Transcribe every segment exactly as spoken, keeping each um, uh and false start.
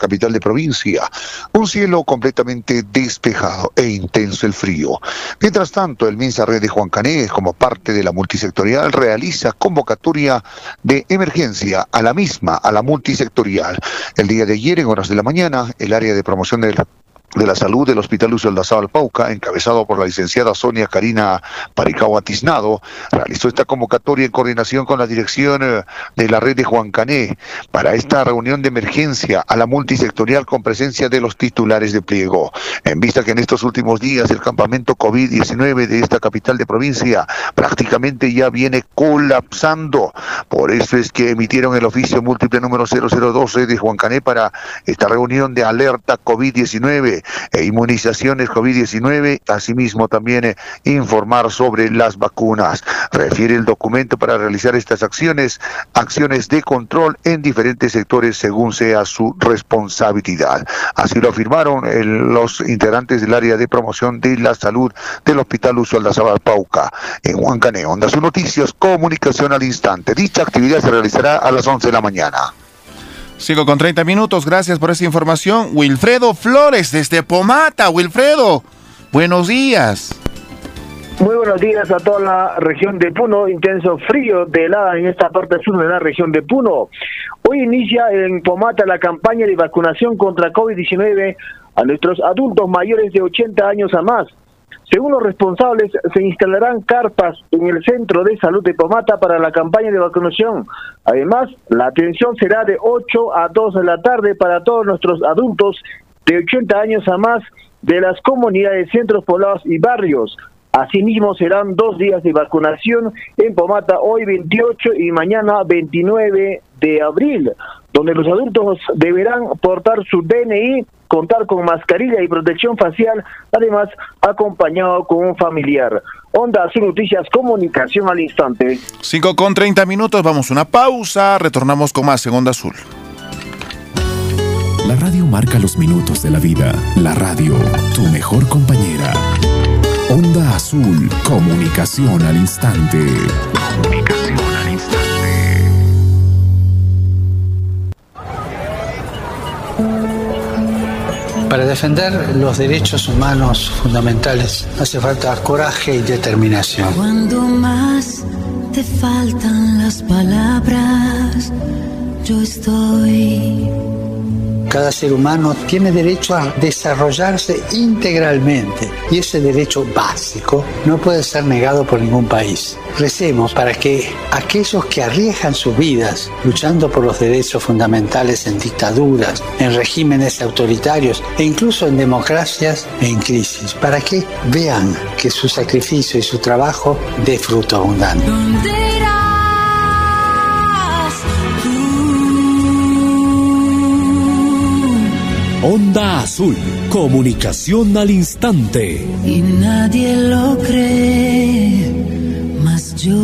capital de provincia. Un cielo completamente despejado e intenso el frío. Mientras tanto, el MINSA Red de Juan Cané, como parte de la multisectorial, realiza convocatoria de emergencia a la misma, a la multisectorial. El día de ayer, en horas de la mañana, el área de promoción del de la Salud del Hospital Lucio Aldazabal Pauca, encabezado por la licenciada Sonia Karina Paricao Atiznado, realizó esta convocatoria en coordinación con la dirección de la red de Juan Cané para esta reunión de emergencia a la multisectorial con presencia de los titulares de pliego. En vista que en estos últimos días el campamento COVID diecinueve de esta capital de provincia prácticamente ya viene colapsando. Por eso es que emitieron el oficio múltiple número cero cero doce de Juan Cané para esta reunión de alerta COVID diecinueve e inmunizaciones COVID diecinueve, asimismo también eh, informar sobre las vacunas. Refiere el documento para realizar estas acciones, acciones de control en diferentes sectores según sea su responsabilidad. Así lo afirmaron el, los integrantes del área de promoción de la salud del Hospital Lucio Aldazabal Pauca en Juan Cané. Onda Sus Noticias, comunicación al instante. Dicha actividad se realizará a las once de la mañana. Sigo con treinta minutos, gracias por esa información. Wilfredo Flores, desde Pomata. Wilfredo, buenos días. Muy buenos días a toda la región de Puno. Intenso frío de helada en esta parte sur de la región de Puno. Hoy inicia en Pomata la campaña de vacunación contra COVID diecinueve a nuestros adultos mayores de ochenta años a más. Según los responsables, se instalarán carpas en el Centro de Salud de Pomata para la campaña de vacunación. Además, la atención será de ocho a dos de la tarde para todos nuestros adultos de ochenta años a más de las comunidades, centros poblados y barrios. Asimismo, serán dos días de vacunación en Pomata, hoy veintiocho y mañana veintinueve de abril, donde los adultos deberán portar su D N I, contar con mascarilla y protección facial, además acompañado con un familiar. Onda Sus Noticias, comunicación al instante. cinco con treinta minutos, vamos a una pausa, retornamos con más en Onda Azul. La radio marca los minutos de la vida. La radio, tu mejor compañera. Onda Azul, comunicación al instante. Comunicación al instante. Para defender los derechos humanos fundamentales hace falta coraje y determinación. Cuando más te faltan las palabras, yo estoy. Cada ser humano tiene derecho a desarrollarse integralmente y ese derecho básico no puede ser negado por ningún país. Recemos para que aquellos que arriesgan sus vidas luchando por los derechos fundamentales en dictaduras, en regímenes autoritarios e incluso en democracias en crisis, para que vean que su sacrificio y su trabajo dé fruto abundante. Onda Azul, comunicación al instante. Y nadie lo cree, mas yo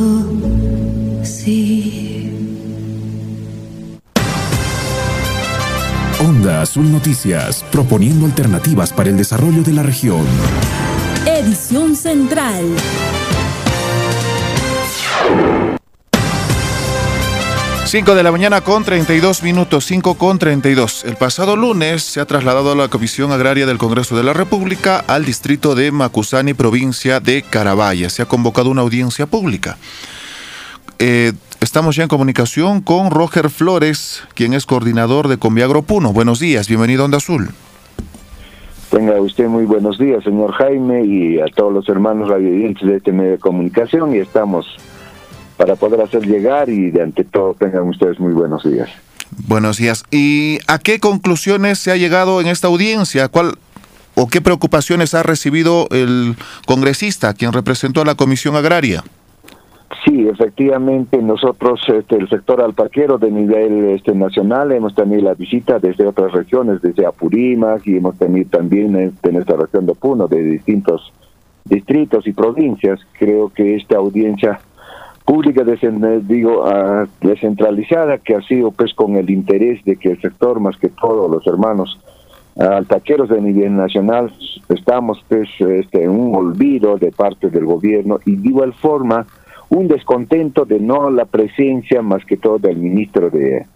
sí. Onda Azul Noticias, proponiendo alternativas para el desarrollo de la región. Edición Central. cinco de la mañana con treinta y dos minutos, cinco con treinta y dos. El pasado lunes se ha trasladado a la Comisión Agraria del Congreso de la República al distrito de Macusani, provincia de Carabaya. Se ha convocado una audiencia pública. Eh, estamos ya en comunicación con Roger Flores, quien es coordinador de Conviagro Puno. Buenos días, bienvenido a Onda Azul. Tenga usted muy buenos días, señor Jaime, y a todos los hermanos radioyentes de este medio de comunicación, y estamos para poder hacer llegar, y de ante todo tengan ustedes muy buenos días. Buenos días. ¿Y a qué conclusiones se ha llegado en esta audiencia? ¿Cuál o qué preocupaciones ha recibido el congresista, quien representó a la Comisión Agraria? Sí, efectivamente, nosotros, este, el sector alpaquero de nivel este, nacional, hemos tenido la visita desde otras regiones, desde Apurímac, y hemos tenido también este, en esta región de Puno, de distintos distritos y provincias. Creo que esta audiencia pública digo, uh, descentralizada, que ha sido pues con el interés de que el sector, más que todo los hermanos uh, alpaqueros de nivel nacional, estamos pues este, en un olvido de parte del gobierno, y de igual forma un descontento de no la presencia más que todo del ministro de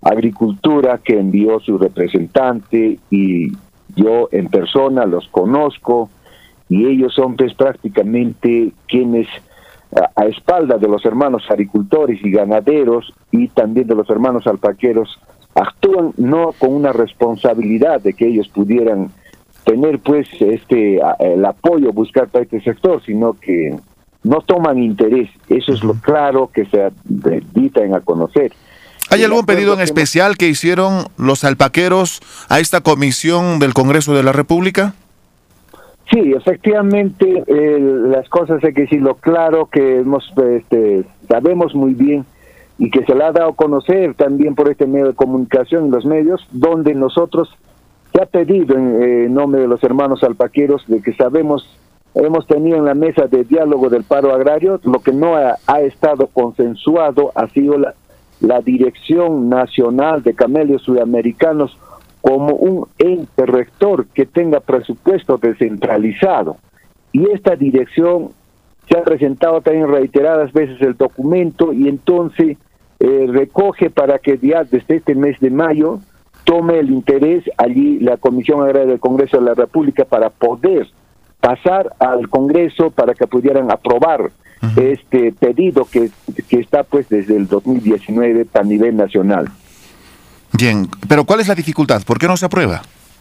Agricultura, que envió su representante, y yo en persona los conozco, y ellos son pues prácticamente quienes a, a espaldas de los hermanos agricultores y ganaderos y también de los hermanos alpaqueros actúan no con una responsabilidad de que ellos pudieran tener pues este el apoyo, buscar para este sector, sino que no toman interés. Eso es lo claro que se dictan a conocer. ¿Hay algún pedido en especial que hicieron los alpaqueros a esta comisión del Congreso de la República? Sí, efectivamente, eh, las cosas hay que decirlo claro, que hemos, este, sabemos muy bien y que se le ha dado a conocer también por este medio de comunicación y los medios, donde nosotros se ha pedido en eh, nombre de los hermanos alpaqueros de que sabemos, hemos tenido en la mesa de diálogo del paro agrario, lo que no ha, ha estado consensuado ha sido la, la Dirección Nacional de Camellos Sudamericanos como un ente rector que tenga presupuesto descentralizado. Y esta dirección se ha presentado también reiteradas veces el documento y entonces eh, recoge para que ya desde este mes de mayo tome el interés allí la Comisión Agraria del Congreso de la República para poder pasar al Congreso para que pudieran aprobar uh-huh. este pedido que, que está pues desde el dos mil diecinueve a nivel nacional. Bien, pero ¿cuál es la dificultad? ¿Por qué no se aprueba?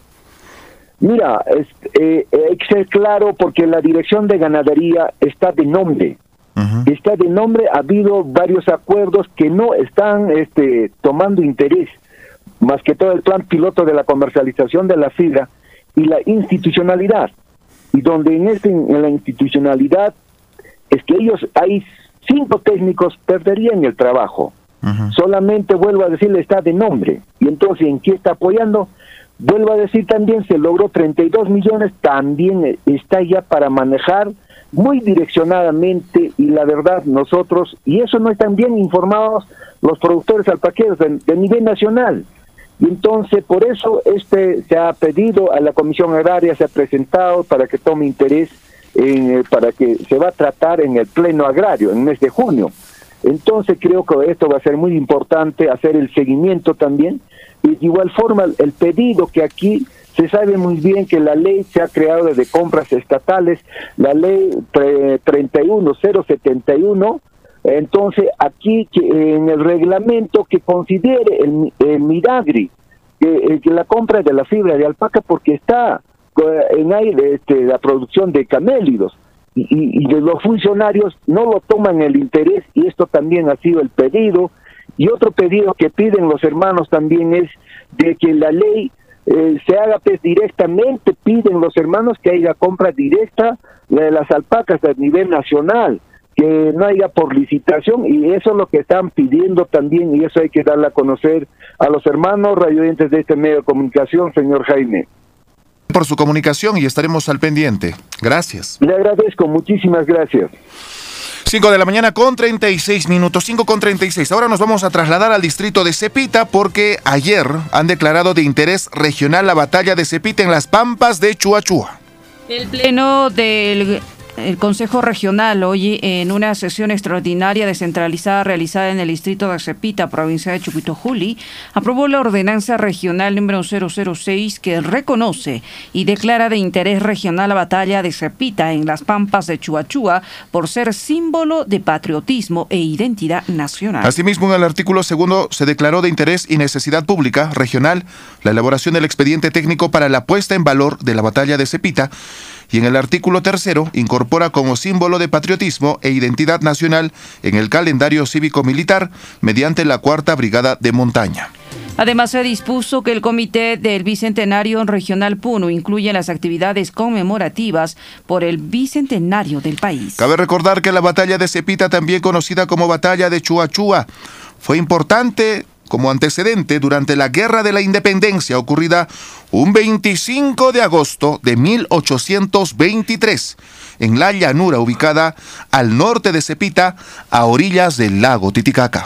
Mira, es, eh, hay que ser claro porque la Dirección de Ganadería está de nombre. Uh-huh. Está de nombre, ha habido varios acuerdos que no están este, tomando interés, más que todo el plan piloto de la comercialización de la fibra y la institucionalidad. Y donde en, este, en la institucionalidad es que ellos, hay cinco técnicos perderían el trabajo. Uh-huh. Solamente, vuelvo a decirle, está de nombre. Y entonces, ¿en qué está apoyando? Vuelvo a decir también, se logró treinta y dos millones, también está ya para manejar muy direccionadamente, y la verdad nosotros, y eso no están bien informados los productores alpaqueros de, de nivel nacional. Y entonces, por eso este se ha pedido a la Comisión Agraria, se ha presentado para que tome interés, en, para que se va a tratar en el Pleno Agrario, en el mes de junio. Entonces creo que esto va a ser muy importante, hacer el seguimiento también, y de igual forma el pedido que aquí se sabe muy bien que la ley se ha creado de compras estatales, la ley treinta y uno mil setenta y uno, entonces aquí que en el reglamento que considere el, el Midagri, que, que la compra de la fibra de alpaca porque está en aire este, la producción de camélidos, Y, y de los funcionarios no lo toman el interés, y esto también ha sido el pedido. Y otro pedido que piden los hermanos también es de que la ley eh, se haga pues directamente, piden los hermanos que haya compra directa de las alpacas a nivel nacional, que no haya por licitación, y eso es lo que están pidiendo también, y eso hay que darle a conocer a los hermanos radioyentes de este medio de comunicación, señor Jaime. Por su comunicación y estaremos al pendiente. Gracias. Le agradezco, muchísimas gracias. cinco de la mañana con treinta y seis minutos, cinco con treinta y seis. Ahora nos vamos a trasladar al distrito de Cepita porque ayer han declarado de interés regional la batalla de Cepita en las Pampas de Chuachua. El pleno del El Consejo Regional hoy en una sesión extraordinaria descentralizada realizada en el distrito de Cepita, provincia de Chucuito-Juli, aprobó la ordenanza regional número cero cero seis que reconoce y declara de interés regional la batalla de Cepita en las Pampas de Chuachua por ser símbolo de patriotismo e identidad nacional. Asimismo, en el artículo segundo se declaró de interés y necesidad pública regional la elaboración del expediente técnico para la puesta en valor de la batalla de Cepita. Y en el artículo tercero incorpora como símbolo de patriotismo e identidad nacional en el calendario cívico-militar mediante la Cuarta Brigada de Montaña. Además, se dispuso que el Comité del Bicentenario Regional Puno incluya las actividades conmemorativas por el Bicentenario del país. Cabe recordar que la batalla de Cepita, también conocida como batalla de Chuachua, fue importante como antecedente durante la Guerra de la Independencia ocurrida un veinticinco de agosto de mil ochocientos veintitrés en la llanura ubicada al norte de Cepita, a orillas del lago Titicaca.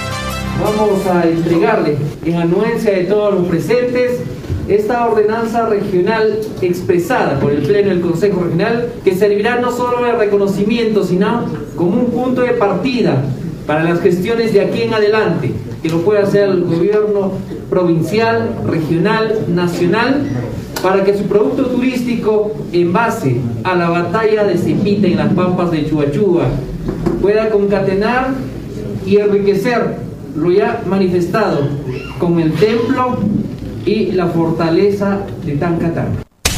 Vamos a entregarle, en anuencia de todos los presentes, esta ordenanza regional expresada por el Pleno del Consejo Regional, que servirá no solo de reconocimiento, sino como un punto de partida para las gestiones de aquí en adelante, que lo puede hacer el gobierno provincial, regional, nacional, para que su producto turístico, en base a la batalla de Cepita en las pampas de Chuachua, pueda concatenar y enriquecer lo ya manifestado con el templo y la fortaleza de Tancatán.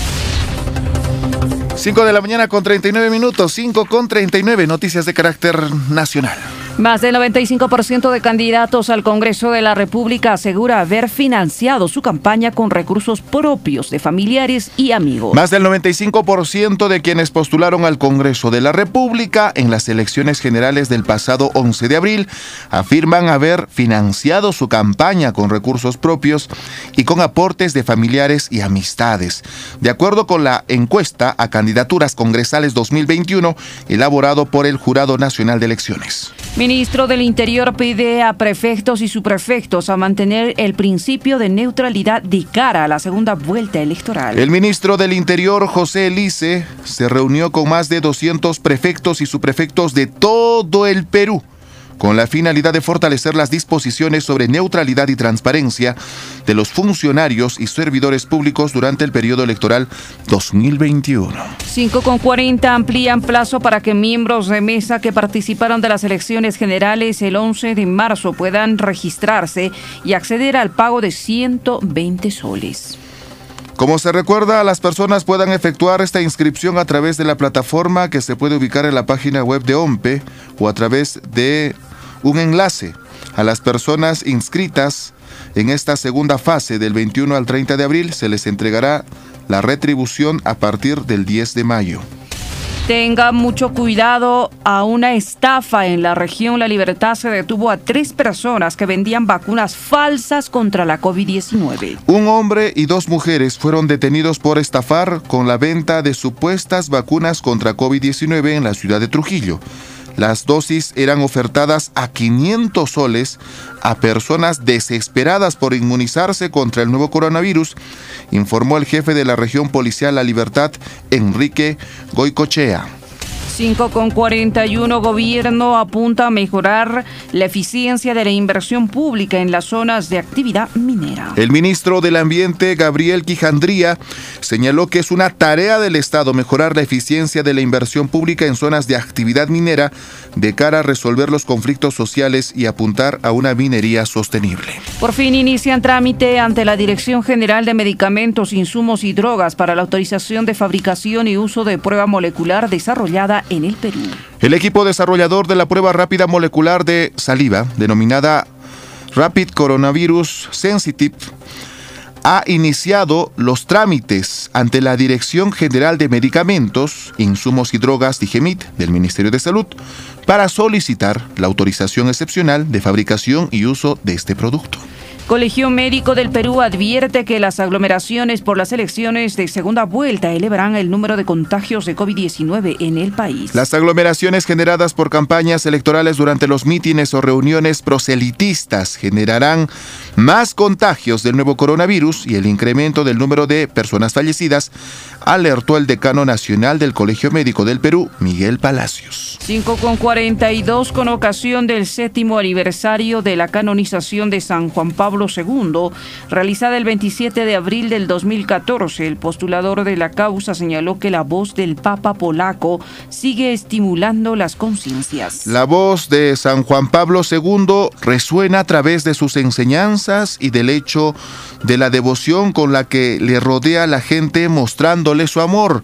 cinco de la mañana con treinta y nueve minutos, cinco con treinta y nueve, noticias de carácter nacional. Más del noventa y cinco por ciento de candidatos al Congreso de la República asegura haber financiado su campaña con recursos propios de familiares y amigos. Más del noventa y cinco por ciento de quienes postularon al Congreso de la República en las elecciones generales del pasado once de abril afirman haber financiado su campaña con recursos propios y con aportes de familiares y amistades, de acuerdo con la encuesta a candidaturas congresales dos mil veintiuno elaborado por el Jurado Nacional de Elecciones. Ministro del Interior pide a prefectos y subprefectos a mantener el principio de neutralidad de cara a la segunda vuelta electoral. El ministro del Interior, José Elice, se reunió con más de doscientos prefectos y subprefectos de todo el Perú, con la finalidad de fortalecer las disposiciones sobre neutralidad y transparencia de los funcionarios y servidores públicos durante el periodo electoral dos mil veintiuno. cinco con cuarenta amplían plazo para que miembros de mesa que participaron de las elecciones generales el once de marzo puedan registrarse y acceder al pago de ciento veinte soles. Como se recuerda, las personas puedan efectuar esta inscripción a través de la plataforma que se puede ubicar en la página web de O M P E o a través de un enlace. A las personas inscritas en esta segunda fase del veintiuno al treinta de abril se les entregará la retribución a partir del diez de mayo. Tenga mucho cuidado a una estafa en la región La Libertad. Se detuvo a tres personas que vendían vacunas falsas contra la COVID diecinueve. Un hombre y dos mujeres fueron detenidos por estafar con la venta de supuestas vacunas contra COVID diecinueve en la ciudad de Trujillo. Las dosis eran ofertadas a quinientos soles a personas desesperadas por inmunizarse contra el nuevo coronavirus, informó el jefe de la región policial La Libertad, Enrique Goicochea. cinco con cuarenta y uno, gobierno apunta a mejorar la eficiencia de la inversión pública en las zonas de actividad minera. El ministro del Ambiente, Gabriel Quijandría, señaló que es una tarea del Estado mejorar la eficiencia de la inversión pública en zonas de actividad minera de cara a resolver los conflictos sociales y apuntar a una minería sostenible. Por fin inician trámite ante la Dirección General de Medicamentos, Insumos y Drogas para la autorización de fabricación y uso de prueba molecular desarrollada en el Perú. El equipo desarrollador de la prueba rápida molecular de saliva, denominada Rapid Coronavirus Sensitive, ha iniciado los trámites ante la Dirección General de Medicamentos, Insumos y Drogas, DIGEMIT, del Ministerio de Salud, para solicitar la autorización excepcional de fabricación y uso de este producto. Colegio Médico del Perú advierte que las aglomeraciones por las elecciones de segunda vuelta elevarán el número de contagios de COVID diecinueve en el país. Las aglomeraciones generadas por campañas electorales durante los mítines o reuniones proselitistas generarán más contagios del nuevo coronavirus y el incremento del número de personas fallecidas, alertó el decano nacional del Colegio Médico del Perú, Miguel Palacios. cinco con cuarenta y dos, con ocasión del séptimo aniversario de la canonización de San Juan Pablo segundo, realizada el veintisiete de abril del dos mil catorce, el postulador de la causa señaló que la voz del Papa polaco sigue estimulando las conciencias. La voz de San Juan Pablo segundo resuena a través de sus enseñanzas y del hecho de la devoción con la que le rodea a la gente, mostrándole su amor,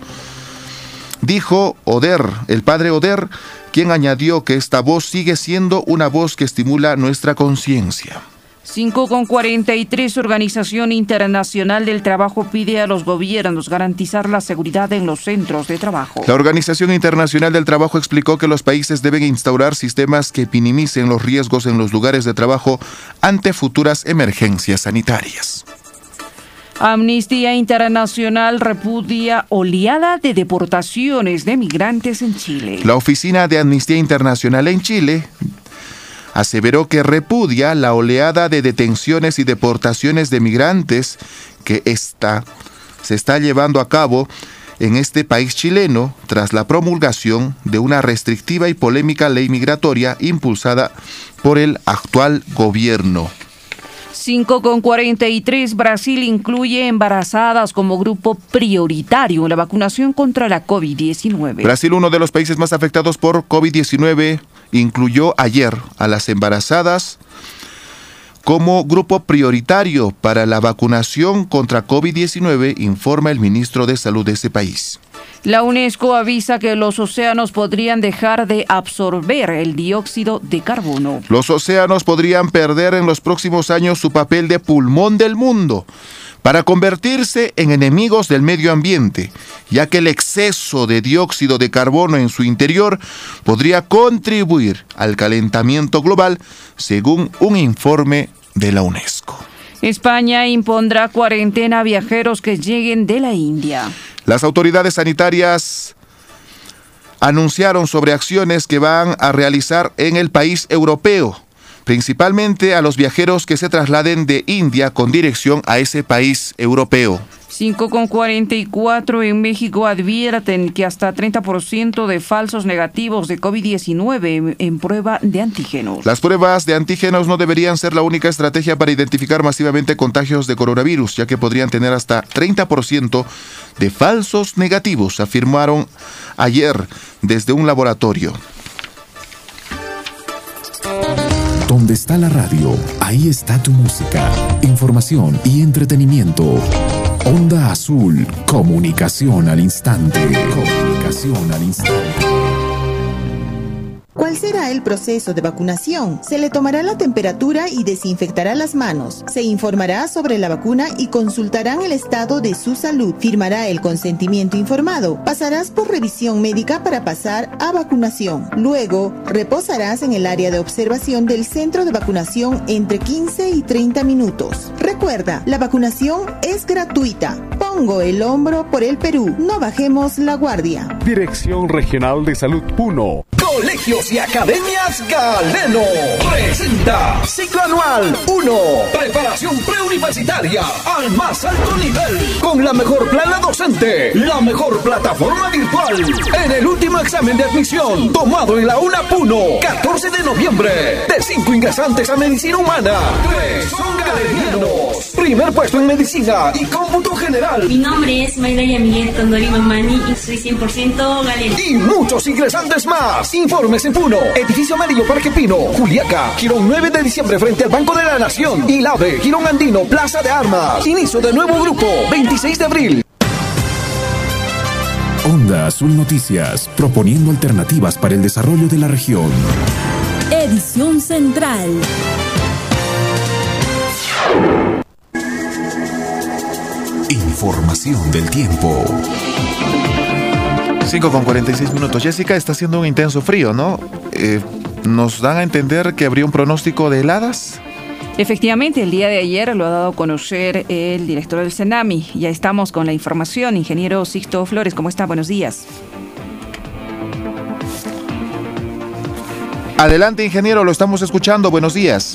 dijo Oder, el padre Oder, quien añadió que esta voz sigue siendo una voz que estimula nuestra conciencia. cinco con cuarenta y tres, Organización Internacional del Trabajo pide a los gobiernos garantizar la seguridad en los centros de trabajo. La Organización Internacional del Trabajo explicó que los países deben instaurar sistemas que minimicen los riesgos en los lugares de trabajo ante futuras emergencias sanitarias. Amnistía Internacional repudia oleada de deportaciones de migrantes en Chile. La Oficina de Amnistía Internacional en Chile aseveró que repudia la oleada de detenciones y deportaciones de migrantes que esta se está llevando a cabo en este país chileno tras la promulgación de una restrictiva y polémica ley migratoria impulsada por el actual gobierno. cinco con cuarenta y tres, Brasil incluye embarazadas como grupo prioritario en la vacunación contra la COVID diecinueve. Brasil, uno de los países más afectados por COVID diecinueve, incluyó ayer a las embarazadas como grupo prioritario para la vacunación contra COVID diecinueve, informa el ministro de Salud de ese país. La UNESCO avisa que los océanos podrían dejar de absorber el dióxido de carbono. Los océanos podrían perder en los próximos años su papel de pulmón del mundo para convertirse en enemigos del medio ambiente, ya que el exceso de dióxido de carbono en su interior podría contribuir al calentamiento global, según un informe de la UNESCO. España impondrá cuarentena a viajeros que lleguen de la India. Las autoridades sanitarias anunciaron sobre acciones que van a realizar en el país europeo, principalmente a los viajeros que se trasladen de India con dirección a ese país europeo. cinco con cuarenta y cuatro, en México advierten que hasta treinta por ciento de falsos negativos de COVID diecinueve en, en prueba de antígenos. Las pruebas de antígenos no deberían ser la única estrategia para identificar masivamente contagios de coronavirus, ya que podrían tener hasta treinta por ciento de falsos negativos, afirmaron ayer desde un laboratorio. Donde está la radio, ahí está tu música, información y entretenimiento. Onda Azul, comunicación al instante. Comunicación al instante. ¿Cuál será el proceso de vacunación? Se le tomará la temperatura y desinfectará las manos. Se informará sobre la vacuna y consultarán el estado de su salud. Firmará el consentimiento informado. Pasarás por revisión médica para pasar a vacunación. Luego, reposarás en el área de observación del centro de vacunación entre quince y treinta minutos. Recuerda, la vacunación es gratuita. Pongo el hombro por el Perú. No bajemos la guardia. Dirección Regional de Salud Puno. Colegios y Academias Galeno presenta Ciclo Anual uno. Preparación preuniversitaria al más alto nivel, con la mejor plana docente, la mejor plataforma virtual. En el último examen de admisión, tomado en la UNA Puno, catorce de noviembre. De cinco ingresantes a Medicina Humana, tres son galenianos. Primer puesto en Medicina y Cómputo General. Mi nombre es Maylaya Miguel Tondori Mamani y soy cien por ciento galeno. Y muchos ingresantes más. Informes en Puno, Edificio Amarillo Parque Pino, Juliaca, Girón nueve de diciembre frente al Banco de la Nación. Y Lave, Girón Andino, Plaza de Armas. Inicio de nuevo grupo, veintiséis de abril. Onda Azul Noticias, proponiendo alternativas para el desarrollo de la región. Edición Central. Información del tiempo. cinco con cuarenta y seis minutos. Jessica, está haciendo un intenso frío, ¿no? Eh, ¿Nos dan a entender que habría un pronóstico de heladas? Efectivamente, el día de ayer lo ha dado a conocer el director del CENAMI. Ya estamos con la información. Ingeniero Sixto Flores, ¿cómo está? Buenos días. Adelante, ingeniero, lo estamos escuchando. Buenos días.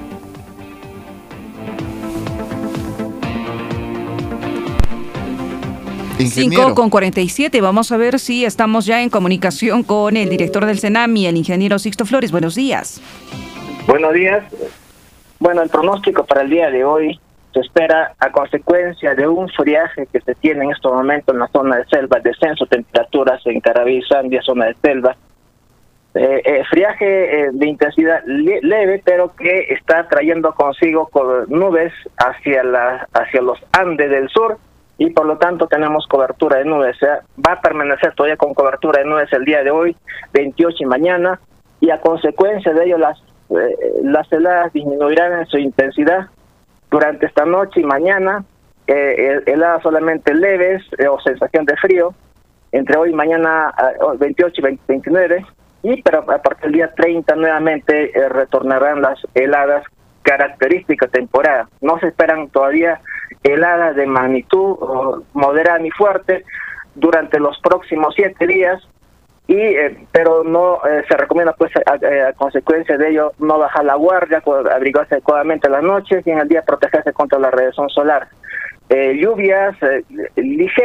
cinco con cuarenta y siete, vamos a ver si estamos ya en comunicación con el director del CENAMI, el ingeniero Sixto Flores. Buenos días. Buenos días. Bueno, el pronóstico para el día de hoy se espera a consecuencia de un friaje que se tiene en estos momentos en la zona de selva, descenso de temperaturas en Carabí, Sandia, zona de selva. Eh, eh, friaje eh, de intensidad le leve, pero que está trayendo consigo con nubes hacia, la, hacia los Andes del sur, y por lo tanto tenemos cobertura de nubes. O sea, va a permanecer todavía con cobertura de nubes el día de hoy, veintiocho y mañana, y a consecuencia de ello las, eh, las heladas disminuirán en su intensidad durante esta noche y mañana, eh, heladas solamente leves eh, o sensación de frío, entre hoy y mañana eh, veintiocho y veintinueve, y pero a partir del día treinta nuevamente eh, retornarán las heladas características temporada. No se esperan todavía heladas de magnitud moderada ni fuerte durante los próximos siete días, y eh, pero no eh, se recomienda, pues a, a, a consecuencia de ello, no bajar la guardia, abrigarse adecuadamente en las noches y en el día protegerse contra la radiación solar. Eh, lluvias eh, ligeras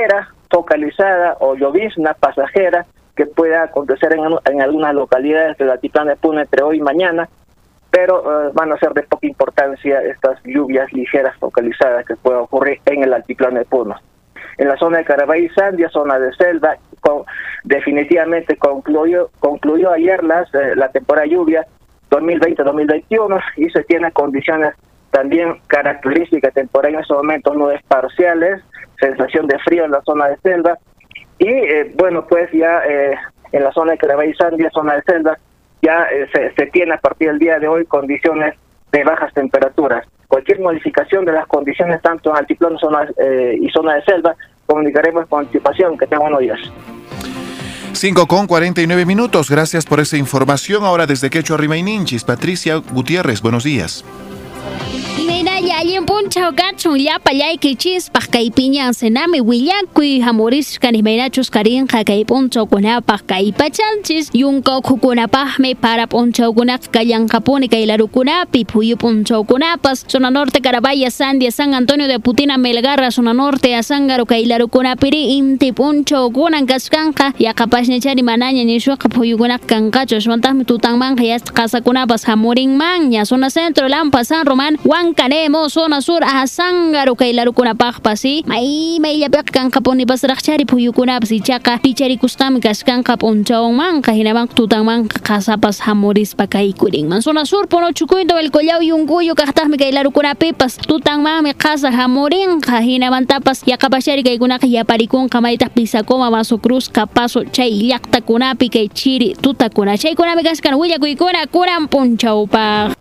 focalizada o llovizna pasajera que pueda acontecer en, en algunas localidades del altiplano de Puno entre hoy y mañana, pero uh, van a ser de poca importancia estas lluvias ligeras focalizadas que puedan ocurrir en el altiplano de Puno. En la zona de Carabay y Sandia, zona de selva, con, definitivamente concluyó, concluyó ayer las, eh, la temporada de lluvia dos mil veinte dos mil veintiuno y se tienen condiciones también características temporales en estos momentos, nubes parciales, sensación de frío en la zona de selva y eh, bueno, pues ya eh, en la zona de Carabay y Sandia, zona de selva, ya eh, se, se tiene a partir del día de hoy condiciones de bajas temperaturas. Cualquier modificación de las condiciones tanto en altiplano zona, eh, y zona de selva, comunicaremos con anticipación. Que tengan buenos días. cinco con cuarenta y nueve minutos. Gracias por esa información. Ahora desde Quechua, Rimayninchis, Patricia Gutiérrez, buenos días. Yayin puncha gacho ya payay que chis pakay piñan sename willakui hamoris kanimeinachus karin hakay puncha kuna pakay pachanchis yunka kukuna pahme para puncha kuna kayan kapone kay larukuna pipuyu puncha kuna pas zona norte Carabaya Sandia San Antonio de Putina Melgarra zona norte Asangaro kay larukuna piri inti puncha kuna kaskanja ya kapaz ni chari mananya ni shwa kapuyu kuna kankacho shwantah tutang man ya casa kuna pas hamoring man ya zona centro Lampa San Román Huancane zona sur a Sangaro kay larukuna pagpasi may may yapyak kang kapon ni pasrakchari puyukuna pasi chaka pichari kustam kaskan kapon chawang man kahinabang tutang man kasapas hamoris pakay kuring man zona sur pono chukuito el collao yunguyo kahtah mi kay larukuna pipas tutang man mi kasa hamorin kahinaban tapas yakapashari kay kuna kaya parikun kamayta pisakoma maso cruz kapaso chay yakta kunapi kay chiri tutakuna chay kuna mi kaskan huya kuikuna kuran punchau pa.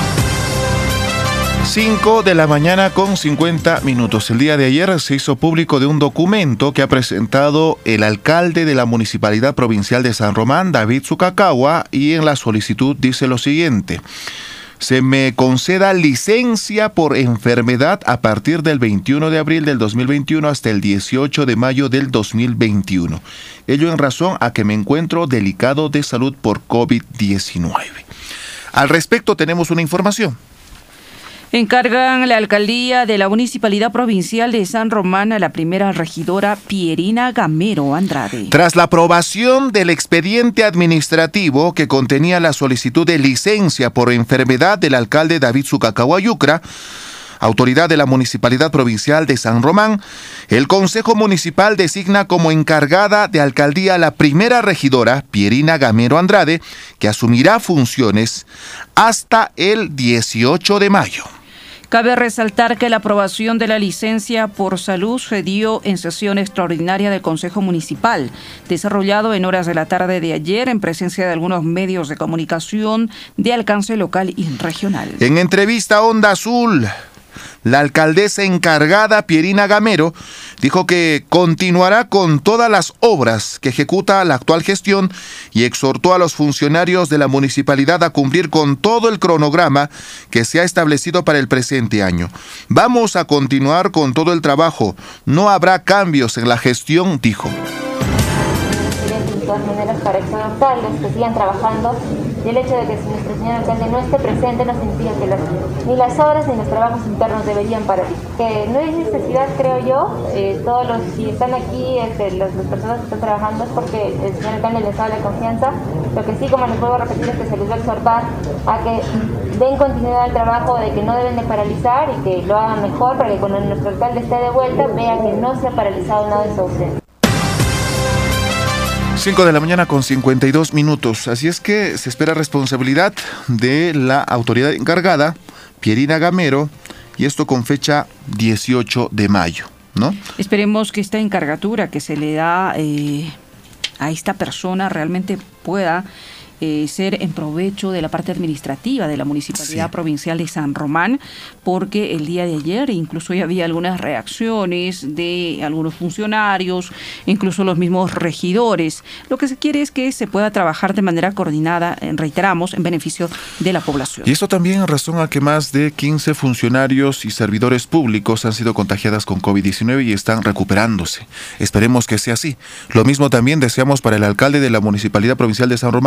cinco de la mañana con cincuenta minutos. El día de ayer se hizo público de un documento que ha presentado el alcalde de la Municipalidad Provincial de San Román, David Zucacagua, y en la solicitud dice lo siguiente: se me conceda licencia por enfermedad a partir del veintiuno de abril del dos mil veintiuno hasta el dieciocho de mayo del dos mil veintiuno. Ello en razón a que me encuentro delicado de salud por COVID diecinueve. Al respecto tenemos una información. Encargan la alcaldía de la Municipalidad Provincial de San Román a la primera regidora Pierina Gamero Andrade. Tras la aprobación del expediente administrativo que contenía la solicitud de licencia por enfermedad del alcalde David Zucacagua Yucra, autoridad de la Municipalidad Provincial de San Román, el Consejo Municipal designa como encargada de alcaldía a la primera regidora, Pierina Gamero Andrade, que asumirá funciones hasta el dieciocho de mayo. Cabe resaltar que la aprobación de la licencia por salud se dio en sesión extraordinaria del Consejo Municipal, desarrollado en horas de la tarde de ayer en presencia de algunos medios de comunicación de alcance local y regional. En entrevista a Onda Azul, la alcaldesa encargada, Pierina Gamero, dijo que continuará con todas las obras que ejecuta la actual gestión y exhortó a los funcionarios de la municipalidad a cumplir con todo el cronograma que se ha establecido para el presente año. Vamos a continuar con todo el trabajo, no habrá cambios en la gestión, dijo. De todas maneras, para exhortarles que sigan trabajando, y el hecho de que nuestro señor alcalde no esté presente no significa que las, ni las obras ni los trabajos internos deberían parar. Que no hay necesidad, creo yo, eh, todos los, si están aquí, este, los, las personas que están trabajando es porque el señor alcalde les da la confianza. Lo que sí, como les vuelvo a repetir, es que se les va a exhortar a que den continuidad al trabajo, de que no deben de paralizar y que lo hagan mejor para que cuando nuestro alcalde esté de vuelta vea que no se ha paralizado nada en su ausencia. cinco de la mañana con cincuenta y dos minutos. Así es que se espera responsabilidad de la autoridad encargada, Pierina Gamero, y esto con fecha dieciocho de mayo, ¿no? Esperemos que esta encargatura que se le da eh, a esta persona realmente pueda Eh, ser en provecho de la parte administrativa de la Municipalidad sí. Provincial de San Román, porque el día de ayer incluso ya había algunas reacciones de algunos funcionarios, incluso los mismos regidores. Lo que se quiere es que se pueda trabajar de manera coordinada, reiteramos, en beneficio de la población. Y esto también en razón a que más de quince funcionarios y servidores públicos han sido contagiadas con COVID diecinueve y están recuperándose. Esperemos que sea así. Lo mismo también deseamos para el alcalde de la Municipalidad Provincial de San Román,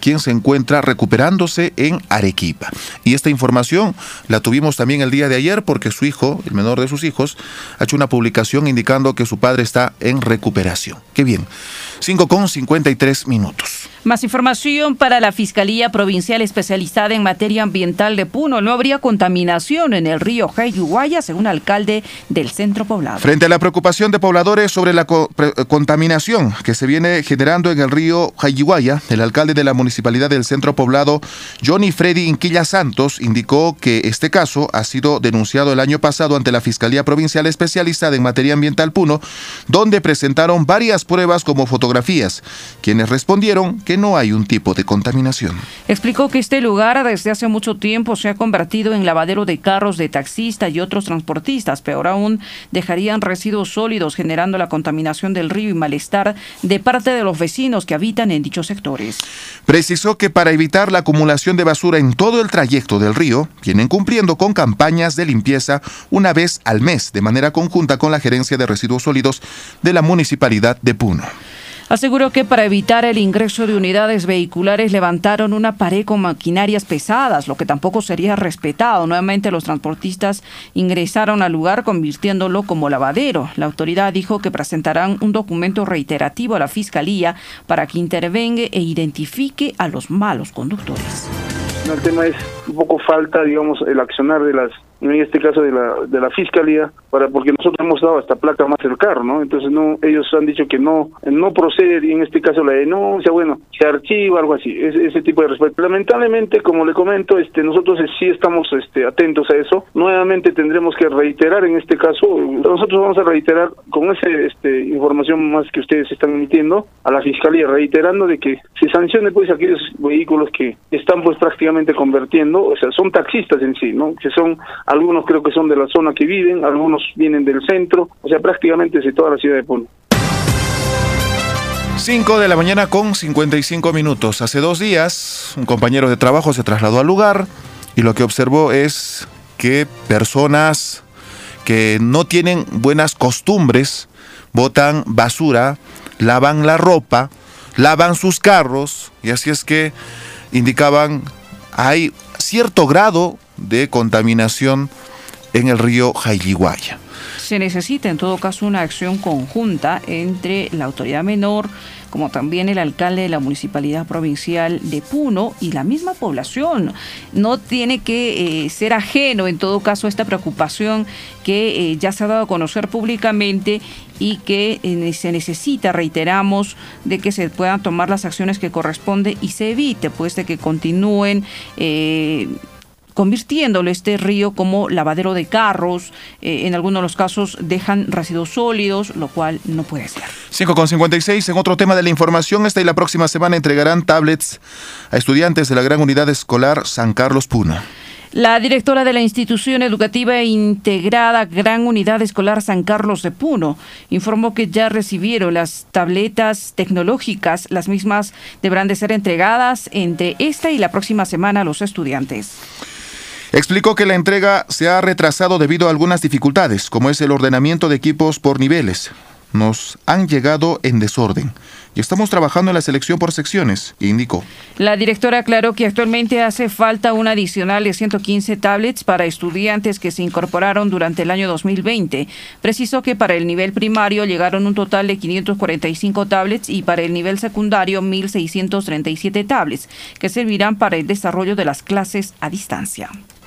quien se encuentra recuperándose en Arequipa. Y esta información la tuvimos también el día de ayer porque su hijo, el menor de sus hijos, ha hecho una publicación indicando que su padre está en recuperación. Qué bien. cinco con cincuenta y tres minutos. Más información para la Fiscalía Provincial Especializada en Materia Ambiental de Puno. No habría contaminación en el río Jayuguaya, según alcalde del centro poblado. Frente a la preocupación de pobladores sobre la co contaminación que se viene generando en el río Jayuguaya, el alcalde de la municipalidad del centro poblado, Johnny Freddy Inquilla Santos, indicó que este caso ha sido denunciado el año pasado ante la Fiscalía Provincial Especializada en Materia Ambiental Puno, donde presentaron varias pruebas como fotografías, quienes respondieron que no hay un tipo de contaminación. Explicó que este lugar desde hace mucho tiempo se ha convertido en lavadero de carros de taxistas y otros transportistas. Peor aún, dejarían residuos sólidos generando la contaminación del río y malestar de parte de los vecinos que habitan en dichos sectores. Precisó que para evitar la acumulación de basura en todo el trayecto del río, vienen cumpliendo con campañas de limpieza una vez al mes, de manera conjunta con la Gerencia de Residuos Sólidos de la Municipalidad de Puno. Aseguró que para evitar el ingreso de unidades vehiculares levantaron una pared con maquinarias pesadas, lo que tampoco sería respetado. Nuevamente los transportistas ingresaron al lugar convirtiéndolo como lavadero. La autoridad dijo que presentarán un documento reiterativo a la Fiscalía para que intervenga e identifique a los malos conductores. El tema es un poco falta, digamos, el accionar de las, en este caso de la de la Fiscalía, para porque nosotros hemos dado esta placa más el carro, ¿no? Entonces no, ellos han dicho que no no procede, y en este caso la denuncia, bueno, se archiva, algo así, ese, ese tipo de respuesta. Lamentablemente, como le comento, este nosotros sí estamos este atentos a eso. Nuevamente tendremos que reiterar en este caso, nosotros vamos a reiterar con esa este, información más que ustedes están emitiendo a la Fiscalía, reiterando de que se sancione pues aquellos vehículos que están pues prácticamente convirtiendo, o sea, son taxistas en sí, ¿no? Que son, algunos creo que son de la zona que viven, algunos vienen del centro, o sea, prácticamente de toda la ciudad de Puno. cinco de la mañana con cincuenta y cinco minutos. Hace dos días, un compañero de trabajo se trasladó al lugar y lo que observó es que personas que no tienen buenas costumbres botan basura, lavan la ropa, lavan sus carros, y así es que indicaban hay cierto grado de contaminación en el río Jayuguaya. Se necesita en todo caso una acción conjunta entre la autoridad menor, como también el alcalde de la Municipalidad Provincial de Puno y la misma población. No tiene que eh, ser ajeno en todo caso a esta preocupación que eh, ya se ha dado a conocer públicamente y que eh, se necesita, reiteramos, de que se puedan tomar las acciones que corresponde y se evite pues de que continúen eh, convirtiéndolo este río como lavadero de carros. Eh, en algunos de los casos dejan residuos sólidos, lo cual no puede ser. cinco con cincuenta y seis, en otro tema de la información, esta y la próxima semana entregarán tablets a estudiantes de la Gran Unidad Escolar San Carlos Puno. La directora de la institución educativa integrada Gran Unidad Escolar San Carlos de Puno informó que ya recibieron las tabletas tecnológicas. Las mismas deberán de ser entregadas entre esta y la próxima semana a los estudiantes. Explicó que la entrega se ha retrasado debido a algunas dificultades, como es el ordenamiento de equipos por niveles. Nos han llegado en desorden y estamos trabajando en la selección por secciones, indicó. La directora aclaró que actualmente hace falta un adicional de ciento quince tablets para estudiantes que se incorporaron durante el año dos mil veinte. Precisó que para el nivel primario llegaron un total de quinientos cuarenta y cinco tablets y para el nivel secundario mil seiscientos treinta y siete tablets, que servirán para el desarrollo de las clases a distancia.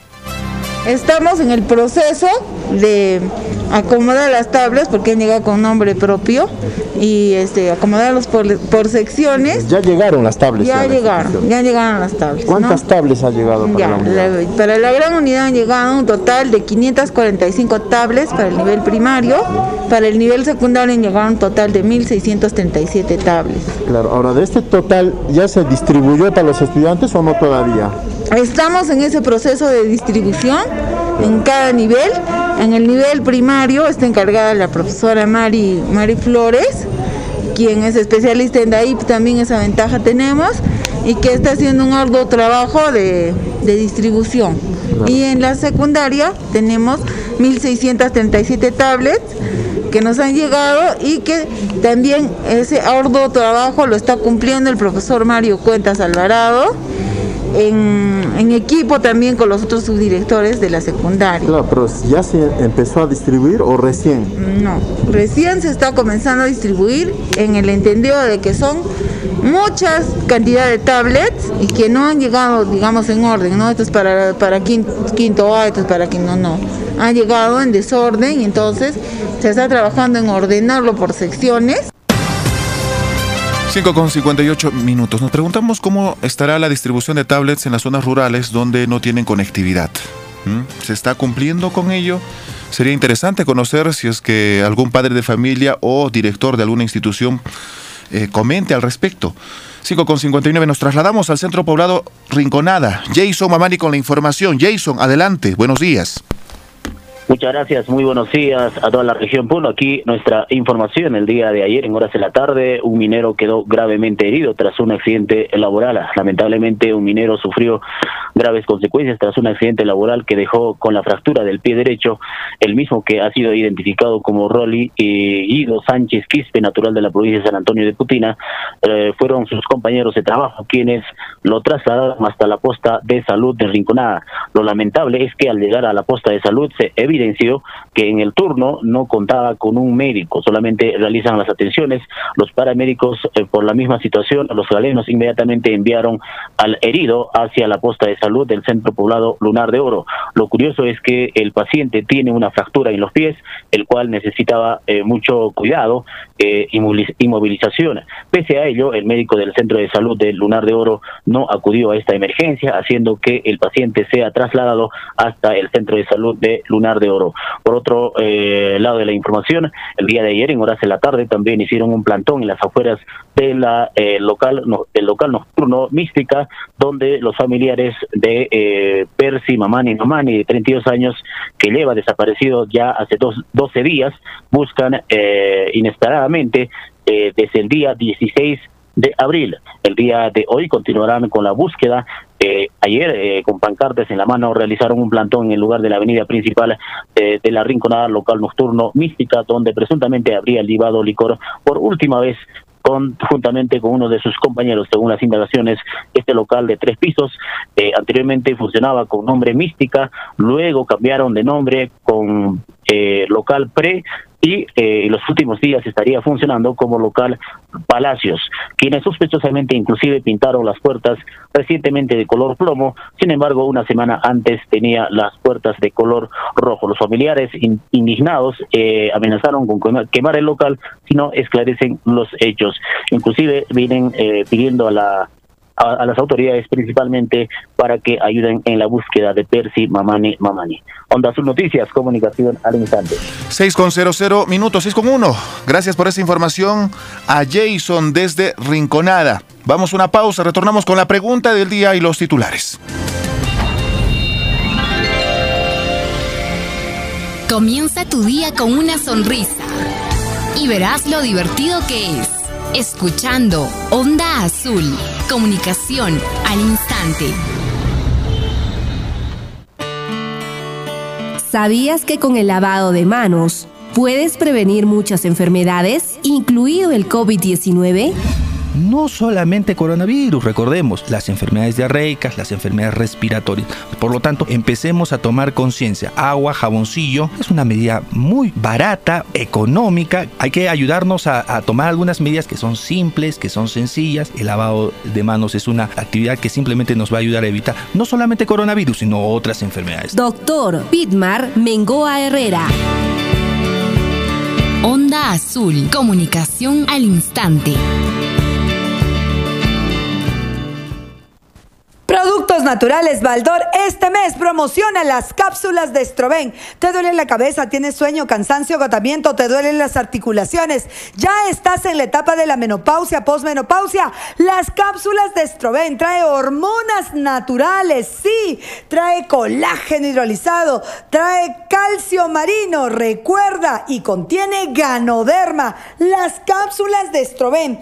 Estamos en el proceso de acomodar las tablas porque han llegado con nombre propio y este acomodarlos por, por secciones. Ya llegaron las tablas. Ya llegaron, ya llegaron las tablas. ¿Cuántas ¿no? tablas ha llegado para ya, la unidad? La, para la Gran Unidad han llegado un total de quinientas cuarenta y cinco tablets para el nivel primario. Para el nivel secundario han llegado un total de mil seiscientos treinta y siete tablets. Claro, ahora de este total, ¿ya se distribuyó para los estudiantes o no todavía? Estamos en ese proceso de distribución en cada nivel. En el nivel primario está encargada la profesora Mari, Mari Flores, quien es especialista en D A I P, también esa ventaja tenemos, y que está haciendo un arduo trabajo de, de distribución. Y en la secundaria tenemos mil seiscientos treinta y siete tablets que nos han llegado y que también ese arduo trabajo lo está cumpliendo el profesor Mario Cuentas Alvarado en, en equipo también con los otros subdirectores de la secundaria. Claro, pero ¿ya se empezó a distribuir o recién? No, recién se está comenzando a distribuir en el entendido de que son muchas cantidades de tablets y que no han llegado, digamos, en orden, ¿no? Esto es para, para quinto, quinto A, esto es para quinto, no, no. Han llegado en desorden y entonces se está trabajando en ordenarlo por secciones. cinco con cincuenta y ocho minutos. Nos preguntamos cómo estará la distribución de tablets en las zonas rurales donde no tienen conectividad. ¿Mm? ¿Se está cumpliendo con ello? Sería interesante conocer si es que algún padre de familia o director de alguna institución eh, comente al respecto. cinco con cincuenta y nueve, nos trasladamos al centro poblado Rinconada. Jason Mamani con la información. Jason, adelante, buenos días. Muchas gracias, muy buenos días a toda la región Puno. Aquí nuestra información. El día de ayer, en horas de la tarde, un minero quedó gravemente herido tras un accidente laboral. Lamentablemente, un minero sufrió graves consecuencias tras un accidente laboral que dejó con la fractura del pie derecho, el mismo que ha sido identificado como Rolly eh, Guido Sánchez Quispe, natural de la provincia de San Antonio de Putina. Eh, fueron sus compañeros de trabajo quienes lo trasladaron hasta la posta de salud de Rinconada. Lo lamentable es que al llegar a la posta de salud se evidenció que en el turno no contaba con un médico, solamente realizan las atenciones. Los paramédicos, eh, por la misma situación, los galenos inmediatamente enviaron al herido hacia la posta de salud del centro poblado Lunar de Oro. Lo curioso es que el paciente tiene una fractura en los pies, el cual necesitaba eh, mucho cuidado, eh, inmovilización. Pese a ello, el médico del centro de salud del Lunar de Oro no acudió a esta emergencia, haciendo que el paciente sea trasladado hasta el centro de salud de Lunar de Oro. Por otro eh, lado de la información, el día de ayer en horas de la tarde también hicieron un plantón en las afueras de la eh, local no, del local nocturno Mística, donde los familiares de eh, Percy Mamani Mamani, de treinta y dos años, que lleva desaparecido ya hace dos, doce días, buscan eh, inesperadamente eh, desde el día dieciséis de abril. El día de hoy continuarán con la búsqueda. Eh, ayer, eh, con pancartas en la mano, realizaron un plantón en el lugar de la avenida principal eh, de la Rinconada local nocturno Mística, donde presuntamente habría llevado licor por última vez Con, juntamente con uno de sus compañeros. Según las indagaciones, este local de tres pisos eh, anteriormente funcionaba con nombre Mística, luego cambiaron de nombre con eh, local Pre, y eh, en los últimos días estaría funcionando como local Palacios, quienes sospechosamente inclusive pintaron las puertas recientemente de color plomo. Sin embargo, una semana antes tenía las puertas de color rojo. Los familiares in, indignados eh, amenazaron con quemar el local si no esclarecen los hechos. Inclusive vienen eh, pidiendo a la A, a las autoridades principalmente para que ayuden en la búsqueda de Percy Mamani Mamani. Onda Azul Noticias, comunicación al instante. seis con cero cero minutos, seis con uno. Gracias por esa información a Jason desde Rinconada. Vamos a una pausa, retornamos con la pregunta del día y los titulares. Comienza tu día con una sonrisa y verás lo divertido que es. Escuchando Onda Azul, comunicación al instante. ¿Sabías que con el lavado de manos puedes prevenir muchas enfermedades, incluido el COVID diecinueve? No solamente coronavirus, recordemos, las enfermedades diarreicas, las enfermedades respiratorias. Por lo tanto, empecemos a tomar conciencia. Agua, jaboncillo, es una medida muy barata, económica. Hay que ayudarnos a, a tomar algunas medidas que son simples, que son sencillas. El lavado de manos es una actividad que simplemente nos va a ayudar a evitar no solamente coronavirus, sino otras enfermedades. Doctor Pitmar Mengoa Herrera. Onda Azul, comunicación al instante. Productos Naturales Baldor este mes promociona las cápsulas de Estroven. ¿Te duele la cabeza? ¿Tienes sueño, cansancio, agotamiento? ¿Te duelen las articulaciones? ¿Ya estás en la etapa de la menopausia, posmenopausia? Las cápsulas de Estroven trae hormonas naturales, sí, trae colágeno hidrolizado, trae calcio marino, recuerda, y contiene ganoderma. Las cápsulas de Estroven.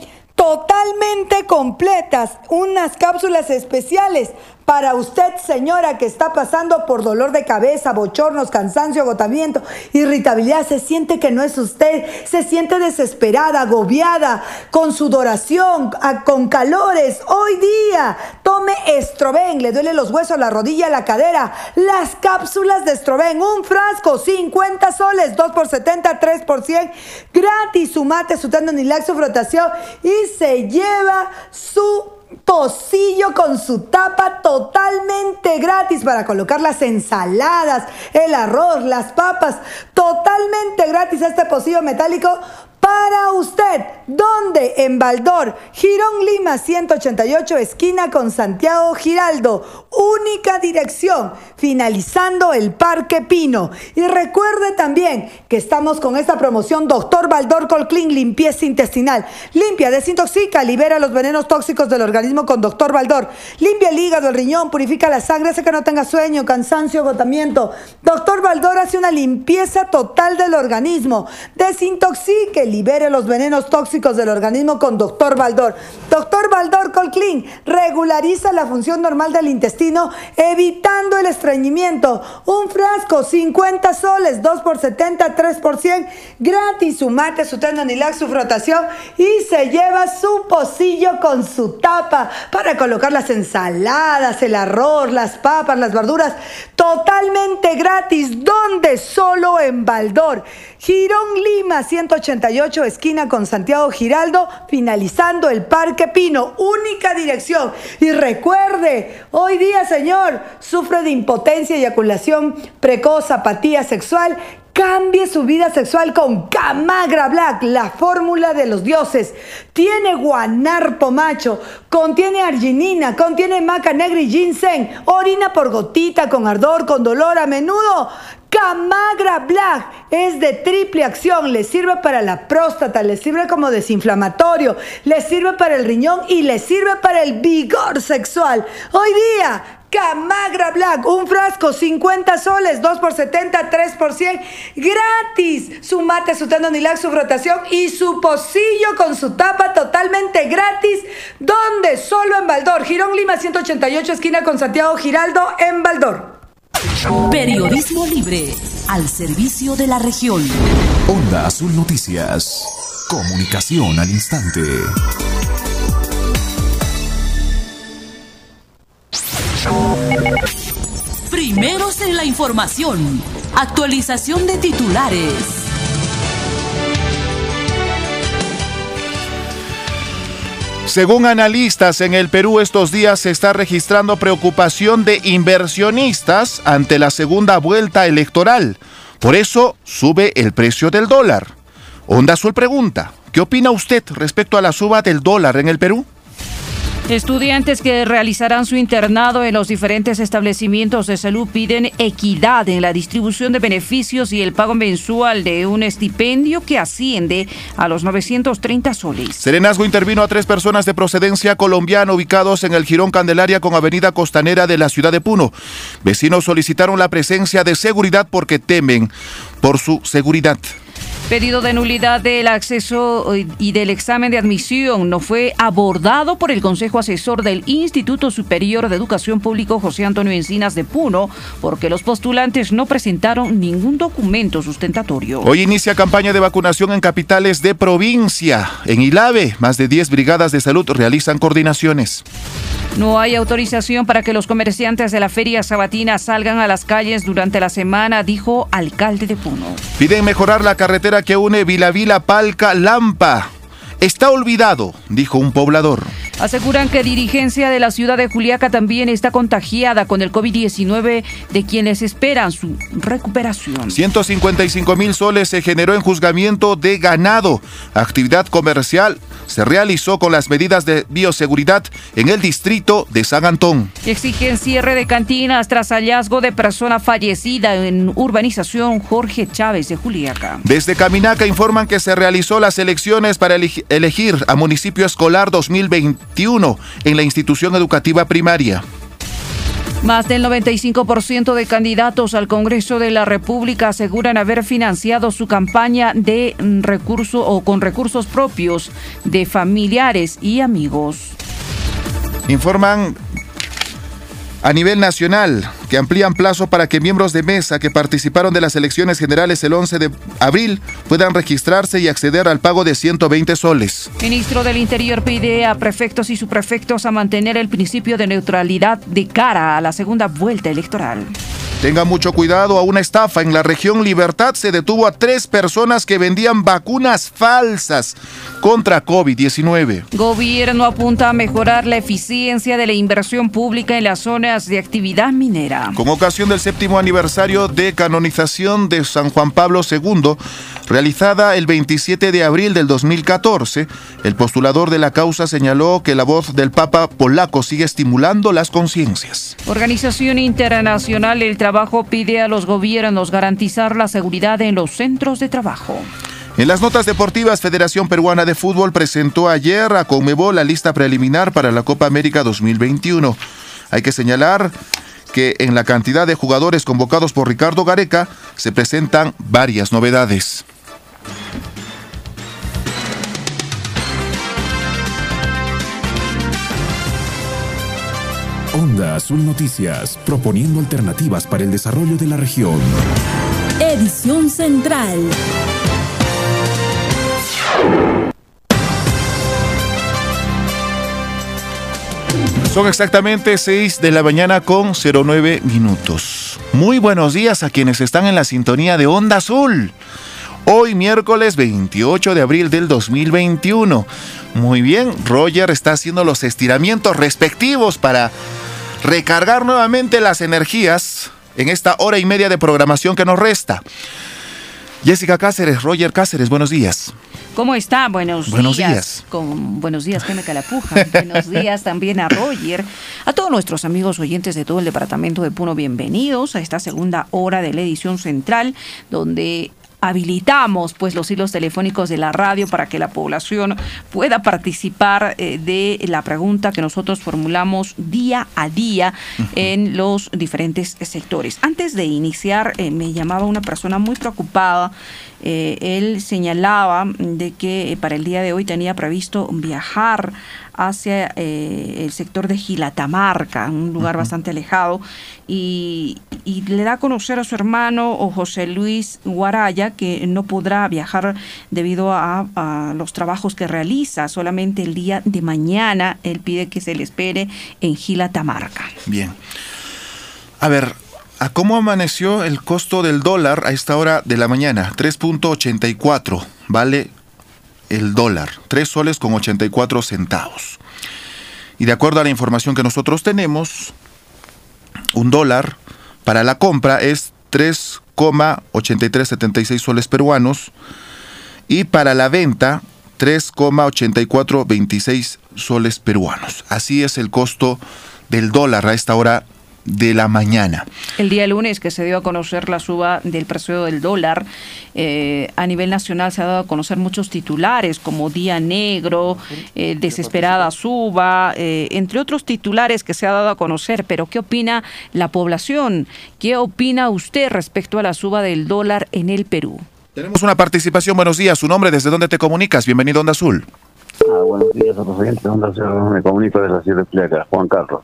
totalmente completas, unas cápsulas especiales para usted, señora, que está pasando por dolor de cabeza, bochornos, cansancio, agotamiento, irritabilidad, se siente que no es usted, se siente desesperada, agobiada, con sudoración, a, con calores. Hoy día, tome Estroven, le duele los huesos, la rodilla, la cadera. Las cápsulas de Estroven, un frasco, cincuenta soles, dos por setenta, tres por cien, gratis, su mate, su tendonilax, su frotación, y se lleva su pocillo con su tapa totalmente gratis para colocar las ensaladas, el arroz, las papas, totalmente gratis este pocillo metálico para usted. ¿Dónde? En Baldor, Girón Lima ciento ochenta y ocho, esquina con Santiago Giraldo. Única dirección, finalizando el Parque Pino. Y recuerde también que estamos con esta promoción Doctor Baldor Colclean, limpieza intestinal. Limpia, desintoxica, libera los venenos tóxicos del organismo con Doctor Baldor. Limpia el hígado, el riñón, purifica la sangre, hace que no tenga sueño, cansancio, agotamiento. Doctor Baldor hace una limpieza total del organismo. Desintoxique, libere los venenos tóxicos del organismo con Doctor Baldor. Doctor Baldor Colclean regulariza la función normal del intestino, evitando el estreñimiento. Un frasco, cincuenta soles, dos por setenta, tres por cien, gratis, su mate, su tendonilax, su frotación, y se lleva su pocillo con su tapa para colocar las ensaladas, el arroz, las papas, las verduras, totalmente gratis. ¿Dónde? Solo en Baldor, Girón Lima ciento ochenta y ocho, esquina con Santiago Giraldo, finalizando el Parque Pino. Única dirección. Y recuerde, hoy día, señor, sufre de impotencia, eyaculación precoz, apatía sexual. Cambie su vida sexual con Camagra Black, la fórmula de los dioses. Tiene guanarpo macho, contiene arginina, contiene maca negra y ginseng, orina por gotita, con ardor, con dolor a menudo. Camagra Black es de triple acción, le sirve para la próstata, le sirve como desinflamatorio, le sirve para el riñón y le sirve para el vigor sexual. Hoy día, Camagra Black, un frasco, cincuenta soles, dos por setenta, tres por cien, gratis. Su mate, su tendonilax, su frotación y su pocillo con su tapa totalmente gratis. ¿Dónde? Solo en Baldor, Girón Lima ciento ochenta y ocho, esquina con Santiago Giraldo, en Baldor. Periodismo libre, al servicio de la región. Onda Azul Noticias. Comunicación al instante. Primeros en la información. Actualización de titulares. Según analistas, en el Perú estos días se está registrando preocupación de inversionistas ante la segunda vuelta electoral. Por eso sube el precio del dólar. Onda Azul pregunta, ¿qué opina usted respecto a la suba del dólar en el Perú? Estudiantes que realizarán su internado en los diferentes establecimientos de salud piden equidad en la distribución de beneficios y el pago mensual de un estipendio que asciende a los novecientos treinta soles. Serenazgo intervino a tres personas de procedencia colombiana ubicados en el Jirón Candelaria con Avenida Costanera de la ciudad de Puno. Vecinos solicitaron la presencia de seguridad porque temen por su seguridad. Pedido de nulidad del acceso y del examen de admisión no fue abordado por el Consejo Asesor del Instituto Superior de Educación Pública José Antonio Encinas de Puno, porque los postulantes no presentaron ningún documento sustentatorio. Hoy inicia campaña de vacunación en capitales de provincia. En Ilave, más de diez brigadas de salud realizan coordinaciones. No hay autorización para que los comerciantes de la feria sabatina salgan a las calles durante la semana, dijo alcalde de Puno. Piden mejorar la carretera que une Vila Vila, Palca, Lampa. Está olvidado, dijo un poblador. Aseguran que dirigencia de la ciudad de Juliaca también está contagiada con el COVID diecinueve, de quienes esperan su recuperación. ciento cincuenta y cinco mil soles se generó en juzgamiento de ganado. Actividad comercial se realizó con las medidas de bioseguridad en el distrito de San Antón. Exigen cierre de cantinas tras hallazgo de persona fallecida en urbanización Jorge Chávez de Juliaca. Desde Caminaca informan que se realizó las elecciones para elegir elegir a municipio escolar dos mil veintiuno en la institución educativa primaria. Más del noventa y cinco por ciento de candidatos al Congreso de la República aseguran haber financiado su campaña de recursos o con recursos propios de familiares y amigos. Informan a nivel nacional que amplían plazo para que miembros de mesa que participaron de las elecciones generales el once de abril puedan registrarse y acceder al pago de ciento veinte soles. Ministro del Interior pide a prefectos y subprefectos a mantener el principio de neutralidad de cara a la segunda vuelta electoral. Tenga mucho cuidado, a una estafa en la región Libertad se detuvo a tres personas que vendían vacunas falsas contra COVID diecinueve. Gobierno apunta a mejorar la eficiencia de la inversión pública en las zonas de actividad minera. Con ocasión del séptimo aniversario de canonización de San Juan Pablo segundo, realizada el veintisiete de abril del dos mil catorce, el postulador de la causa señaló que la voz del Papa polaco sigue estimulando las conciencias. Organización Internacional del Trabajo pide a los gobiernos garantizar la seguridad en los centros de trabajo. En las notas deportivas, Federación Peruana de Fútbol presentó ayer a Conmebol la lista preliminar para la Copa América dos mil veintiuno. Hay que señalar que en la cantidad de jugadores convocados por Ricardo Gareca se presentan varias novedades. Onda Azul Noticias, proponiendo alternativas para el desarrollo de la región. Edición Central. Son exactamente seis de la mañana con cero nueve minutos. Muy buenos días a quienes están en la sintonía de Onda Azul. Hoy miércoles veintiocho de abril del dos mil veintiuno. Muy bien, Roger está haciendo los estiramientos respectivos para recargar nuevamente las energías en esta hora y media de programación que nos resta. Jessica Cáceres, Roger Cáceres, buenos días. ¿Cómo está? Buenos, buenos días. días. Con buenos días, Jaime Calapuja. Buenos días también a Roger. A todos nuestros amigos oyentes de todo el departamento de Puno, bienvenidos a esta segunda hora de la edición central, donde habilitamos pues los hilos telefónicos de la radio para que la población pueda participar eh, de la pregunta que nosotros formulamos día a día uh-huh. en los diferentes sectores. Antes de iniciar, eh, me llamaba una persona muy preocupada. Eh, él señalaba de que para el día de hoy tenía previsto viajar hacia eh, el sector de Gilatamarca, un lugar uh-huh. bastante alejado, y, y le da a conocer a su hermano o José Luis Guaraya que no podrá viajar debido a, a los trabajos que realiza. Solamente el día de mañana él pide que se le espere en Gilatamarca. Bien. A ver, ¿a cómo amaneció el costo del dólar a esta hora de la mañana? tres punto ochenta y cuatro vale el dólar, tres soles con ochenta y cuatro centavos. Y de acuerdo a la información que nosotros tenemos, un dólar para la compra es tres coma ochenta y tres setenta y seis soles peruanos y para la venta tres coma ochenta y cuatro veintiséis soles peruanos. Así es el costo del dólar a esta hora de la mañana. El día lunes que se dio a conocer la suba del precio del dólar, eh, a nivel nacional se ha dado a conocer muchos titulares como Día Negro, eh, Desesperada Suba, eh, entre otros titulares que se ha dado a conocer. Pero ¿qué opina la población? ¿Qué opina usted respecto a la suba del dólar en el Perú? Tenemos una participación. Buenos días. ¿Su nombre? ¿Desde dónde te comunicas? Bienvenido a Onda Azul. Ah, buenos días a los oyentes de Onda Azul. Me comunico desde la ciudad de Pliaca, Juan Carlos.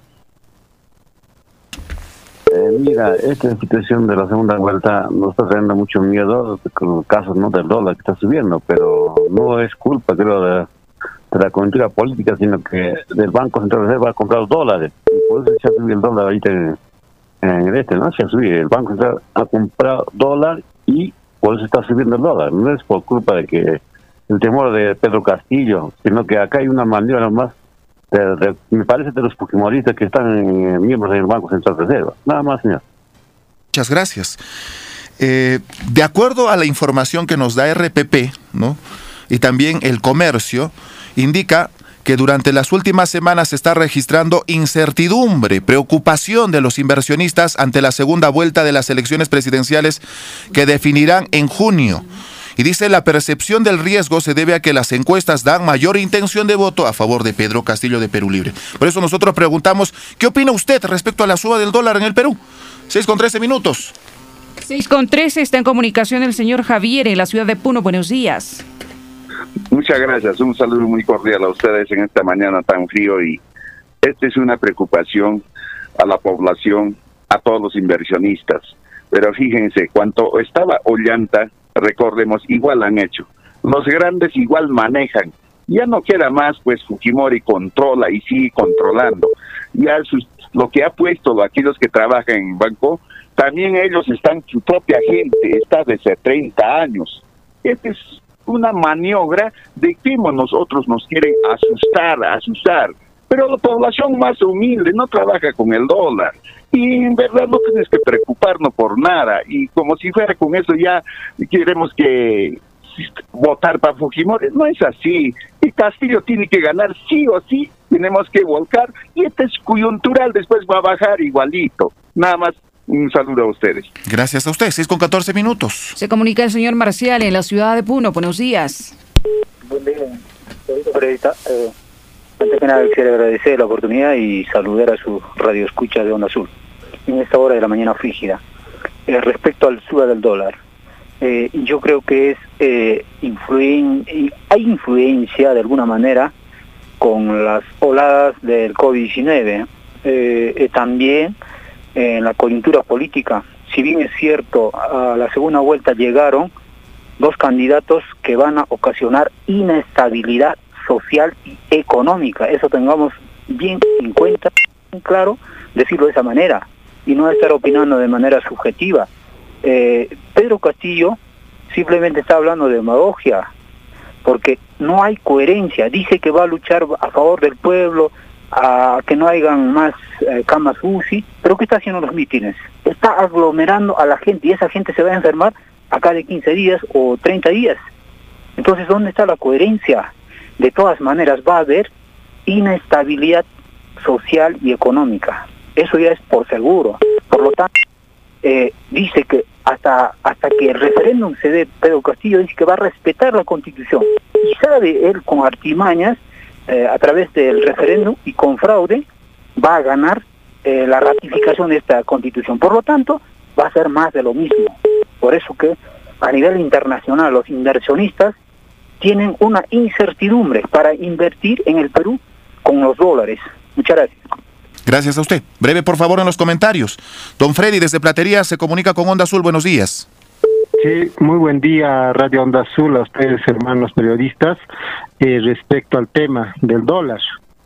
Eh, mira, esta situación de la segunda vuelta nos está trayendo mucho miedo con los casos, ¿no?, del dólar que está subiendo, pero no es culpa, creo, de, de la coyuntura política, sino que del Banco Central de Reserva ha comprado dólares, y por eso se ha subido el dólar ahorita en, en el este, ¿no? Se ha subido, el Banco Central ha comprado dólar y por eso está subiendo el dólar. No es por culpa de que el temor de Pedro Castillo, sino que acá hay una maniobra nomás. De, de, me parece de los fujimoristas que están eh, miembros del Banco Central de Reserva. Nada más, señor. Muchas gracias. Eh, de acuerdo a la información que nos da R P P, ¿no?, y también el comercio, indica que durante las últimas semanas se está registrando incertidumbre, preocupación de los inversionistas ante la segunda vuelta de las elecciones presidenciales que definirán en junio. Y dice, la percepción del riesgo se debe a que las encuestas dan mayor intención de voto a favor de Pedro Castillo de Perú Libre. Por eso nosotros preguntamos, ¿qué opina usted respecto a la suba del dólar en el Perú? seis con trece minutos. seis con trece, está en comunicación el señor Javier en la ciudad de Puno. Buenos días. Muchas gracias, un saludo muy cordial a ustedes en esta mañana tan frío, y esta es una preocupación a la población, a todos los inversionistas. Pero fíjense, cuando estaba Ollanta, recordemos, igual han hecho. Los grandes igual manejan. Ya no queda más, pues Fujimori controla y sigue controlando. Ya sus, lo que ha puesto aquellos que trabajan en banco, también ellos están, su propia gente está desde treinta años. Esta es una maniobra de que nosotros nos quieren asustar, asustar. Pero la población más humilde no trabaja con el dólar. Y en verdad no tienes que preocuparnos por nada. Y como si fuera con eso ya queremos que votar para Fujimori. No es así. Y Castillo tiene que ganar sí o sí. Tenemos que volcar. Y este es coyuntural, después va a bajar igualito. Nada más. Un saludo a ustedes. Gracias a usted. seis con catorce minutos. Se comunica el señor Marcial en la ciudad de Puno. Buenos días. Buen día, periodista. Eh, antes que nada quisiera agradecer la oportunidad y saludar a su radio escucha de Onda Azul en esta hora de la mañana frígida. Eh, respecto al suba del dólar, eh, yo creo que es eh, influen hay influencia de alguna manera con las oladas del COVID diecinueve. Eh, eh, también en la coyuntura política, si bien es cierto, a la segunda vuelta llegaron dos candidatos que van a ocasionar inestabilidad social y económica. Eso tengamos bien en cuenta, claro, decirlo de esa manera, y no estar opinando de manera subjetiva. Eh, Pedro Castillo simplemente está hablando de demagogia, porque no hay coherencia. Dice que va a luchar a favor del pueblo, a que no hayan más eh, camas U C I, pero ¿qué está haciendo los mítines? Está aglomerando a la gente y esa gente se va a enfermar acá de quince días o treinta días. Entonces, ¿dónde está la coherencia? De todas maneras va a haber inestabilidad social y económica. Eso ya es por seguro. Por lo tanto, eh, dice que hasta hasta que el referéndum se dé, Pedro Castillo dice que va a respetar la Constitución. Y sabe él con artimañas, Eh, a través del referéndum y con fraude, va a ganar eh, la ratificación de esta Constitución. Por lo tanto, va a ser más de lo mismo. Por eso que a nivel internacional los inversionistas tienen una incertidumbre para invertir en el Perú con los dólares. Muchas gracias. Gracias a usted. Breve, por favor, en los comentarios. Don Freddy, desde Platería, se comunica con Onda Azul. Buenos días. Sí, muy buen día, Radio Onda Azul, a ustedes, hermanos periodistas. Eh, respecto al tema del dólar,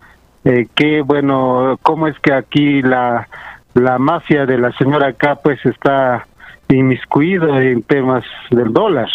eh, que bueno, cómo es que aquí la, la mafia de la señora acá pues está inmiscuida en temas del dólar.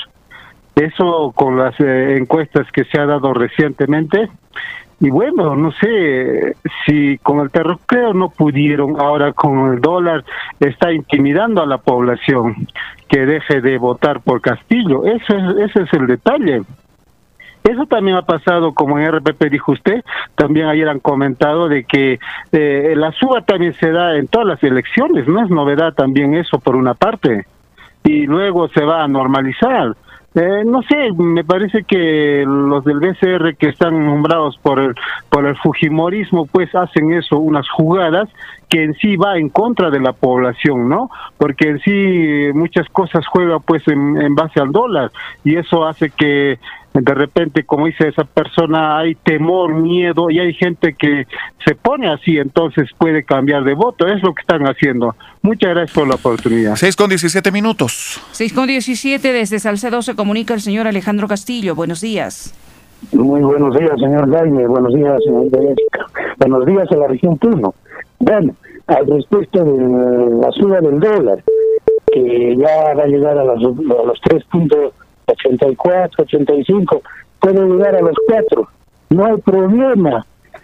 Eso con las eh, encuestas que se ha dado recientemente. Y bueno, no sé si con el terrorcreo no pudieron, ahora con el dólar está intimidando a la población que deje de votar por Castillo. Eso es, ese es el detalle. Eso también ha pasado, como en R P P dijo usted, también ayer han comentado de que eh, la suba también se da en todas las elecciones, no es novedad también eso por una parte, y luego se va a normalizar. Eh, no sé, me parece que los del B C R que están nombrados por el por el fujimorismo pues hacen eso, unas jugadas que en sí va en contra de la población, ¿no? Porque en sí muchas cosas juegan pues en, en base al dólar y eso hace que de repente, como dice esa persona, hay temor, miedo y hay gente que se pone así, entonces puede cambiar de voto. Es lo que están haciendo. Muchas gracias por la oportunidad. seis con diecisiete minutos. seis con diecisiete, desde Salcedo se comunica el señor Alejandro Castillo. Buenos días. Muy buenos días, señor Jaime. Buenos días, señor Jessica. Buenos días a la región Puno. Bueno, al respecto de la suba del dólar, que ya va a llegar a los, a los tres puntos ochenta y cuatro, ochenta y cinco, puede llegar a los cuatro, no hay problema.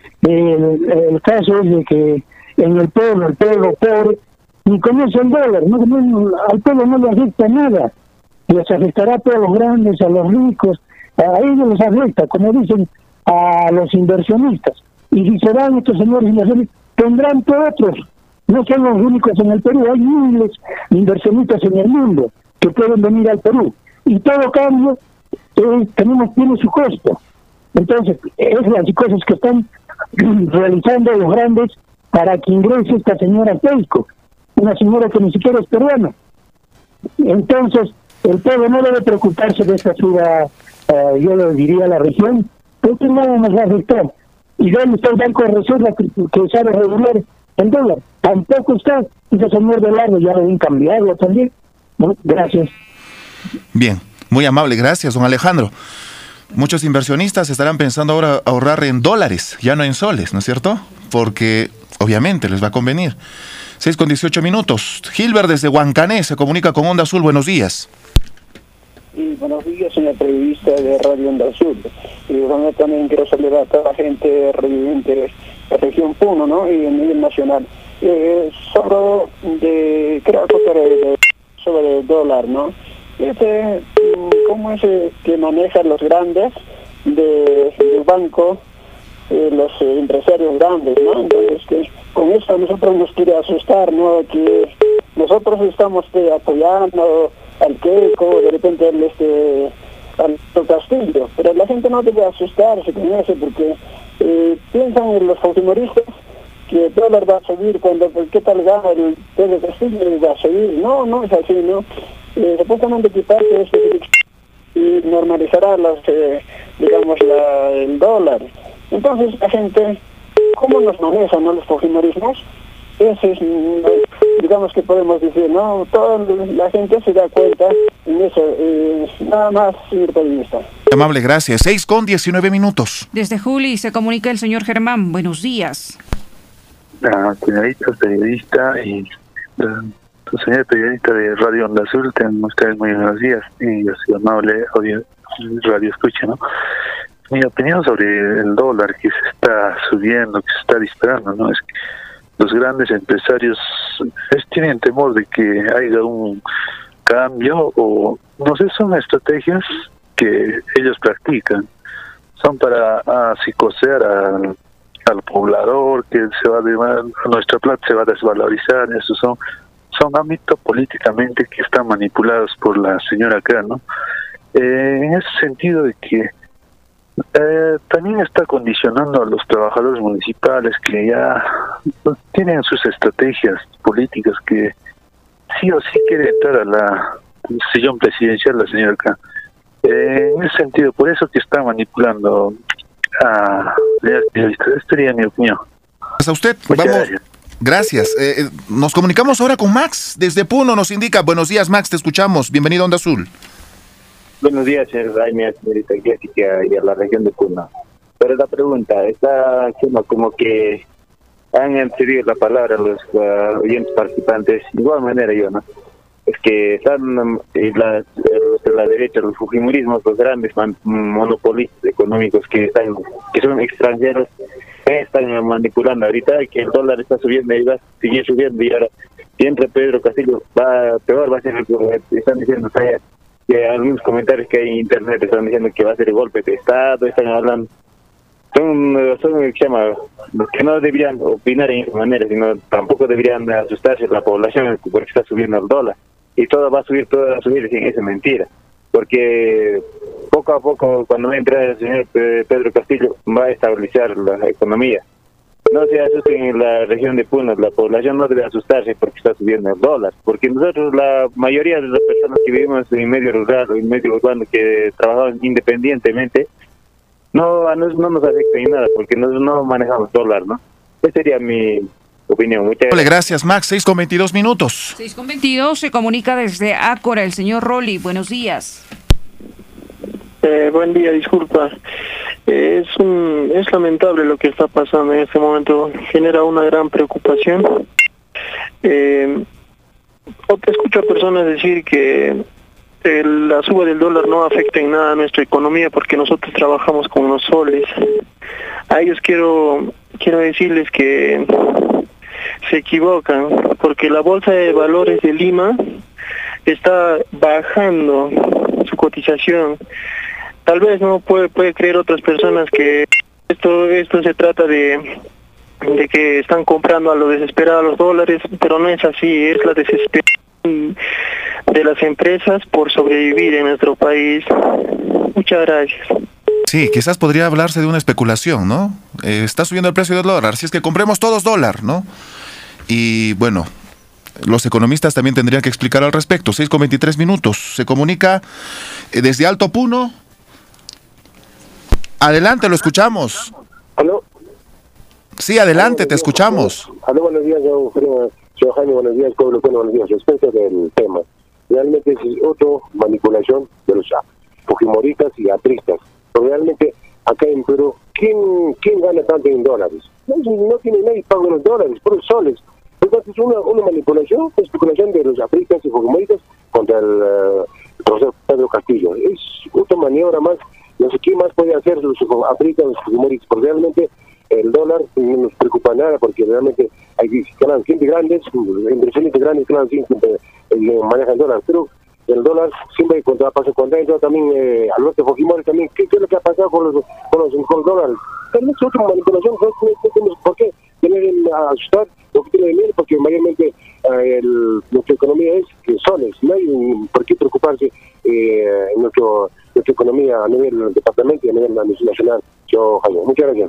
El, el caso es de que en el pueblo, el pueblo pobre, ni conoce el dólar, no, no, al pueblo no le afecta nada, les afectará a todos los grandes, a los ricos, a ellos les afecta, como dicen, a los inversionistas, y si se van estos señores inversionistas, tendrán por otros, no son los únicos en el Perú, hay miles de inversionistas en el mundo que pueden venir al Perú. y todo cambio eh, tenemos, tiene su costo. Entonces, es las cosas que están realizando los grandes para que ingrese esta señora Keiko, una señora que ni siquiera es peruana. Entonces, el pueblo no debe preocuparse de esta suba, uh, yo lo diría a la región, porque nada nos va a afectar. ¿Y dónde está el Banco de Reserva que, que sabe regular el dólar? Tampoco está. Ese señor de largo ya deben cambiarlo también. ¿No? Gracias. Bien, muy amable, gracias, don Alejandro. Muchos inversionistas estarán pensando ahora ahorrar en dólares, ya no en soles, ¿no es cierto? Porque obviamente les va a convenir. seis con dieciocho minutos. Gilbert desde Huancané se comunica con Onda Azul. Buenos días. Y buenos días, señor periodista de Radio Onda Azul. Y bueno, también quiero saludar a toda la gente residente de la región Puno, ¿no? Y a nivel nacional. Eh, sobre, de, creo que sobre, sobre el dólar, ¿no? Este, ¿cómo es que manejan los grandes de, del banco, eh, los eh, empresarios grandes, ¿no? Entonces, que con eso nosotros nos quiere asustar, ¿no? Que nosotros estamos eh, apoyando al Keiko, de repente al este al Castillo, pero la gente no debe asustarse con eso, porque eh, piensan en los fujimoristas que el dólar va a subir cuando, pues, ¿qué tal gana el Pedro Castillo? Va a subir. No, no es así, ¿no? Eh, supuestamente quitarse este y normalizará las, eh, digamos, la, el dólar. Entonces la gente, ¿cómo nos manejan, no, los fujimorismos? Ese es, digamos que podemos decir, ¿no? Toda la gente se da cuenta en eso. Eh, nada más, señor periodista. Amable, gracias. seis con diecinueve minutos. Desde Juli se comunica el señor Germán. Buenos días. La señorita periodista y la, la señora periodista de Radio Onda Azul, tengan ustedes muy buenos días. Y yo soy amable audio, radio escucha, ¿no? Mi opinión sobre el dólar que se está subiendo, que se está disparando, ¿no? Es que los grandes empresarios es, tienen temor de que haya un cambio o, no sé, son estrategias que ellos practican. Son para ah, psicosear al, al poblador, que se va a, nuestra plata se va a desvalorizar. Esos son, son ámbitos políticamente que están manipulados por la señora acá, ¿no? Eh, en ese sentido de que Eh, también está condicionando a los trabajadores municipales que ya tienen sus estrategias políticas, que sí o sí quiere entrar a la sillón presidencial la señora acá. Eh, en ese sentido, por eso que está manipulando a... Esta sería mi opinión. A usted, Muchas vamos. Gracias. Gracias. Eh, nos comunicamos ahora con Max desde Puno. Nos indica. Buenos días, Max, te escuchamos. Bienvenido a Onda Azul. Buenos días, señor Jaime, señorita Jessica y a la región de Puno. Pero la pregunta, está haciendo como que han cedido la palabra a los uh, oyentes participantes, de igual manera yo, ¿no? Es que están eh, la, los de la derecha, los fujimorismos, los grandes man, monopolistas económicos que están que son extranjeros, eh, están manipulando ahorita que el dólar está subiendo y va a seguir subiendo, y ahora si entra Pedro Castillo, va peor, va a ser el que están diciendo allá. Que algunos comentarios que hay en internet están diciendo que va a ser el golpe de Estado, están hablando, son, son ¿qué se llama? Los que no deberían opinar en esa manera, sino tampoco deberían asustarse la población porque está subiendo el dólar, y todo va a subir, todo va a subir, sin esa mentira, porque poco a poco cuando entre el señor Pedro Castillo va a estabilizar la economía. No se asusten en la región de Puno, la población no debe asustarse porque está subiendo el dólar, porque nosotros, la mayoría de las personas que vivimos en medio rural o en medio urbano, que trabajamos independientemente, no, no, no nos afecta en nada porque no, no manejamos dólar, ¿no? Esa sería mi opinión. Muchas gracias. Gracias, Max. seis con veintidós minutos. seis con veintidós se comunica desde Ácora el señor Rolly. Buenos días. Eh, buen día, disculpa. Es un, es lamentable lo que está pasando en este momento, genera una gran preocupación. Eh, escucho a personas decir que el, la suba del dólar no afecta en nada a nuestra economía porque nosotros trabajamos con los soles. A ellos quiero, quiero decirles que se equivocan, porque la Bolsa de Valores de Lima está bajando su cotización. Tal vez no puede, puede creer otras personas que esto esto se trata de, de que están comprando a lo desesperado los dólares, pero no es así, es la desesperación de las empresas por sobrevivir en nuestro país. Muchas gracias. Sí, quizás podría hablarse de una especulación, ¿no? Eh, está subiendo el precio del dólar, si es que compremos todos dólar, ¿no? Y bueno, los economistas también tendrían que explicar al respecto. seis con veintitrés minutos. Se comunica eh, desde Alto Puno. Adelante, lo escuchamos. ¿Aló? Sí, adelante, te escuchamos. Aló, buenos días, yo, yo Jaime, buenos días, pueblo, buenos días. Respecto del tema, realmente es otra manipulación de los fujimoristas y atristas. Pero realmente, acá en Perú, ¿quién, quién gana tanto en dólares? No, no tiene nadie paga los dólares, por los soles. Entonces es una, una manipulación, una especulación de los atristas y fujimoristas contra el uh, profesor Pedro Castillo. Es otra maniobra más. No sé qué más puede hacer los atristas, los fujimoristas, porque realmente el dólar no nos preocupa nada, porque realmente hay gente grandes, inversionistas grandes, claro, siempre eh, manejan el dólar, pero el dólar siempre contra pasa contra eso también eh, Alberto Fujimori también. ¿Qué, ¿Qué es lo que ha pasado con los con los, con los dólares? Tal vez otra manipulación. ¿Por qué tener a asustar? Lo que tiene miedo, porque mayormente eh, el, nuestra economía es que soles, no hay por qué preocuparse eh, en nuestro, nuestra economía a nivel del departamento y a nivel nacional. Yo, Jaime, muchas gracias.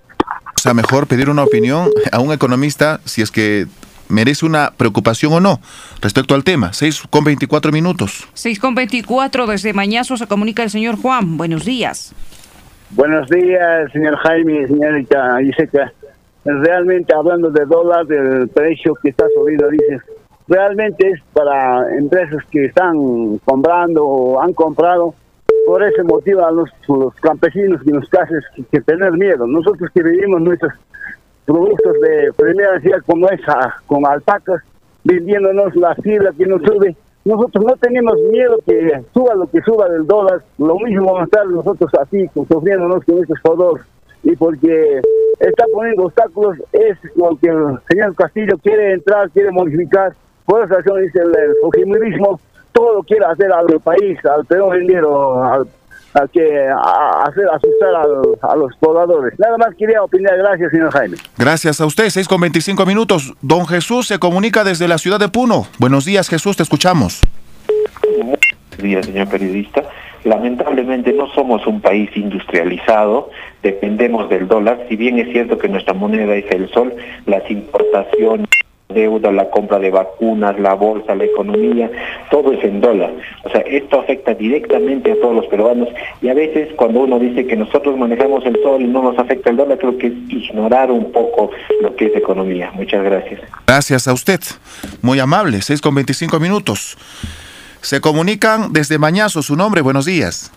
O sea, mejor pedir una opinión a un economista si es que merece una preocupación o no respecto al tema. seis con veinticuatro minutos. seis con veinticuatro, desde Mañazo se comunica el señor Juan. Buenos días. Buenos días, señor Jaime, señorita Iseca. Realmente, hablando de dólar, del precio que está subido, dices, realmente es para empresas que están comprando o han comprado. Por ese motivo a los, los campesinos y los cases que, que tener miedo. Nosotros que vivimos nuestros productos de primera necesidad como esa, con alpacas, vendiéndonos la fibra que nos sube, nosotros no tenemos miedo que suba lo que suba del dólar. Lo mismo vamos a estar nosotros así, sufriéndonos con estos jodos. Y porque está poniendo obstáculos, es lo que el señor Castillo quiere entrar, quiere modificar. Por esa razón dice el, el fujimorismo, todo quiere hacer al país, al Perú vendido, al, al que a, hacer asustar al, a los pobladores. Nada más quería opinar. Gracias, señor Jaime. Gracias a usted. seis con veinticinco minutos. Don Jesús se comunica desde la ciudad de Puno. Buenos días, Jesús, te escuchamos. Buenos días, señor periodista. Lamentablemente no somos un país industrializado, dependemos del dólar. Si bien es cierto que nuestra moneda es el sol, las importaciones, deuda, la compra de vacunas, la bolsa, la economía, todo es en dólar. O sea, esto afecta directamente a todos los peruanos, y a veces cuando uno dice que nosotros manejamos el sol y no nos afecta el dólar, creo que es ignorar un poco lo que es economía. Muchas gracias. Gracias a usted, muy amable. seis con veinticinco minutos. Se comunican desde Mañazo, su nombre, buenos días.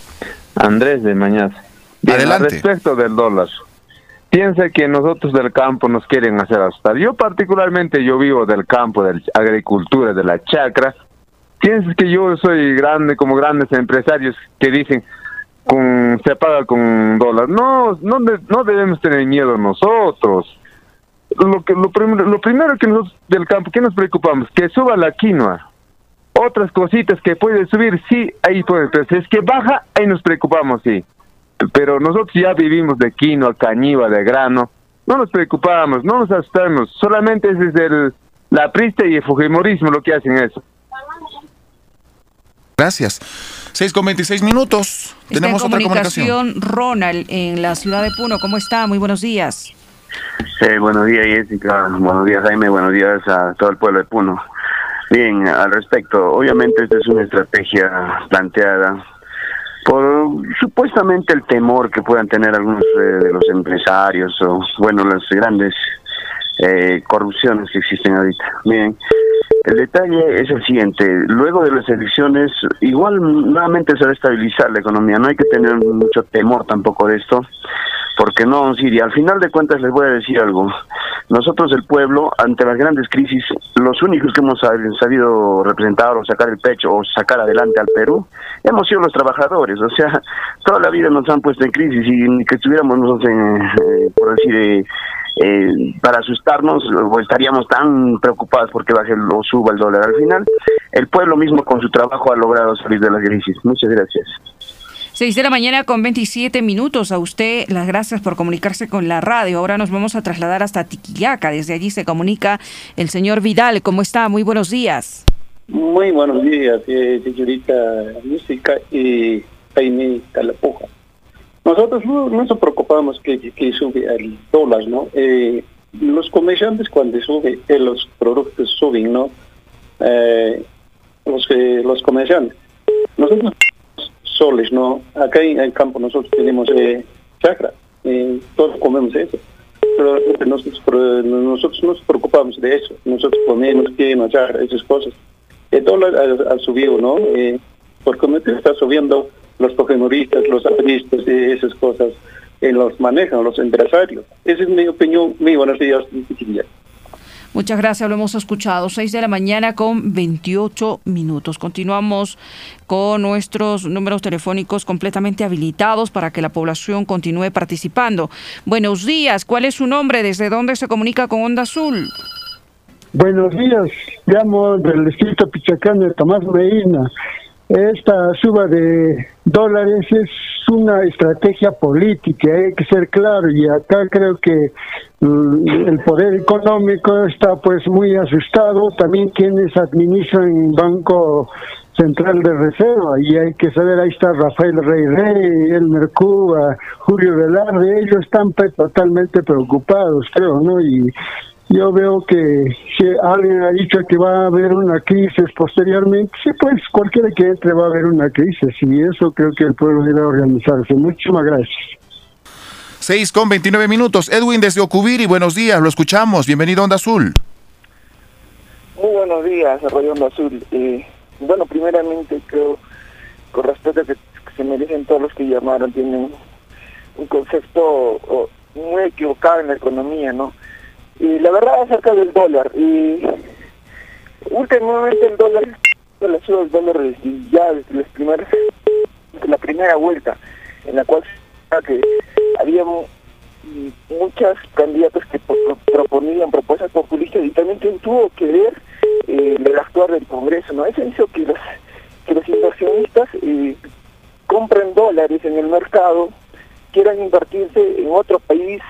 Andrés de Mañazo. Bien, adelante. Respecto del dólar, piensa que nosotros del campo nos quieren hacer asustar. Yo particularmente, yo vivo del campo, de la agricultura, de la chacra. Piensas que yo soy grande, como grandes empresarios que dicen, con, se paga con dólar. No, no, no debemos tener miedo nosotros. Lo que lo, prim lo primero que nosotros del campo, ¿qué nos preocupamos? Que suba la quinoa. Otras cositas que puede subir, sí, ahí puede, pero si es que baja, ahí nos preocupamos, sí. Pero nosotros ya vivimos de quinoa, cañiva, de grano, no nos preocupamos, no nos asustamos, solamente es desde el, la aprista y el fujimorismo lo que hacen eso. Gracias. seis con veintiséis minutos. Está Tenemos en otra comunicación, comunicación. Ronald, en la ciudad de Puno. ¿Cómo está? Muy buenos días. Eh, buenos días, Jessica. Buenos días, Jaime. Buenos días a todo el pueblo de Puno. Bien, al respecto, obviamente esta es una estrategia planteada por supuestamente el temor que puedan tener algunos eh, de los empresarios o, bueno, las grandes eh, corrupciones que existen ahorita. Bien, el detalle es el siguiente: luego de las elecciones, igual nuevamente se va a estabilizar la economía, no hay que tener mucho temor tampoco de esto, porque no, Siria, al final de cuentas les voy a decir algo. Nosotros, el pueblo, ante las grandes crisis, los únicos que hemos sabido representar o sacar el pecho o sacar adelante al Perú, hemos sido los trabajadores. O sea, toda la vida nos han puesto en crisis y ni que estuviéramos nosotros, en, eh, por decir, eh, eh, para asustarnos, o estaríamos tan preocupados porque baje o suba el dólar. Al final, el pueblo mismo con su trabajo ha logrado salir de la crisis. Muchas gracias. seis de la mañana con veintisiete minutos. A usted las gracias por comunicarse con la radio. Ahora nos vamos a trasladar hasta Tiquillaca. Desde allí se comunica el señor Vidal. ¿Cómo está? Muy buenos días. Muy buenos días, eh, señorita Música y Jaime Calapuja. Nosotros no, no nos preocupamos que, que sube el dólar, ¿no? Eh, los comerciantes cuando sube, eh, los productos suben, ¿no? Eh, los, eh, los comerciantes. Nosotros soles, ¿no? Acá en el campo nosotros tenemos eh, chacra, eh, todos comemos eso. Pero nosotros, pero nosotros nos preocupamos de eso. Nosotros comemos, queremos chacra, esas cosas. El dólar ha, ha subido, ¿no? Eh, porque está subiendo los cogemoristas, los apristas y esas cosas, eh, los manejan los empresarios. Esa es mi opinión. Muy buenos días. Muchas gracias, lo hemos escuchado. seis de la mañana con veintiocho minutos. Continuamos con nuestros números telefónicos completamente habilitados para que la población continúe participando. Buenos días, ¿cuál es su nombre? ¿Desde dónde se comunica con Onda Azul? Buenos días, llamo del distrito Pichacán de Tomás Medina. Esta suba de dólares es una estrategia política, hay que ser claro, y acá creo que mm, el poder económico está pues muy asustado, también quienes administran Banco Central de Reserva, y hay que saber, ahí está Rafael Rey Rey, Elmer Cuba, Julio Velarde, ellos están pues, totalmente preocupados, creo, ¿no? Y yo veo que si alguien ha dicho que va a haber una crisis posteriormente, sí, pues cualquiera que entre va a haber una crisis, y eso creo que el pueblo debe organizarse. Muchísimas gracias. seis con veintinueve minutos. Edwin desde Ocubiri, buenos días, lo escuchamos. Bienvenido a Onda Azul. Muy buenos días, Radio Onda Azul. Eh, bueno, primeramente creo, con respecto a que, que se merecen todos los que llamaron, tienen un concepto oh, muy equivocado en la economía, ¿no? Y la verdad acerca del dólar, y últimamente el dólar, la suba del dólar ya desde las primeras, desde la primera vuelta, en la cual que había muchas candidatos que proponían propuestas populistas, y también tuvo que ver eh, el actuar del Congreso, ¿no? Eso hizo que los, que los inversionistas eh, compren dólares en el mercado, quieran invertirse en otro país.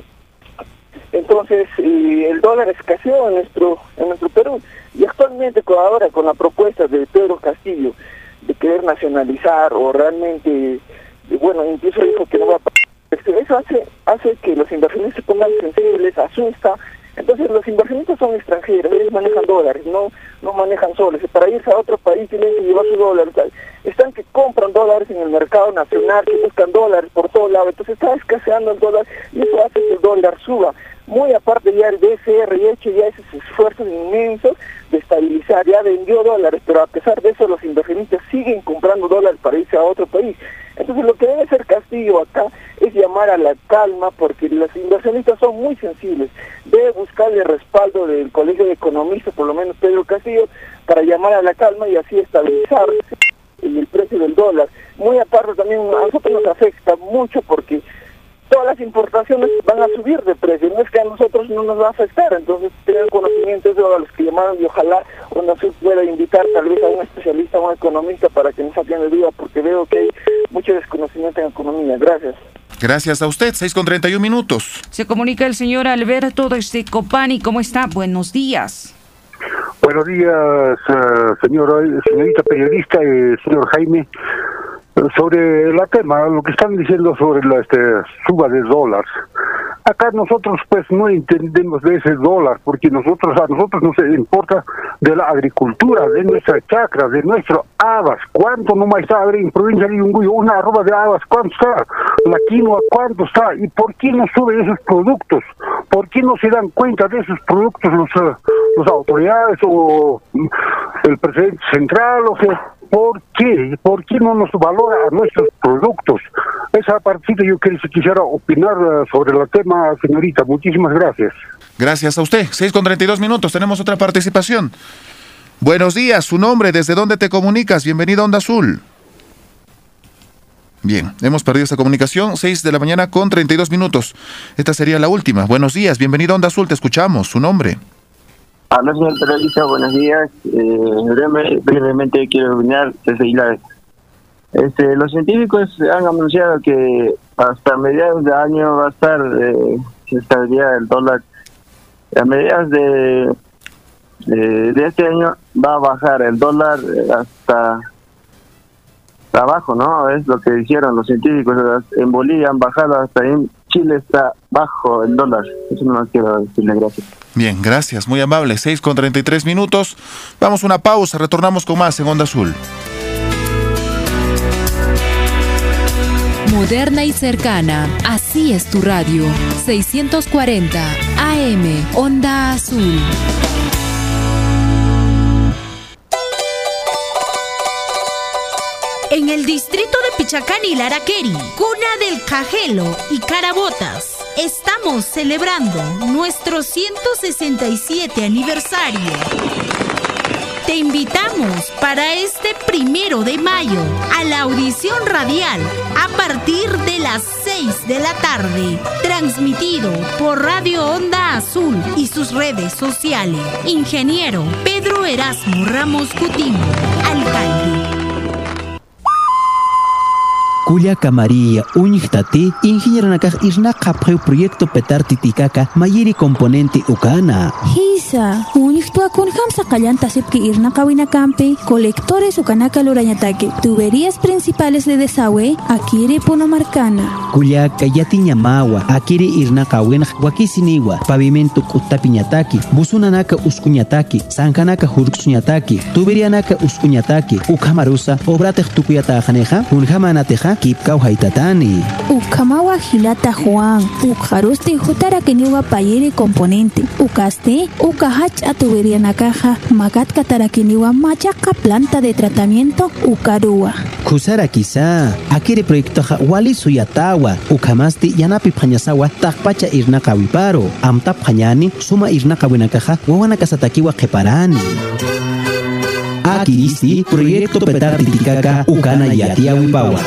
Entonces eh, el dólar escaseó en nuestro en nuestro Perú, y actualmente con ahora con la propuesta de Pedro Castillo de querer nacionalizar o realmente, bueno, incluso dijo que no va a pasar, eso hace hace que los inversionistas se pongan sensibles, asusta. Entonces los inversionistas son extranjeros, ellos manejan dólares, no no manejan soles. Para irse a otro país tienen que llevar su dólar. Están que compran dólares en el mercado nacional, que buscan dólares por todo lado. Entonces está escaseando el dólar, y eso hace que el dólar suba. Muy aparte ya el B C R ha hecho ya esos esfuerzos inmensos de estabilizar, ya vendió dólares, pero a pesar de eso los inversionistas siguen comprando dólares para irse a otro país. Entonces lo que debe hacer Castillo acá es llamar a la calma, porque los inversionistas son muy sensibles. Debe buscar el respaldo del Colegio de Economistas, por lo menos Pedro Castillo, para llamar a la calma y así estabilizar el precio del dólar. Muy aparte también a nosotros nos afecta mucho porque todas las importaciones van a subir de precio, no es que a nosotros no nos va a afectar. Entonces tener conocimiento de a los que llamaron, y ojalá Onda Azul pueda invitar tal vez a un especialista o un economista para que nos saquen de duda, porque veo que hay mucho desconocimiento en economía. Gracias. Gracias a usted, seis con treinta y un minutos. Se comunica el señor Alberto desde Copani. ¿Cómo está? Buenos días. Buenos días, uh, señora, señorita periodista, eh, señor Jaime. Sobre el tema, lo que están diciendo sobre la este, suba de dólar. Acá nosotros pues no entendemos de ese dólar, porque nosotros a nosotros nos importa de la agricultura, de nuestra chacra, de nuestro habas. ¿Cuánto nomás está en provincia de Yunguyo? Una arroba de habas, ¿cuánto está? La quinoa, ¿cuánto está? ¿Y por qué no suben esos productos? ¿Por qué no se dan cuenta de esos productos los, uh, los autoridades o el presidente central? O sea, ¿por qué? ¿Por qué no nos valora a nuestros productos? Esa partida yo quisiera opinar sobre el tema, señorita. Muchísimas gracias. Gracias a usted. seis con treinta y dos minutos. Tenemos otra participación. Buenos días. Su nombre, ¿desde dónde te comunicas? Bienvenido a Onda Azul. Bien, hemos perdido esta comunicación. seis de la mañana con treinta y dos minutos. Esta sería la última. Buenos días. Bienvenido a Onda Azul. Te escuchamos. Su nombre. Hola, señor periodista, buenos días. Eh, brevemente, brevemente quiero opinar desde Hilar. Este, los científicos han anunciado que hasta mediados de año va a estar eh, estabilidad del dólar. A mediados de eh, de este año va a bajar el dólar hasta abajo, ¿no? Es lo que dijeron los científicos. En Bolivia han bajado, hasta en Chile está bajo el dólar. Eso no lo quiero decirle, gracias. Bien, gracias, muy amable. seis con treinta y tres minutos. Vamos a una pausa, retornamos con más en Onda Azul. Moderna y cercana, así es tu radio. seiscientos cuarenta A M, Onda Azul. En el distrito de Pichacán y Laraqueri, cuna del Cajelo y Carabotas, estamos celebrando nuestro ciento sesenta y siete aniversario. Te invitamos para este primero de mayo a la audición radial a partir de las seis de la tarde, transmitido por Radio Onda Azul y sus redes sociales. Ingeniero Pedro Erasmo Ramos Coutinho, alcalde. Kuya Kamaria, Uñichtati, ingeniero nakaj isnaqa proyecto petar titikaka, mayiri componente ukana. Hisa, Uñichtua con hamsa callanta sepki irnaqa winakampe, colectores ukanaka lurañataque, tuberías principales de desagüe, akiri punomarcana. Kuya kayati ñamawa, akiri irnaqa wenaj wakisiniwa, pavimento kutapiñataki, busunanaka uskuñataki, sankanaka hurksuñataki, tuberianaka uskuñataki, ukamarusa, obratej tukuyatajaneja, unjamanateja, Kipkau haitatani. Ukamawa hilata Juan, ukharuste jutara keniwa payere componente, ukaste, ukahach atuberia nakaja, magat katara keniwa machaca planta de tratamiento, ukarua. Kusara quizá, akire proyecto wali suyatawa, ukamasti yanapi pañasawa, takpacha irnaka wiparo, amtap pañani, suma irnaka winakaja, wawanakasatakiwa keparani. Akiristi, proyecto petar titikaka, ukana yatia wipawa.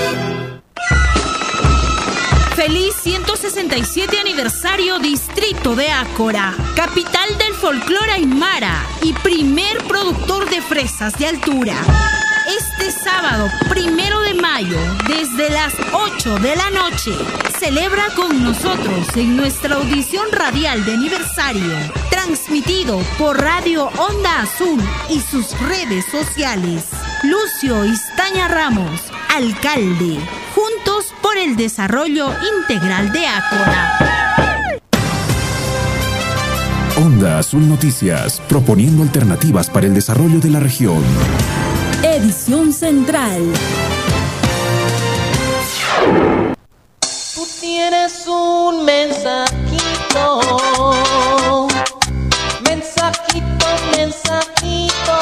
Feliz ciento sesenta y siete aniversario Distrito de Ácora, capital del folclore aymara y primer productor de fresas de altura. Este sábado, primero de mayo, desde las ocho de la noche, celebra con nosotros en nuestra audición radial de aniversario, transmitido por Radio Onda Azul y sus redes sociales. Lucio Istaña Ramos, alcalde. Juntos por el desarrollo integral de Ácora. Onda Azul Noticias, proponiendo alternativas para el desarrollo de la región. Edición Central. Tú tienes un mensajito, mensajito, mensajito.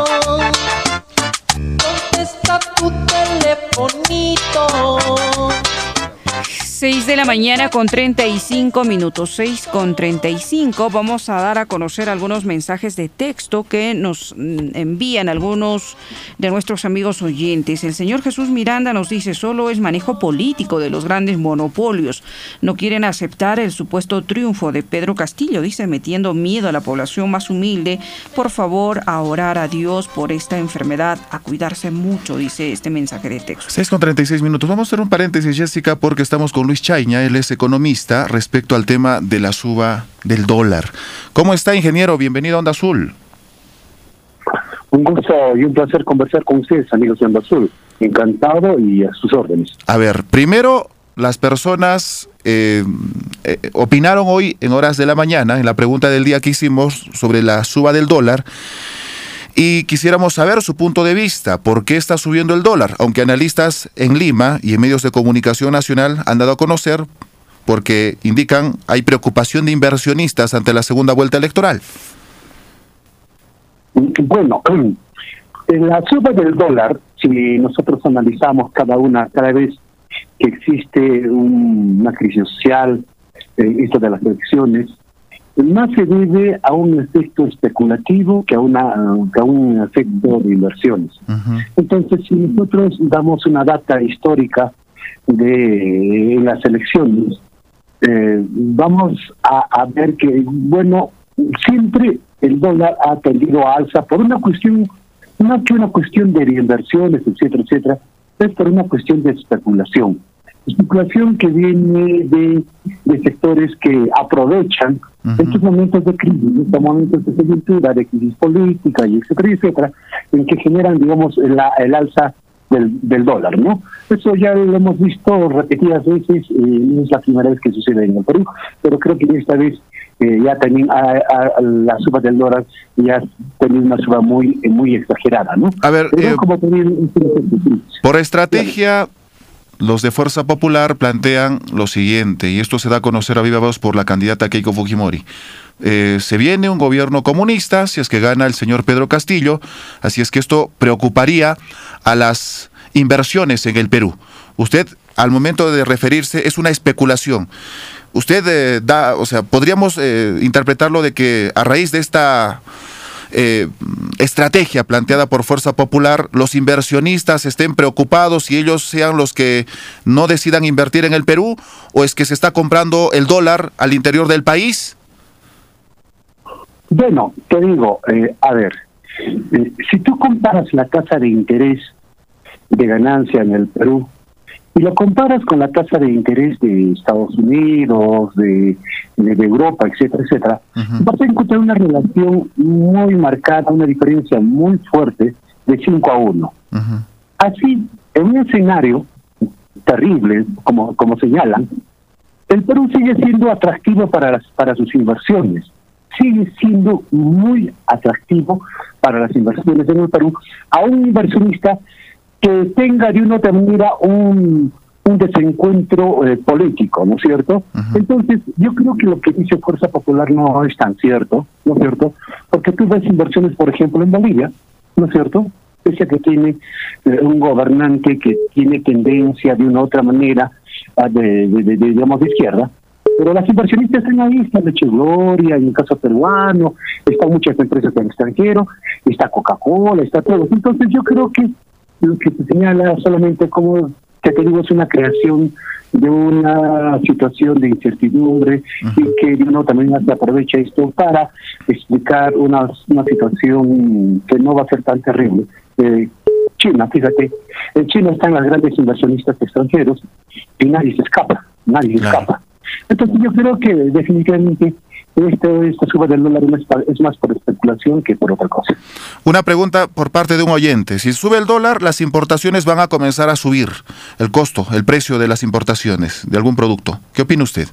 Contesta tu telefonito. seis de la mañana con treinta y cinco minutos, seis con treinta y cinco. Vamos a dar a conocer algunos mensajes de texto que nos envían algunos de nuestros amigos oyentes. El señor Jesús Miranda nos dice: solo es manejo político de los grandes monopolios. No quieren aceptar el supuesto triunfo de Pedro Castillo, dice, metiendo miedo a la población más humilde. Por favor, a orar a Dios por esta enfermedad, a cuidarse mucho, dice este mensaje de texto. seis con treinta y seis minutos. Vamos a hacer un paréntesis, Jessica, porque estamos con Luis Chaiña, él es economista, respecto al tema de la suba del dólar. ¿Cómo está, ingeniero? Bienvenido a Onda Azul. Un gusto y un placer conversar con ustedes, amigos de Onda Azul. Encantado y a sus órdenes. A ver, primero, las personas eh, eh, opinaron hoy en horas de la mañana, en la pregunta del día que hicimos sobre la suba del dólar, y quisiéramos saber su punto de vista. ¿Por qué está subiendo el dólar? Aunque analistas en Lima y en medios de comunicación nacional han dado a conocer, porque indican hay preocupación de inversionistas ante la segunda vuelta electoral. Bueno, la suba del dólar, si nosotros analizamos cada una, cada vez que existe un, una crisis social, eh, esto de las elecciones, más se debe a un efecto especulativo que a, una, que a un efecto de inversiones. Uh-huh. Entonces, si nosotros damos una data histórica de las elecciones, eh, vamos a, a ver que, bueno, siempre el dólar ha tendido a alza por una cuestión, no que una cuestión de inversiones, etcétera, etcétera, es por una cuestión de especulación. especulación que viene de, de sectores que aprovechan uh-huh. estos momentos de crisis, estos momentos de coyuntura, de crisis política, y etcétera, etcétera, en que generan, digamos, la, el alza del, del dólar, ¿no? Eso ya lo hemos visto repetidas veces, eh, no es la primera vez que sucede en el Perú, pero creo que esta vez eh, ya también a, a, a la suba del dólar ya tiene una suba muy muy exagerada, ¿no? A ver, pero eh, como también, por estrategia, los de Fuerza Popular plantean lo siguiente, y esto se da a conocer a viva voz por la candidata Keiko Fujimori. Eh, se viene un gobierno comunista, si es que gana el señor Pedro Castillo, así es que esto preocuparía a las inversiones en el Perú. Usted, al momento de referirse, es una especulación. Usted eh, da, o sea, podríamos eh, interpretarlo de que a raíz de esta eh, estrategia planteada por Fuerza Popular, los inversionistas estén preocupados y ellos sean los que no decidan invertir en el Perú, o es que se está comprando el dólar al interior del país. Bueno, te digo, eh, a ver, eh, si tú comparas la tasa de interés de ganancia en el Perú y lo comparas con la tasa de interés de Estados Unidos, de, de, de Europa, etcétera, etcétera, uh-huh. vas a encontrar una relación muy marcada, una diferencia muy fuerte de cinco a uno. Uh-huh. Así, en un escenario terrible, como, como señalan, el Perú sigue siendo atractivo para, las, para sus inversiones. Sigue siendo muy atractivo para las inversiones en el Perú a un inversionista que tenga de una otra manera un, un desencuentro eh, político, ¿no es cierto? Uh-huh. Entonces, yo creo que lo que dice Fuerza Popular no es tan cierto, ¿no es cierto? Porque tú ves inversiones, por ejemplo, en Bolivia, ¿no es cierto? Pese a que tiene eh, un gobernante que tiene tendencia de una otra manera uh, de, de, de, de, digamos, de izquierda, pero las inversionistas están ahí, está Leche Gloria, en el caso peruano, están muchas empresas del extranjero, está Coca-Cola, está todo. Entonces yo creo que lo que se señala solamente como, que te digo, es una creación de una situación de incertidumbre uh-huh. y que uno también se aprovecha esto para explicar una, una situación que no va a ser tan terrible. Eh, China, fíjate, en China están las grandes inversionistas extranjeros y nadie se escapa, nadie se claro. escapa. Entonces yo creo que definitivamente esto, esta suba del dólar es más por especulación que por otra cosa. Una pregunta por parte de un oyente. Si sube el dólar, las importaciones van a comenzar a subir el costo, el precio de las importaciones de algún producto. ¿Qué opina usted?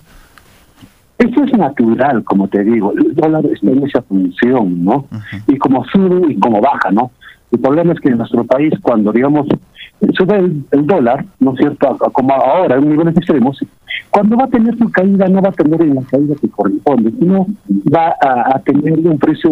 Eso es natural, como te digo. El dólar está en esa función, ¿no? Uh-huh. Y como sube y como baja, ¿no? El problema es que en nuestro país, cuando, digamos, sube el, el dólar, ¿no es cierto?, como ahora, en niveles extremos, cuando va a tener su caída, no va a tener en la caída que corresponde, sino va a, a tener un precio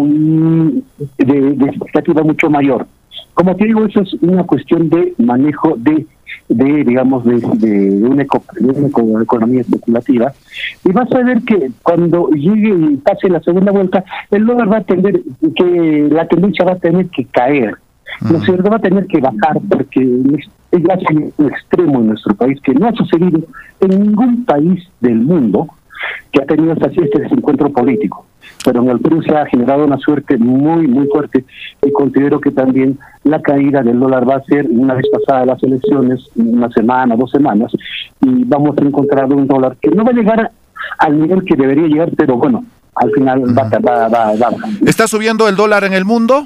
de, de expectativa mucho mayor. Como te digo, eso es una cuestión de manejo de, de digamos, de, de, una, eco, de una economía especulativa. Y vas a ver que cuando llegue y pase la segunda vuelta, el dólar va a tener que, la tendencia va a tener que caer. ¿No es cierto? Va a tener que bajar porque es ya un extremo en nuestro país que no ha sucedido en ningún país del mundo que ha tenido así este desencuentro político. Pero en el Perú se ha generado una suerte muy, muy fuerte y considero que también la caída del dólar va a ser, una vez pasadas las elecciones, una semana, dos semanas, y vamos a encontrar un dólar que no va a llegar al nivel que debería llegar, pero bueno, al final uh-huh. va, va, va, va, va. ¿Está subiendo el dólar en el mundo?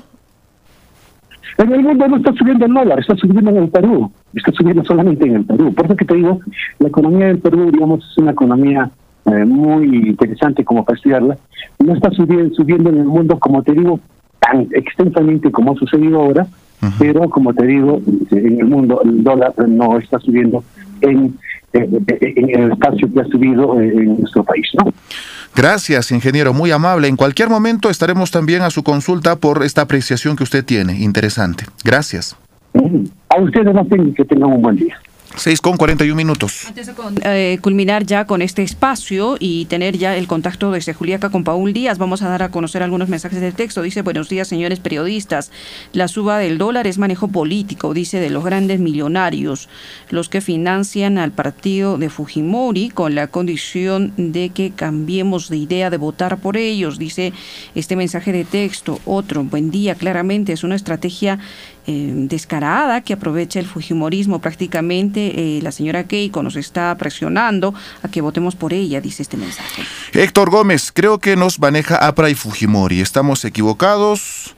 En el mundo no está subiendo el dólar, está subiendo en el Perú, está subiendo solamente en el Perú. Por eso que te digo, la economía del Perú, digamos, es una economía eh, muy interesante como para estudiarla. No está subiendo, subiendo en el mundo, como te digo, tan extensamente como ha sucedido ahora, uh-huh. pero como te digo, en el mundo el dólar no está subiendo en, en, en el espacio que ha subido en nuestro país, ¿no? Gracias, ingeniero, muy amable. En cualquier momento estaremos también a su consulta por esta apreciación que usted tiene. Interesante. Gracias. A ustedes no tengan que tengan un buen día. seis con cuarenta y un minutos. Antes de con, eh, culminar ya con este espacio y tener ya el contacto desde Juliaca con Paul Díaz, vamos a dar a conocer algunos mensajes de texto. Dice: buenos días, señores periodistas. La suba del dólar es manejo político, dice, de los grandes millonarios, los que financian al partido de Fujimori con la condición de que cambiemos de idea de votar por ellos, dice este mensaje de texto. Otro: buen día, claramente es una estrategia eh, descarada que aprovecha el fujimorismo prácticamente. Eh, la señora Keiko nos está presionando a que votemos por ella, dice este mensaje. Héctor Gómez, creo que nos maneja APRA y Fujimori. Estamos equivocados.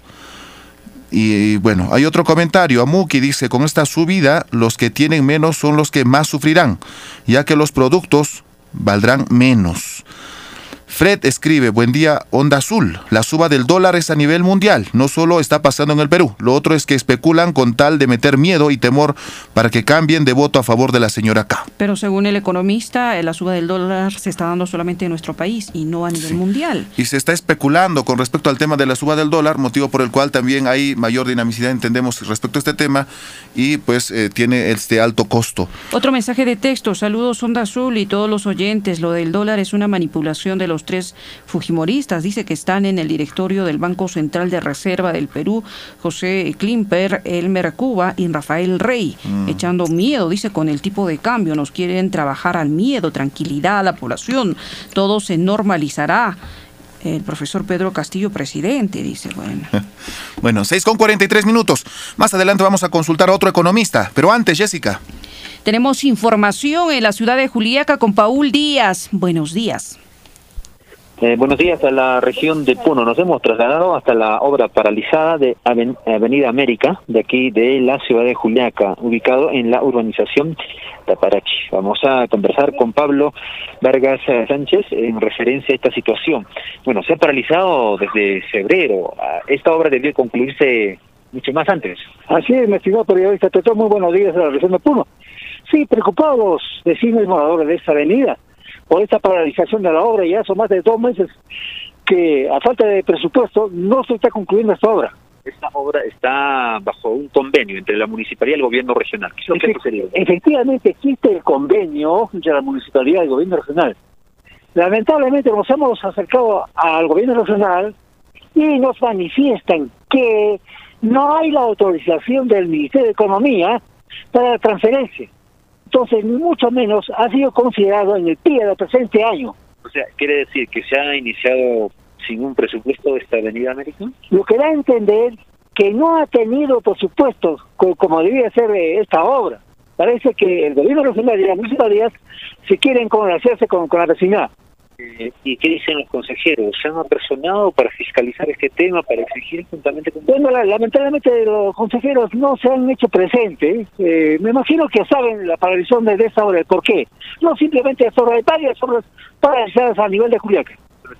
Y bueno, hay otro comentario. Amuki dice, con esta subida, los que tienen menos son los que más sufrirán, ya que los productos valdrán menos. Fred escribe, buen día, Onda Azul. La suba del dólar es a nivel mundial, no solo está pasando en el Perú. Lo otro es que especulan con tal de meter miedo y temor para que cambien de voto a favor de la señora K. Pero según el economista, la suba del dólar se está dando solamente en nuestro país y no a nivel sí. mundial. Y se está especulando con respecto al tema de la suba del dólar, motivo por el cual también hay mayor dinamicidad, entendemos, respecto a este tema, y pues eh, tiene este alto costo. Otro mensaje de texto, saludos Onda Azul y todos los oyentes, lo del dólar es una manipulación de los tres fujimoristas, dice que están en el directorio del Banco Central de Reserva del Perú, José Klimper, Elmer Cuba y Rafael Rey, mm. echando miedo, dice, con el tipo de cambio, nos quieren trabajar al miedo, tranquilidad a la población, todo se normalizará. El profesor Pedro Castillo, presidente, dice, bueno. Bueno, seis con cuarenta y tres minutos. Más adelante vamos a consultar a otro economista, pero antes, Jessica. Tenemos información en la ciudad de Juliaca con Paul Díaz. Buenos días. Eh, buenos días a la región de Puno. Nos hemos trasladado hasta la obra paralizada de Aven Avenida América, de aquí de la ciudad de Juliaca, ubicado en la urbanización Taparachi. Vamos a conversar con Pablo Vargas Sánchez en referencia a esta situación. Bueno, se ha paralizado desde febrero. Esta obra debió concluirse mucho más antes. Así es, mi estimado periodista. Te muy buenos días a la región de Puno. Sí, preocupados vecinos y moradores de esta avenida por esta paralización de la obra. Ya son más de dos meses que a falta de presupuesto no se está concluyendo esta obra. Esta obra está bajo un convenio entre la municipalidad y el gobierno regional. ¿Qué es lo que sería? Efectivamente existe el convenio entre la municipalidad y el gobierno regional. Lamentablemente nos hemos acercado al gobierno regional y nos manifiestan que no hay la autorización del Ministerio de Economía para la transferencia. Entonces, mucho menos ha sido considerado en el P I A del presente año. O sea, ¿quiere decir que se ha iniciado sin un presupuesto esta Avenida América? Lo que da a entender que no ha tenido presupuesto como debía ser esta obra. Parece que el gobierno regional y las municipalidades se quieren congraciarse con, con la vecindad. Eh, ¿Y qué dicen los consejeros? ¿Se han apersonado para fiscalizar este tema, para exigir juntamente con... Bueno, la, lamentablemente los consejeros no se han hecho presentes. Eh, me imagino que saben la paralización de esta obra, el por qué. No simplemente sobre varias obras paralizadas a nivel de Juliaca.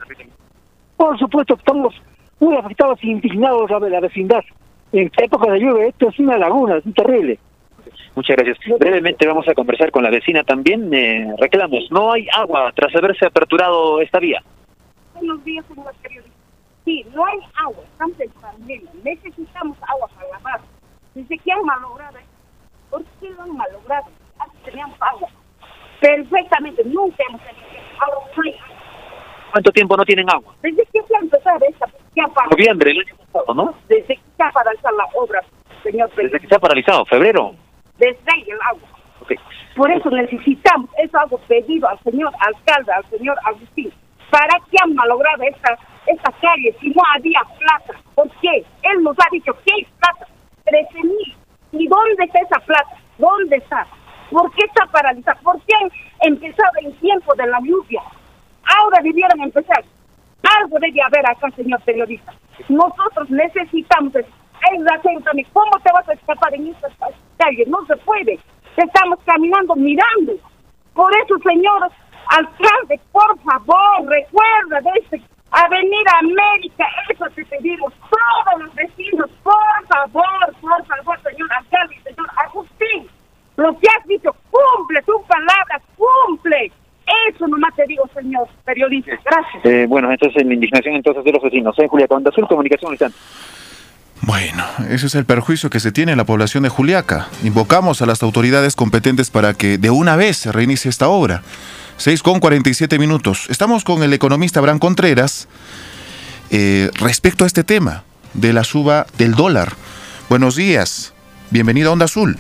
Por supuesto, estamos muy afectados e indignados de la vecindad. En esta época de lluvia, esto es una laguna, es terrible. Muchas gracias. Brevemente vamos a conversar con la vecina también. Eh, reclamos, no hay agua tras haberse aperturado esta vía. Buenos días, señor periodista. Sí, no hay agua, estamos en pandemia, necesitamos agua para lavar. Dice que han malogrado. ¿Por qué lo han malogrado? Antes teníamos agua. Perfectamente, nunca hemos tenido agua. No hay agua. ¿Cuánto tiempo no tienen agua? Desde que se ha empezado esta... Noviembre del año pasado, ¿no? Desde que se ha paralizado la obra, señor periodista. Desde que se ha paralizado, febrero. Desde ahí el agua. Okay. Por eso necesitamos, eso hago pedido al señor alcalde, al señor Agustín, ¿para qué han malogrado esta, esta calle si no había plata? ¿Por qué? Él nos ha dicho, ¿qué es plata? trece mil. ¿Y dónde está esa plata? ¿Dónde está? ¿Por qué está paralizada? ¿Por qué han empezado en tiempo de la lluvia? Ahora debieron empezar. Algo debe haber acá, señor periodista. Nosotros necesitamos... Es razón, Tony, ¿cómo te vas a escapar en estas calles? No se puede. Estamos caminando mirando. Por eso, señor alcalde, por favor, recuerda de este Avenida América. Eso te pedimos todos los vecinos. Por favor, por favor, señor alcalde y señor Agustín. Lo que has dicho, cumple tu palabra, cumple. Eso nomás te digo, señor periodista. Gracias. Eh, bueno, entonces la indignación entonces de los vecinos. ¿Eh, Julia? Onda Azul, comunicación al instante. Bueno, ese es el perjuicio que se tiene en la población de Juliaca. Invocamos a las autoridades competentes para que de una vez se reinicie esta obra. seis con cuarenta y siete minutos. Estamos con el economista Abraham Contreras eh, respecto a este tema de la suba del dólar. Buenos días. Bienvenido a Onda Azul.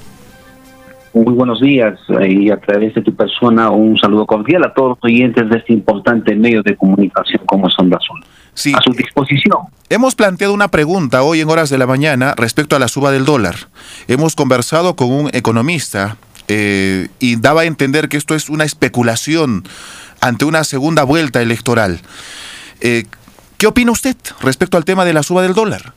Muy buenos días, y a través de tu persona un saludo cordial a todos los oyentes de este importante medio de comunicación como es Onda Azul. sí, a su disposición. Hemos planteado una pregunta hoy en horas de la mañana respecto a la suba del dólar. Hemos conversado con un economista eh, y daba a entender que esto es una especulación ante una segunda vuelta electoral. Eh, ¿Qué opina usted respecto al tema de la suba del dólar?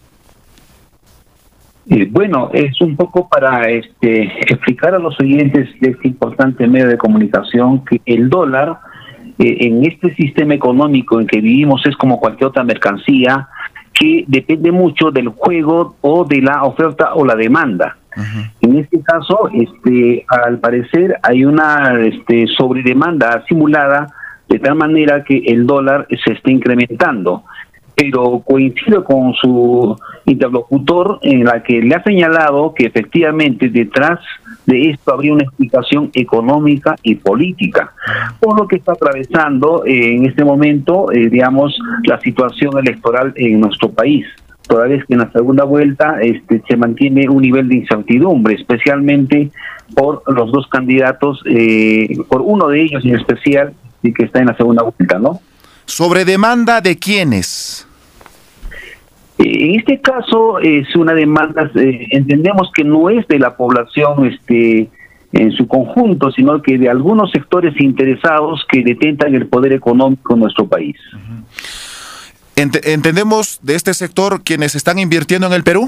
Eh, bueno, es un poco para este, explicar a los oyentes de este importante medio de comunicación que el dólar eh, en este sistema económico en que vivimos es como cualquier otra mercancía que depende mucho del juego o de la oferta o la demanda. Uh-huh. En este caso, este, al parecer hay una este, sobredemanda simulada de tal manera que el dólar se está incrementando. Pero coincido con su interlocutor en la que le ha señalado que efectivamente detrás de esto habría una explicación económica y política, por lo que está atravesando eh, en este momento, eh, digamos, la situación electoral en nuestro país, toda vez que en la segunda vuelta este, se mantiene un nivel de incertidumbre, especialmente por los dos candidatos, eh, por uno de ellos en especial, y que está en la segunda vuelta, ¿no? ¿Sobre demanda de quiénes? En este caso es una demanda, eh, entendemos que no es de la población este, en su conjunto, sino que de algunos sectores interesados que detentan el poder económico en nuestro país. Uh-huh. Ent- ¿Entendemos de este sector quienes están invirtiendo en el Perú?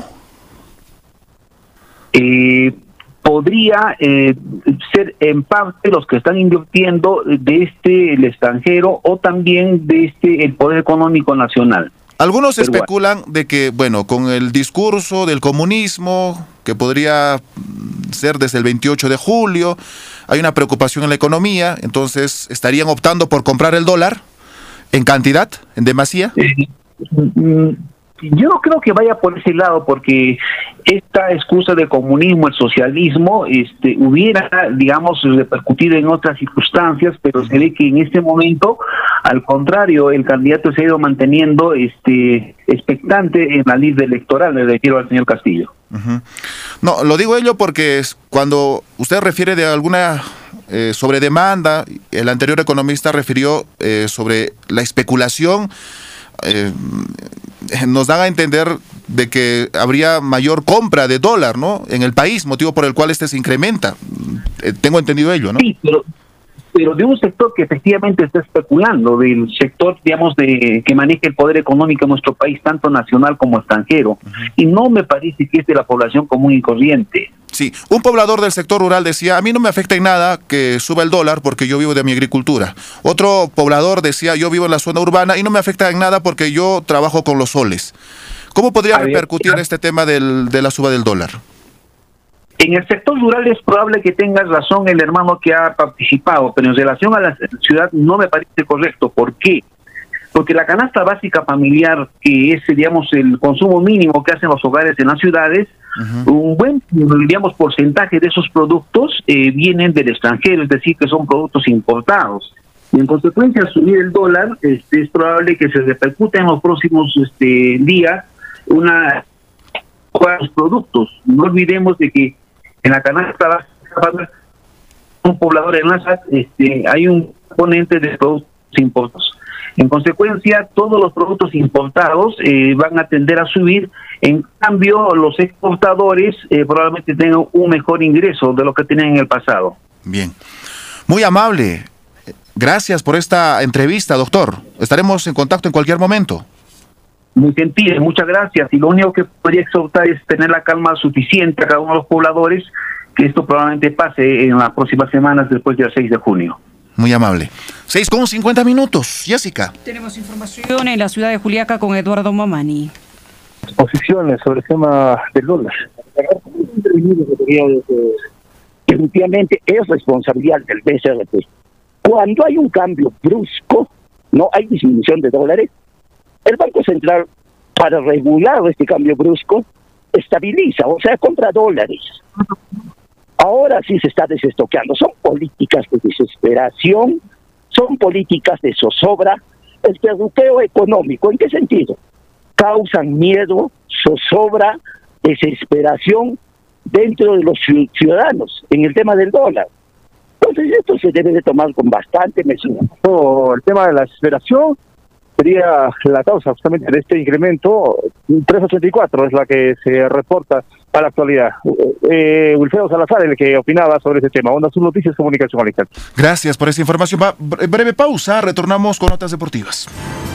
Eh, podría eh, ser en parte los que están invirtiendo de este el extranjero o también de este el poder económico nacional. Algunos Pero especulan bueno. de que, bueno, con el discurso del comunismo, que podría ser desde el veintiocho de julio, hay una preocupación en la economía, entonces estarían optando por comprar el dólar en cantidad, en demasía. Eh, Yo no creo que vaya por ese lado, porque esta excusa del comunismo, el socialismo, este, hubiera, digamos, repercutido en otras circunstancias, pero se ve que en este momento, al contrario, el candidato se ha ido manteniendo este, expectante en la lista electoral, le refiero al señor Castillo. Uh-huh. No, lo digo ello porque cuando usted refiere de alguna eh, sobredemanda, el anterior economista refirió eh, sobre la especulación. Eh, nos dan a entender de que habría mayor compra de dólar, ¿no?, en el país, motivo por el cual este se incrementa. Eh, tengo entendido ello, ¿no? Sí, pero, pero de un sector que efectivamente está especulando, del sector, digamos, de que maneja el poder económico en nuestro país, tanto nacional como extranjero. Uh-huh. Y no me parece que es de la población común y corriente. Sí, un poblador del sector rural decía, a mí no me afecta en nada que suba el dólar porque yo vivo de mi agricultura. Otro poblador decía, yo vivo en la zona urbana y no me afecta en nada porque yo trabajo con los soles. ¿Cómo podría repercutir este tema del, de la suba del dólar? En el sector rural es probable que tengas razón el hermano que ha participado, pero en relación a la ciudad no me parece correcto. ¿Por qué? Porque la canasta básica familiar, que es, digamos, el consumo mínimo que hacen los hogares en las ciudades, uh-huh. un buen, digamos, porcentaje de esos productos eh, vienen del extranjero, es decir, que son productos importados. Y en consecuencia, al subir el dólar, este, es probable que se repercute en los próximos este, días una de los productos. No olvidemos de que en la canasta básica, un poblador en la este, hay un componente de productos importados. En consecuencia, todos los productos importados eh, van a tender a subir. En cambio, los exportadores eh, probablemente tengan un mejor ingreso de lo que tenían en el pasado. Bien. Muy amable. Gracias por esta entrevista, doctor. Estaremos en contacto en cualquier momento. Muy gentil, muchas gracias. Y lo único que podría exhortar es tener la calma suficiente a cada uno de los pobladores, que esto probablemente pase en las próximas semanas después del seis de junio. Muy amable. seis con cincuenta minutos. Jessica. Tenemos información en la ciudad de Juliaca con Eduardo Mamani. Posiciones sobre el tema del dólar. Definitivamente es responsabilidad del B C R P. Cuando hay un cambio brusco, no hay disminución de dólares, el Banco Central, para regular este cambio brusco, estabiliza, o sea, compra dólares. Ahora sí se está desestoqueando. Son políticas de desesperación, son políticas de zozobra. El terruteo económico, ¿en qué sentido? Causan miedo, zozobra, desesperación dentro de los ciudadanos en el tema del dólar. Entonces esto se debe de tomar con bastante mesura. Oh, el tema de la desesperación sería la causa justamente de este incremento. Tres ochenta y cuatro es la que se reporta a la actualidad. Eh, Wilfredo Salazar, el que opinaba sobre ese tema. Onda Azul Noticias, Comunicación al Instante. Gracias por esa información. Va, breve pausa, retornamos con notas deportivas.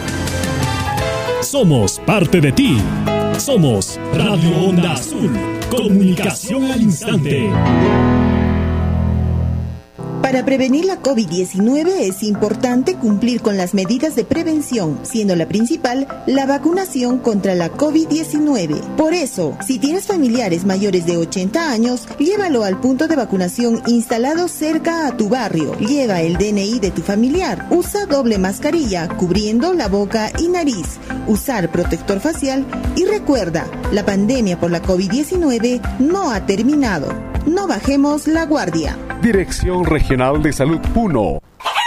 Somos parte de ti. Somos Radio Onda Azul. Comunicación al instante. Para prevenir la COVID diecinueve es importante cumplir con las medidas de prevención, siendo la principal la vacunación contra la COVID diecinueve. Por eso, si tienes familiares mayores de ochenta años, llévalo al punto de vacunación instalado cerca a tu barrio. Lleva el D N I de tu familiar. Usa doble mascarilla, cubriendo la boca y nariz. Usar protector facial y recuerda, la pandemia por la COVID diecinueve no ha terminado. No bajemos la guardia. Dirección Regional de Salud Puno.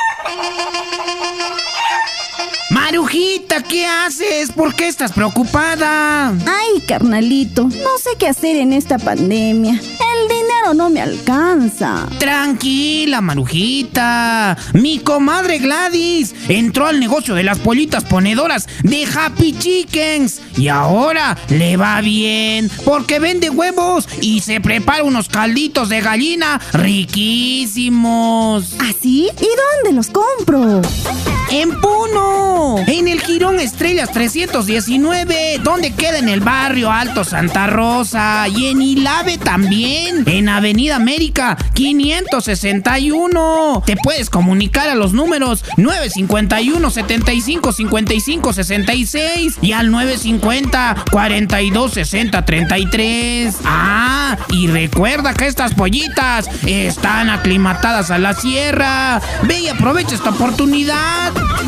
Marujita, ¿qué haces? ¿Por qué estás preocupada? Ay, carnalito, no sé qué hacer en esta pandemia. El dinero no me alcanza. Tranquila, Marujita. Mi comadre Gladys entró al negocio de las pollitas ponedoras de Happy Chickens y ahora le va bien porque vende huevos y se prepara unos calditos de gallina riquísimos. ¿Ah, sí? ¿Y dónde los compro? En Puno, en el Jirón Estrellas trescientos diecinueve, donde queda en el barrio Alto Santa Rosa, y en Ilave también, en Avenida América quinientos sesenta y uno. Te puedes comunicar a los números nueve cincuenta y uno, setenta y cinco, cincuenta y cinco, sesenta y seis y al nueve cincuenta, cuarenta y dos, sesenta, treinta y tres. Ah, y recuerda que estas pollitas están aclimatadas a la sierra. Ve y aprovecha esta oportunidad.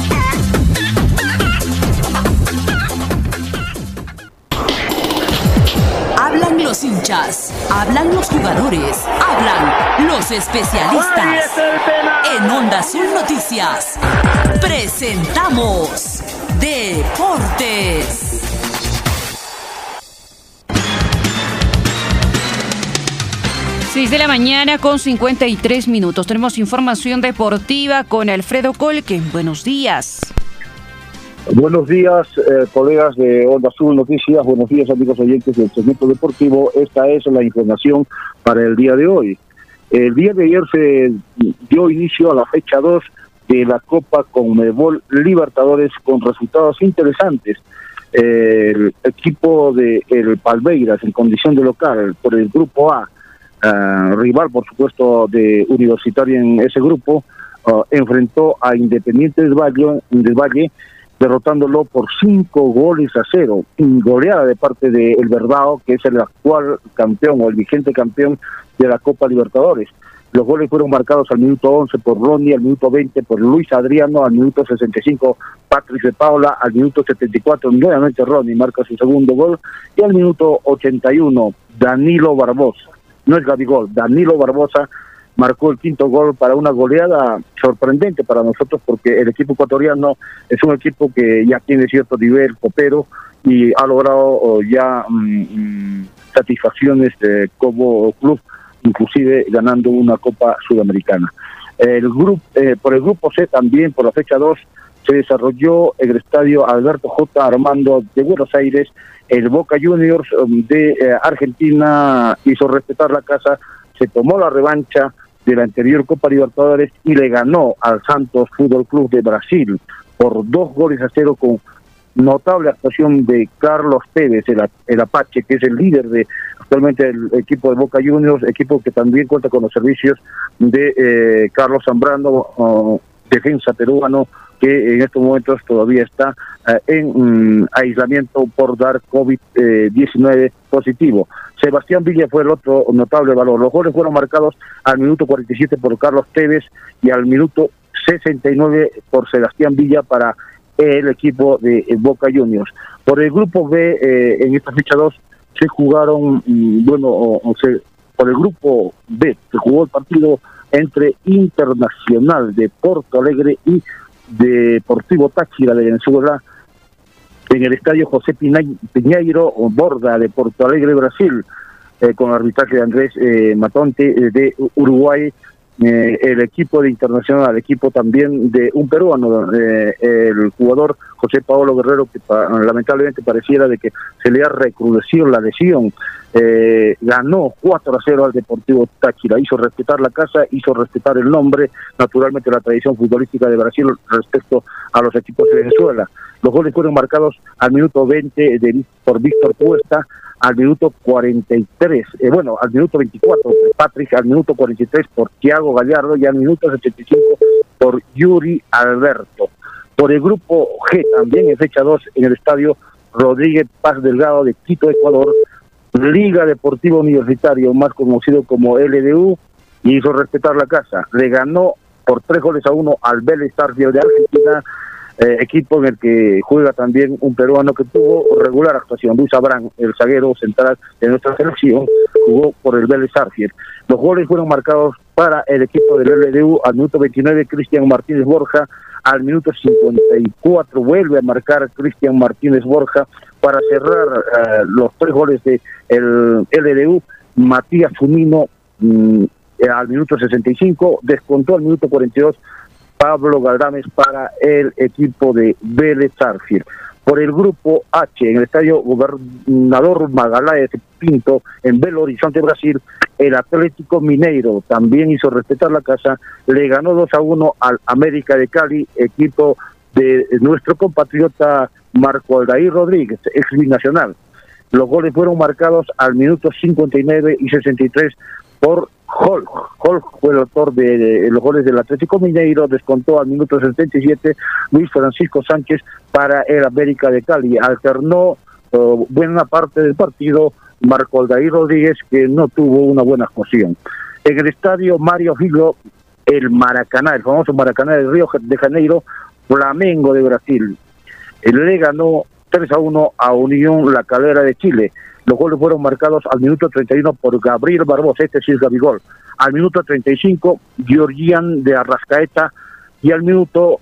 Hablan los hinchas, hablan los jugadores, hablan los especialistas. En Onda Azul Noticias presentamos Deportes. seis de la mañana con cincuenta y tres minutos. Tenemos información deportiva con Alfredo Colque. Buenos días. Buenos días, eh, colegas de Onda Azul Noticias. Buenos días, amigos oyentes del segmento deportivo. Esta es la información para el día de hoy. El día de ayer se dio inicio a la fecha dos de la Copa Conmebol Libertadores con resultados interesantes. Eh, el equipo de el Palmeiras, en condición de local por el grupo A, Uh, rival por supuesto de Universitario en ese grupo, uh, enfrentó a Independiente del Valle, del Valle derrotándolo por cinco goles a cero, goleada de parte de El Verdao, que es el actual campeón o el vigente campeón de la Copa Libertadores. Los goles fueron marcados al minuto once por Ronnie, al minuto veinte por Luis Adriano, al minuto sesenta y cinco Patrick de Paula, al minuto setenta y cuatro nuevamente Ronnie marca su segundo gol y al minuto ochenta y uno Danilo Barbosa. No es Gabigol, Danilo Barbosa marcó el quinto gol para una goleada sorprendente para nosotros porque el equipo ecuatoriano es un equipo que ya tiene cierto nivel copero y ha logrado ya mmm, satisfacciones eh, como club, inclusive ganando una Copa Sudamericana. El grupo, eh, por el grupo C también, por la fecha dos, se desarrolló en el estadio Alberto J. Armando de Buenos Aires. El Boca Juniors de eh, Argentina hizo respetar la casa, se tomó la revancha de la anterior Copa Libertadores y le ganó al Santos Fútbol Club de Brasil por dos goles a cero con notable actuación de Carlos Tevez, el, el Apache, que es el líder de actualmente el equipo de Boca Juniors, equipo que también cuenta con los servicios de eh, Carlos Zambrano, uh, defensa peruano, que en estos momentos todavía está uh, en um, aislamiento por dar COVID diecinueve positivo. Sebastián Villa fue el otro notable valor. Los goles fueron marcados al minuto cuarenta y siete por Carlos Tevez y al minuto sesenta y nueve por Sebastián Villa para el equipo de eh, Boca Juniors. Por el grupo B, eh, en esta fecha dos, se jugaron, mm, bueno, o, o se, por el grupo B, se jugó el partido entre Internacional de Porto Alegre y Deportivo Táchira de Venezuela en el estadio José Piñeiro Borda de Porto Alegre, Brasil, eh, con arbitraje de Andrés eh, Matonte eh, de Uruguay. eh, el equipo de Internacional, el equipo también de un peruano, eh, el jugador José Paolo Guerrero, que pa, lamentablemente pareciera de que se le ha recrudecido la lesión. Eh, ganó cuatro a cero al Deportivo Táchira, hizo respetar la casa, hizo respetar el nombre, naturalmente la tradición futbolística de Brasil respecto a los equipos de Venezuela. Los goles fueron marcados al minuto veinte de, por Víctor Cuesta, al minuto cuarenta y tres, eh, bueno, al minuto veinticuatro por Patrick, al minuto cuarenta y tres por Thiago Gallardo y al minuto setenta y cinco por Yuri Alberto. Por el grupo G, también en fecha dos, en el estadio Rodríguez Paz Delgado de Quito, Ecuador, Liga Deportiva Universitario, más conocido como L D U, hizo respetar la casa. Le ganó por tres goles a uno al Vélez Sarsfield de Argentina, eh, equipo en el que juega también un peruano que tuvo regular actuación. Luis Abrán, el zaguero central de nuestra selección, jugó por el Vélez Sarsfield. Los goles fueron marcados para el equipo del L D U al minuto veintinueve, Cristian Martínez Borja, al minuto cincuenta y cuatro vuelve a marcar Cristian Martínez Borja para cerrar uh, los tres goles de el L D U. Matías Zunino mm, al minuto sesenta y cinco, descontó al minuto cuarenta y dos Pablo Galdames para el equipo de Vélez Sarsfield. Por el grupo H, en el estadio Gobernador Magallanes Pinto, en Belo Horizonte, Brasil, el Atlético Mineiro también hizo respetar la casa, le ganó dos a uno al América de Cali, equipo de nuestro compatriota Marco Aldair Rodríguez, ex binacional. Los goles fueron marcados al minuto cincuenta y nueve y sesenta y tres por Hulk. Hulk fue el autor de, de los goles del Atlético Mineiro, descontó al minuto setenta y siete Luis Francisco Sánchez para el América de Cali. Alternó uh, buena parte del partido Marco Aldair Rodríguez, que no tuvo una buena actuación. En el estadio Mario Filho, el Maracaná, el famoso Maracaná de Río de Janeiro, Flamengo de Brasil, le ganó tres a uno a Unión La Calera de Chile. Los goles fueron marcados al minuto treinta y uno por Gabriel Barbosa, este sí es Gabigol. Al minuto treinta y cinco, Georgian de Arrascaeta. Y al minuto,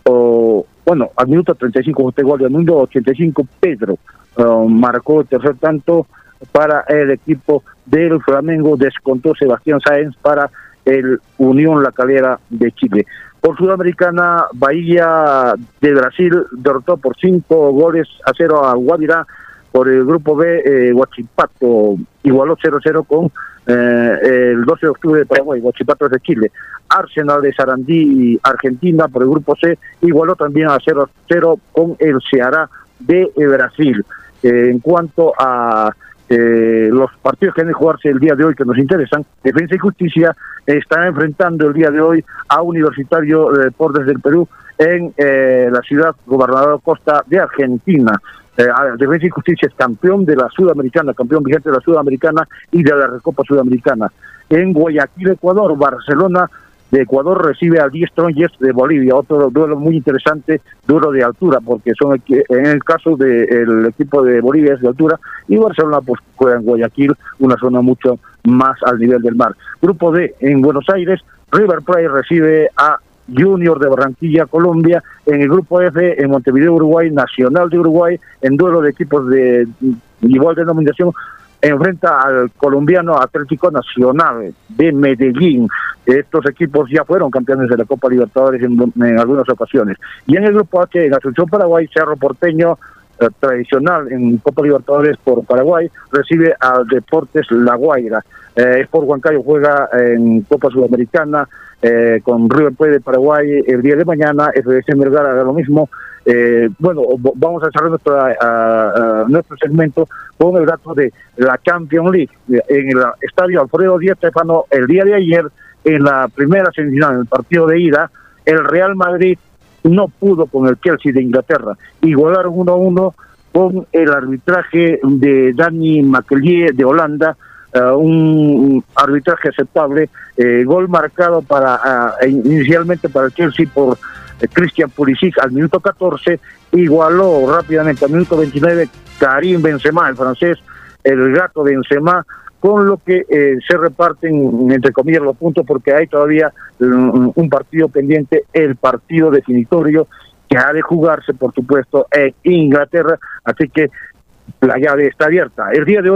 oh, bueno, al minuto treinta y cinco, este gol, y al minuto ochenta y cinco, Pedro uh, marcó el tercer tanto para el equipo del Flamengo. Descontó Sebastián Sáenz para el Unión La Calera de Chile. Por Sudamericana, Bahía de Brasil derrotó por cinco goles a cero a Guavirá. Por el grupo B, eh, Huachipato igualó cero a cero con eh, el doce de octubre de Paraguay. Huachipato es de Chile. Arsenal de Sarandí, Argentina, por el grupo C, igualó también a cero a cero con el Ceará de Brasil. Eh, en cuanto a eh, los partidos que deben jugarse el día de hoy que nos interesan, Defensa y Justicia están enfrentando el día de hoy a Universitario de Deportes del Perú en eh, la ciudad Gobernador Costa de Argentina. Eh, Defensa y Justicia es campeón de la Sudamericana, campeón vigente de la Sudamericana y de la Recopa Sudamericana. En Guayaquil, Ecuador, Barcelona de Ecuador recibe a diez Strongest de Bolivia, otro duelo muy interesante, duro de altura, porque son en el caso del equipo de Bolivia es de altura, y Barcelona pues juega en Guayaquil, una zona mucho más al nivel del mar. Grupo D, en Buenos Aires, River Plate recibe a Junior de Barranquilla, Colombia. En el grupo F, en Montevideo, Uruguay, Nacional de Uruguay, en duelo de equipos de igual denominación, enfrenta al colombiano Atlético Nacional de Medellín. Estos equipos ya fueron campeones de la Copa Libertadores en, en algunas ocasiones. Y en el grupo H, en Asunción, Paraguay, Cerro Porteño, eh, tradicional en Copa Libertadores por Paraguay, recibe al Deportes La Guaira. Eh, Sport Huancayo juega en Copa Sudamericana eh, con River Plate de Paraguay el día de mañana. F D C Melgar hará lo mismo. Eh, bueno, vamos a cerrar nuestro, a, a, nuestro segmento con el dato de la Champions League. En el estadio Alfredo Di Stéfano, el día de ayer, en la primera semifinal, en el partido de ida, el Real Madrid no pudo con el Chelsea de Inglaterra. Igualaron uno a uno con el arbitraje de Danny McLeod de Holanda, uh, un arbitraje aceptable, eh, gol marcado para uh, inicialmente para el Chelsea por eh, Christian Pulisic al minuto catorce, igualó rápidamente al minuto veintinueve Karim Benzema, el francés, el gato de Benzema, con lo que eh, se reparten, entre comillas, los puntos, porque hay todavía um, un partido pendiente, el partido definitorio, que ha de jugarse, por supuesto, en Inglaterra, así que la llave está abierta. El día de hoy,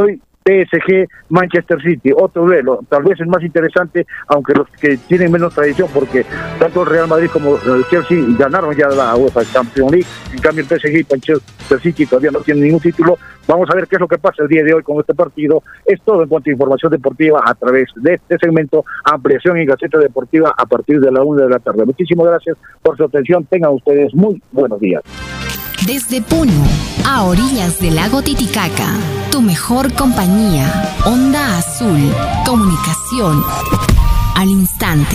P S G Manchester City, otro duelo, tal vez el más interesante, aunque los que tienen menos tradición, porque tanto el Real Madrid como el Chelsea ganaron ya la UEFA Champions League, en cambio el P S G y Manchester City todavía no tienen ningún título. Vamos a ver qué es lo que pasa el día de hoy con este partido. Es todo en cuanto a información deportiva a través de este segmento, ampliación y Gaceta Deportiva a partir de la una de la tarde. Muchísimas gracias por su atención, tengan ustedes muy buenos días. Desde Puno, a orillas del lago Titicaca, tu mejor compañía, Onda Azul, comunicación al instante.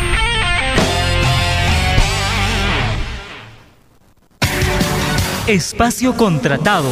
Espacio contratado.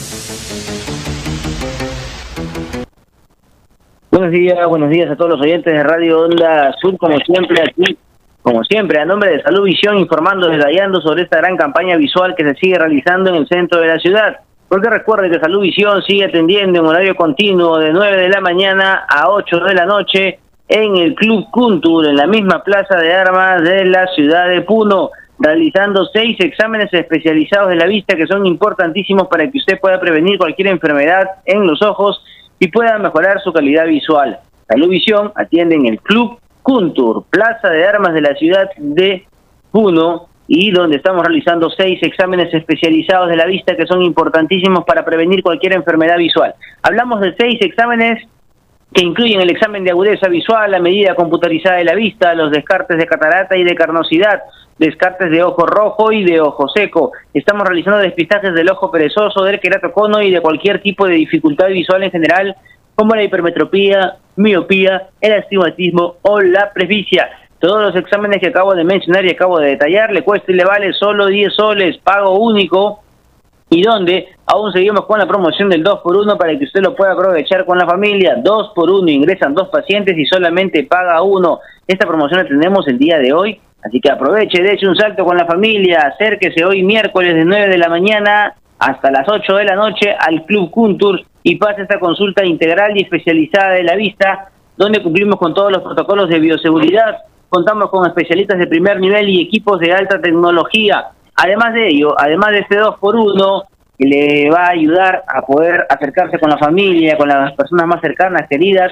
Buenos días, buenos días a todos los oyentes de Radio Onda Azul, como siempre aquí, como siempre, a nombre de Salud Visión, informando, detallando sobre esta gran campaña visual que se sigue realizando en el centro de la ciudad. Porque recuerden que Salud Visión sigue atendiendo en horario continuo de nueve de la mañana a ocho de la noche en el Club Kuntur, en la misma plaza de armas de la ciudad de Puno, realizando seis exámenes especializados de la vista que son importantísimos para que usted pueda prevenir cualquier enfermedad en los ojos y pueda mejorar su calidad visual. Salud Visión atiende en el Club Kuntur, plaza de armas de la ciudad de Puno, y donde estamos realizando seis exámenes especializados de la vista que son importantísimos para prevenir cualquier enfermedad visual. Hablamos de seis exámenes que incluyen el examen de agudeza visual, la medida computarizada de la vista, los descartes de catarata y de carnosidad, descartes de ojo rojo y de ojo seco. Estamos realizando despistajes del ojo perezoso, del queratocono y de cualquier tipo de dificultad visual en general, como la hipermetropía, miopía, el astigmatismo o la presbicia. Todos los exámenes que acabo de mencionar y acabo de detallar le cuesta y le vale solo diez soles, pago único, y donde aún seguimos con la promoción del dos por uno para que usted lo pueda aprovechar con la familia. dos por uno, ingresan dos pacientes y solamente paga uno. Esta promoción la tenemos el día de hoy, así que aproveche, dése un salto con la familia, acérquese hoy miércoles de nueve de la mañana hasta las ocho de la noche al Club Kuntur y pase esta consulta integral y especializada de la vista, donde cumplimos con todos los protocolos de bioseguridad, contamos con especialistas de primer nivel y equipos de alta tecnología. Además de ello, además de este dos por uno, que le va a ayudar a poder acercarse con la familia, con las personas más cercanas, queridas,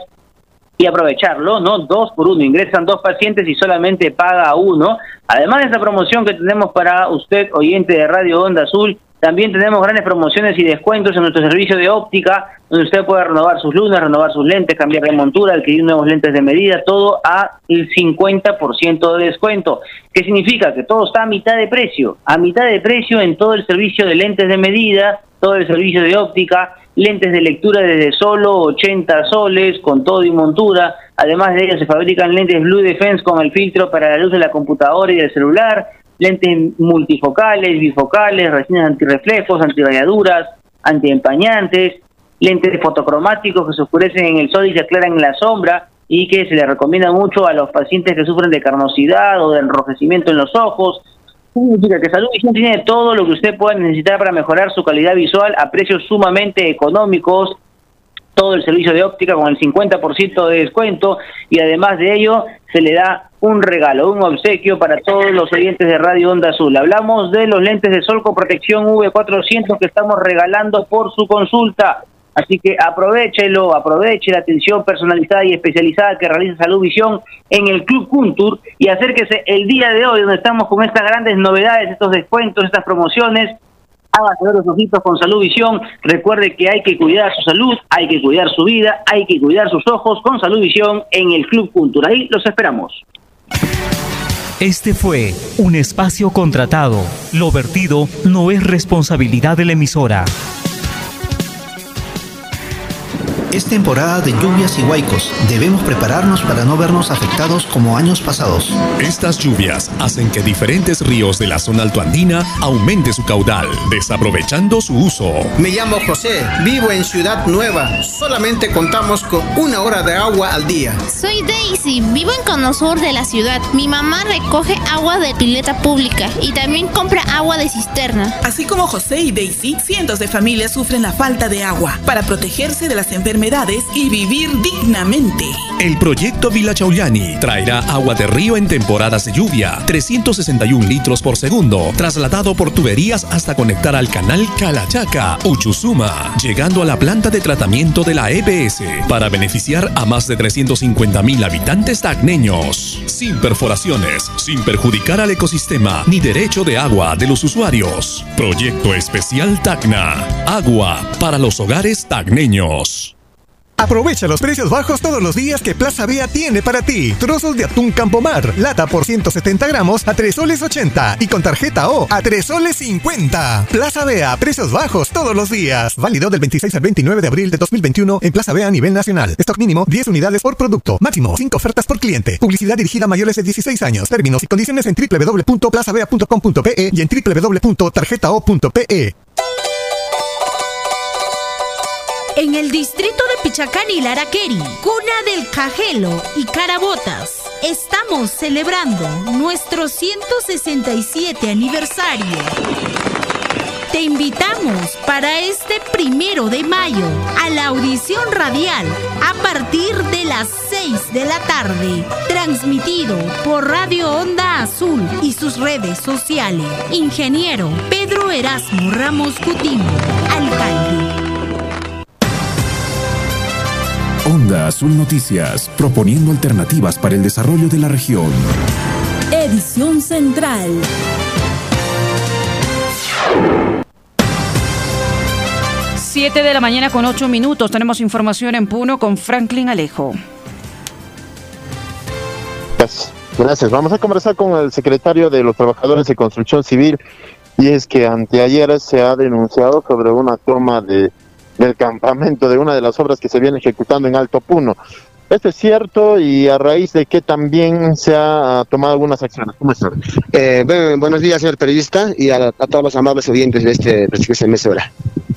y aprovecharlo, ¿no? dos por uno, ingresan dos pacientes y solamente paga uno. Además de esta promoción que tenemos para usted, oyente de Radio Onda Azul, también tenemos grandes promociones y descuentos en nuestro servicio de óptica, donde usted puede renovar sus lunas, renovar sus lentes, cambiar de montura, adquirir nuevos lentes de medida, todo a el cincuenta por ciento de descuento. ¿Qué significa? Que todo está a mitad de precio, a mitad de precio en todo el servicio de lentes de medida, todo el servicio de óptica, lentes de lectura desde solo ochenta soles, con todo y montura. Además de ello se fabrican lentes Blue Defense con el filtro para la luz de la computadora y del celular, lentes multifocales, bifocales, resinas antirreflejos, antirayaduras, antiempañantes, lentes fotocromáticos que se oscurecen en el sol y se aclaran en la sombra y que se les recomienda mucho a los pacientes que sufren de carnosidad o de enrojecimiento en los ojos. Significa que Salud Visión tiene todo lo que usted pueda necesitar para mejorar su calidad visual a precios sumamente económicos, todo el servicio de óptica con el cincuenta por ciento de descuento, y además de ello se le da un regalo, un obsequio para todos los oyentes de Radio Onda Azul. Hablamos de los lentes de sol con protección V cuatrocientos que estamos regalando por su consulta. Así que aprovechelo, aproveche la atención personalizada y especializada que realiza Salud Visión en el Club Kuntur y acérquese el día de hoy donde estamos con estas grandes novedades, estos descuentos, estas promociones. Hágase ver los ojitos con Salud Visión. Recuerde que hay que cuidar su salud, hay que cuidar su vida, hay que cuidar sus ojos con Salud Visión en el Club Kuntur. Ahí los esperamos. Este fue un espacio contratado. Lo vertido no es responsabilidad de la emisora. Es temporada de lluvias y huaicos. Debemos prepararnos para no vernos afectados como años pasados. Estas lluvias hacen que diferentes ríos de la zona altoandina aumente su caudal, desaprovechando su uso. Me llamo José, vivo en Ciudad Nueva. Solamente contamos con una hora de agua al día. Soy Daisy, vivo en Cono Sur de la ciudad. Mi mamá recoge agua de pileta pública y también compra agua de cisterna. Así como José y Daisy, cientos de familias sufren la falta de agua. Para protegerse de las enfermedades enfermedades y vivir dignamente. El proyecto Villa Chaullani traerá agua de río en temporadas de lluvia, trescientos sesenta y un litros por segundo, trasladado por tuberías hasta conectar al canal Calachaca, Uchusuma, llegando a la planta de tratamiento de la E P S, para beneficiar a más de trescientos cincuenta mil habitantes tacneños, sin perforaciones, sin perjudicar al ecosistema ni derecho de agua de los usuarios. Proyecto Especial Tacna, agua para los hogares tacneños. Aprovecha los precios bajos todos los días que Plaza Vea tiene para ti. Trozos de atún Campomar, lata por ciento setenta gramos a tres soles ochenta y con tarjeta O a tres soles cincuenta. Plaza Vea, precios bajos todos los días. Válido del veintiséis al veintinueve de abril de dos mil veintiuno en Plaza Vea a nivel nacional. Stock mínimo diez unidades por producto. Máximo cinco ofertas por cliente. Publicidad dirigida a mayores de dieciséis años. Términos y condiciones en doble u doble u doble u punto plaza vea punto com punto pe e y en doble u doble u doble u punto tarjeta o punto pe e. En el distrito de Pichacán y Laraqueri, cuna del Cajelo y Carabotas, estamos celebrando nuestro ciento sesenta y siete aniversario. Te invitamos para este primero de mayo a la audición radial a partir de las seis de la tarde, transmitido por Radio Onda Azul y sus redes sociales. Ingeniero Pedro Erasmo Ramos Coutinho, alcalde. Onda Azul Noticias, proponiendo alternativas para el desarrollo de la región. Edición Central. Siete de la mañana con ocho minutos. Tenemos información en Puno con Franklin Alejo. Gracias. Gracias. Vamos a conversar con el secretario de los Trabajadores de Construcción Civil, y es que anteayer se ha denunciado sobre una toma de del campamento de una de las obras que se viene ejecutando en Alto Puno. ¿Esto es cierto y a raíz de que también se ha tomado algunas acciones? ¿Cómo está? Eh, bueno, buenos días, señor periodista, y a, a todos los amables oyentes de este prestigioso emisora.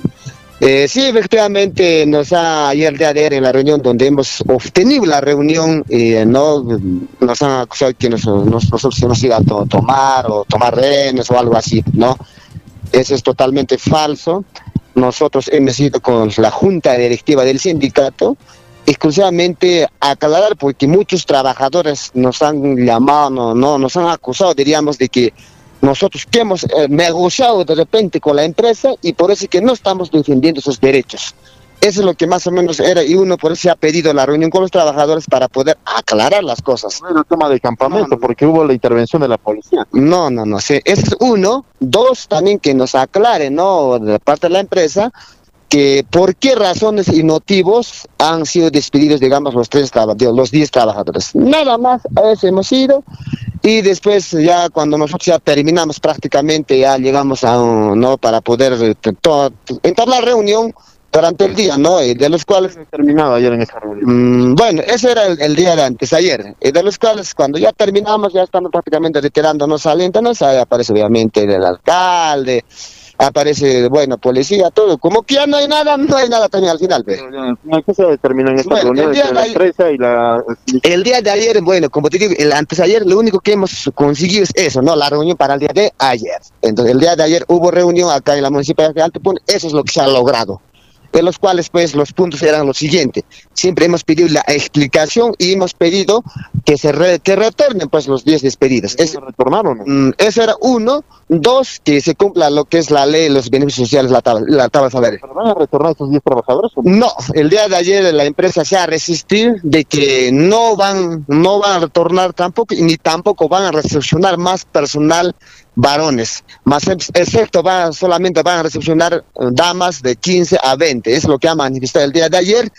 Eh, sí, efectivamente, nos ha ayer de ayer en la reunión donde hemos obtenido la reunión, eh, no nos han acusado que nos, nos, nosotros hemos ido a to, tomar o tomar rehenes o algo así, ¿no? Eso es totalmente falso. Nosotros hemos ido con la junta directiva del sindicato exclusivamente a aclarar, porque muchos trabajadores nos han llamado, no, no nos han acusado, diríamos, de que nosotros que hemos eh, negociado de repente con la empresa y por eso es que no estamos defendiendo sus derechos. Eso es lo que más o menos era, y uno por eso se ha pedido la reunión con los trabajadores para poder aclarar las cosas. No era el tema del campamento, no, no, porque hubo la intervención de la policía. No, no, no, sí, ese es uno. Dos, también que nos aclare, ¿no?, de parte de la empresa, que por qué razones y motivos han sido despedidos, digamos, los tres trabajadores, los diez trabajadores. Nada más, a eso hemos ido. Y después ya cuando nosotros ya terminamos prácticamente, ya llegamos a un, ¿no?, para poder to, entablar la reunión durante el día, ¿no? Y de los cuales... terminado ayer en esa reunión. Mmm, bueno, ese era el, el día de antes, ayer. Y de los cuales cuando ya terminamos, ya estamos prácticamente retirándonos, saliéndonos, ahí aparece obviamente el alcalde, aparece, bueno, policía, todo. Como que ya no hay nada, no hay nada también al final, ¿ves? ¿Qué se determinó en esta bueno, reunión entre la empresa y la...? El día de ayer, bueno, como te digo, el antes de ayer, lo único que hemos conseguido es eso, ¿no? La reunión para el día de ayer. Entonces, el día de ayer hubo reunión acá en la Municipalidad de Alto Puno, eso es lo que se ha logrado. De los cuales, pues, los puntos eran los siguientes. Siempre hemos pedido la explicación y hemos pedido que se re, que retornen, pues, los diez despedidos. Es, ¿Se retornaron? Mm, ese era uno. Dos, que se cumpla lo que es la ley, los beneficios sociales, la tabla, la tabla salarial. ¿Pero van a retornar estos diez trabajadores? ¿O? No, el día de ayer la empresa se ha resistido de que no van, no van a retornar tampoco, ni tampoco van a recepcionar más personal varones, más excepto van, solamente van a recepcionar damas de quince a veinte, es lo que ha manifestado el día de ayer,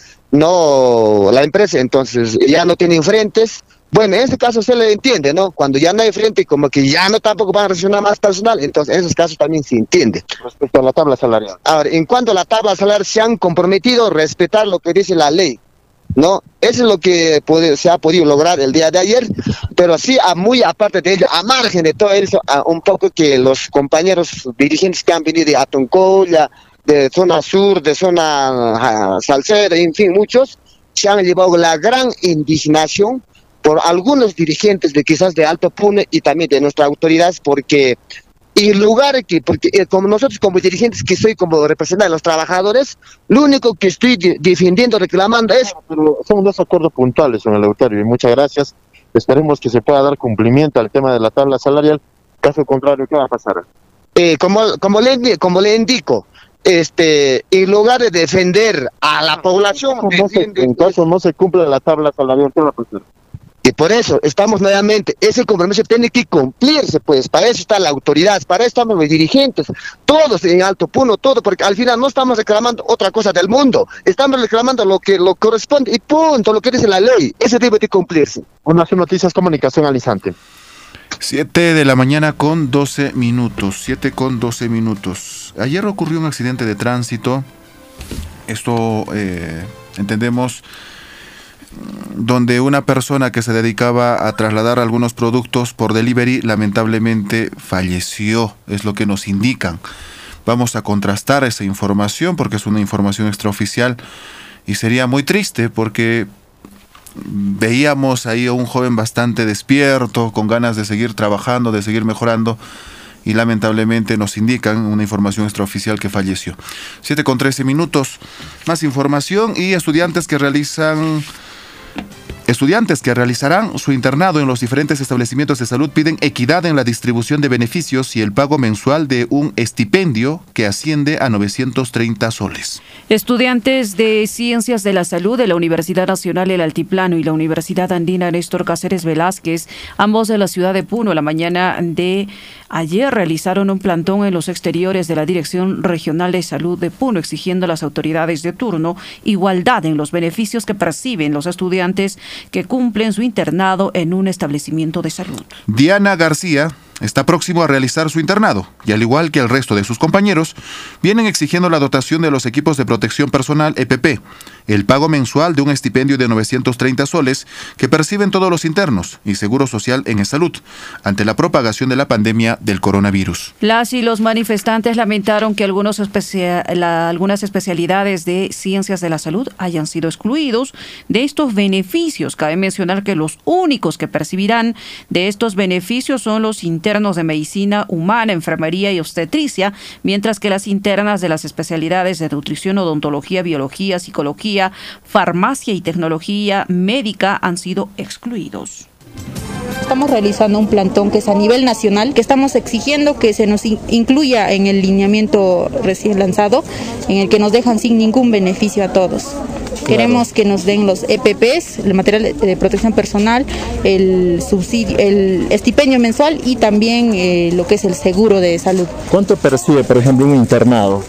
no la empresa. Entonces ya no tienen frentes. Bueno, en este caso se le entiende, ¿no? Cuando ya no hay frente, como que ya no tampoco van a recepcionar más personal, entonces en esos casos también se entiende. Respecto a la tabla salarial. Ahora, en cuanto a la tabla salarial, se han comprometido a respetar lo que dice la ley, ¿no? Eso es lo que puede, se ha podido lograr el día de ayer, pero sí, a muy aparte de ello, a margen de todo eso, a un poco que los compañeros dirigentes que han venido de Atoncolla, de zona sur, de zona uh, Salceda, en fin, muchos, se han llevado la gran indignación por algunos dirigentes de quizás de Alto Puno y también de nuestras autoridades, porque Y en lugar que, porque eh, como nosotros como dirigentes que soy como representante de los trabajadores, lo único que estoy de, defendiendo, reclamando es... Pero son dos acuerdos puntuales, señor Eleuterio, y muchas gracias. Esperemos que se pueda dar cumplimiento al tema de la tabla salarial. Caso contrario, ¿qué va a pasar? Eh, como, como, le, como le indico, este, en lugar de defender a la población... No se, en caso no se cumpla la tabla salarial, ¿qué va a pasar? Y por eso estamos nuevamente, ese compromiso tiene que cumplirse, pues, para eso está la autoridad, para eso estamos los dirigentes, todos en Alto Puno, todo, porque al final no estamos reclamando otra cosa del mundo, estamos reclamando lo que lo corresponde y punto, lo que dice la ley, eso debe de cumplirse. Una noticias, comunicación al instante. siete de la mañana con doce minutos, siete con doce minutos. Ayer ocurrió un accidente de tránsito, esto eh, entendemos... donde una persona que se dedicaba a trasladar algunos productos por delivery lamentablemente falleció, es lo que nos indican. Vamos a contrastar esa información porque es una información extraoficial y sería muy triste porque veíamos ahí a un joven bastante despierto, con ganas de seguir trabajando, de seguir mejorando, y lamentablemente nos indican una información extraoficial que falleció. siete con trece minutos, más información. Y estudiantes que realizan... Estudiantes que realizarán su internado en los diferentes establecimientos de salud piden equidad en la distribución de beneficios y el pago mensual de un estipendio que asciende a novecientos treinta soles. Estudiantes de Ciencias de la Salud de la Universidad Nacional El Altiplano y la Universidad Andina Néstor Cáceres Velázquez, ambos de la ciudad de Puno, la mañana de ayer realizaron un plantón en los exteriores de la Dirección Regional de Salud de Puno, exigiendo a las autoridades de turno igualdad en los beneficios que perciben los estudiantes que cumplen su internado en un establecimiento de salud. Diana García está próximo a realizar su internado y, al igual que el resto de sus compañeros, vienen exigiendo la dotación de los equipos de protección personal E P P, el pago mensual de un estipendio de novecientos treinta soles que perciben todos los internos y seguro social en salud ante la propagación de la pandemia del coronavirus. Las y los manifestantes lamentaron que algunos especia la, algunas especialidades de ciencias de la salud hayan sido excluidos de estos beneficios. Cabe mencionar que los únicos que percibirán de estos beneficios son los internos de medicina humana, enfermería y obstetricia, mientras que las internas de las especialidades de nutrición, odontología, biología, psicología, farmacia y tecnología médica han sido excluidos. Estamos realizando un plantón que es a nivel nacional, que estamos exigiendo que se nos in- incluya en el lineamiento recién lanzado, en el que nos dejan sin ningún beneficio a todos. Queremos que nos den los E P Pes, el material de protección personal, el subsidio, el estipendio mensual y también eh, lo que es el seguro de salud. ¿Cuánto percibe, por ejemplo, un internado?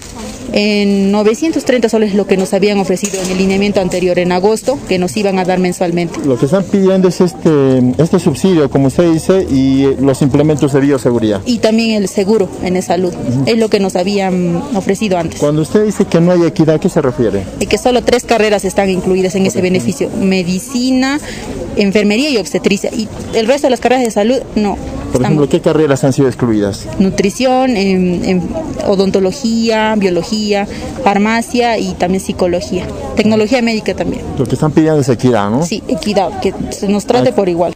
En novecientos treinta soles lo que nos habían ofrecido en el lineamiento anterior, en agosto, que nos iban a dar mensualmente. Lo que están pidiendo es este, este subsidio, como usted dice, y los implementos de bioseguridad. Y también el seguro en el salud, uh-huh. Es lo que nos habían ofrecido antes. Cuando usted dice que no hay equidad, ¿a qué se refiere? Y que solo tres carreras están incluidas en ese beneficio: medicina, enfermería y obstetricia. Y el resto de las carreras de salud, no. Por ejemplo, ¿qué carreras han sido excluidas? Nutrición, en, en odontología, biología, farmacia y también psicología. Tecnología médica también. Lo que están pidiendo es equidad, ¿no? Sí, equidad, que se nos trate por igual.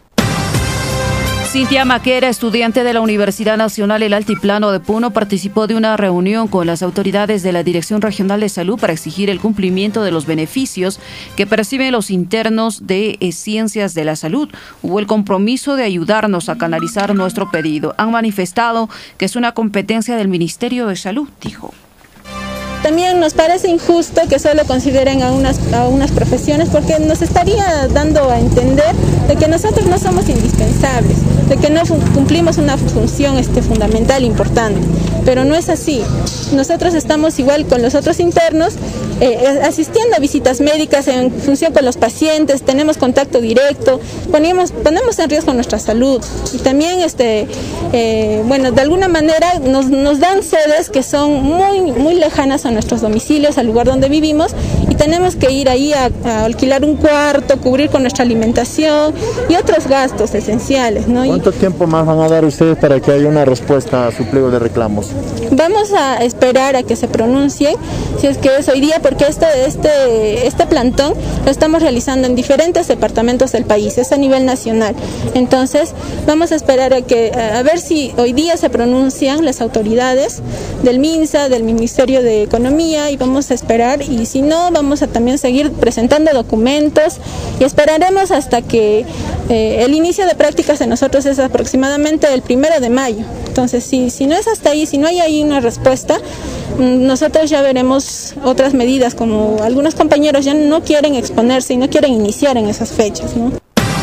Cintia Maquera, estudiante de la Universidad Nacional El Altiplano de Puno, participó de una reunión con las autoridades de la Dirección Regional de Salud para exigir el cumplimiento de los beneficios que perciben los internos de eh, Ciencias de la Salud. Hubo el compromiso de ayudarnos a canalizar nuestro pedido. Han manifestado que es una competencia del Ministerio de Salud, dijo. También nos parece injusto que solo consideren a unas, a unas profesiones, porque nos estaría dando a entender de que nosotros no somos indispensables, de que no cumplimos una función este, fundamental, importante, pero no es así. Nosotros estamos igual con los otros internos, eh, asistiendo a visitas médicas en función con los pacientes, tenemos contacto directo, ponemos, ponemos en riesgo nuestra salud y también, este, eh, bueno, de alguna manera nos, nos dan sedes que son muy, muy lejanas a nuestros domicilios, al lugar donde vivimos, y y tenemos que ir ahí a, a alquilar un cuarto, cubrir con nuestra alimentación y otros gastos esenciales, ¿no? ¿Cuánto y, tiempo más van a dar ustedes para que haya una respuesta a su pliego de reclamos? Vamos a esperar a que se pronuncien, si es que es hoy día, porque este, este, este plantón lo estamos realizando en diferentes departamentos del país, es a nivel nacional. Entonces, vamos a esperar a que a ver si hoy día se pronuncian las autoridades del MINSA, del Ministerio de Economía, y vamos a esperar, y si no, vamos a también seguir presentando documentos y esperaremos hasta que eh, el inicio de prácticas de nosotros es aproximadamente el primero de mayo. Entonces, si, si no es hasta ahí, si no hay ahí una respuesta, nosotros ya veremos otras medidas, como algunos compañeros ya no quieren exponerse y no quieren iniciar en esas fechas, ¿no?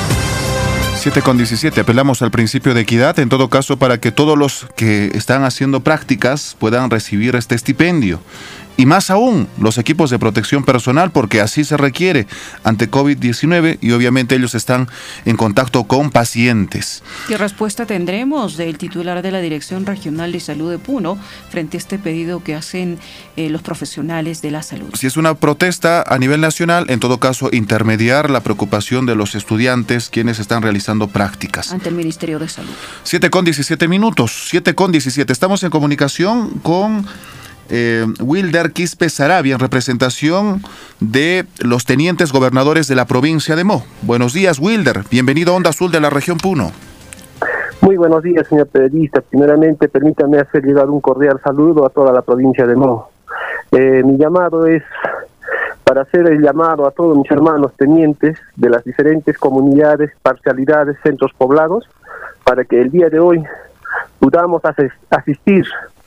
siete con diecisiete, apelamos al principio de equidad, en todo caso, para que todos los que están haciendo prácticas puedan recibir este estipendio. Y más aún, los equipos de protección personal, porque así se requiere ante COVID diecinueve y obviamente ellos están en contacto con pacientes. ¿Qué respuesta tendremos del titular de la Dirección Regional de Salud de Puno frente a este pedido que hacen eh, los profesionales de la salud? Si es una protesta a nivel nacional, en todo caso, intermediar la preocupación de los estudiantes quienes están realizando prácticas. Ante el Ministerio de Salud. siete con diecisiete minutos, siete con diecisiete. Estamos en comunicación con Eh, Wilder Quispe Sarabia, en representación de los tenientes gobernadores de la provincia de Mo. Buenos días, Wilder. Bienvenido a Onda Azul de la región Puno. Muy buenos días, señor periodista. Primeramente, permítame hacer llegar un cordial saludo a toda la provincia de Mo. Eh, mi llamado es para hacer el llamado a todos mis hermanos tenientes de las diferentes comunidades, parcialidades, centros poblados, para que el día de hoy podamos as- asistir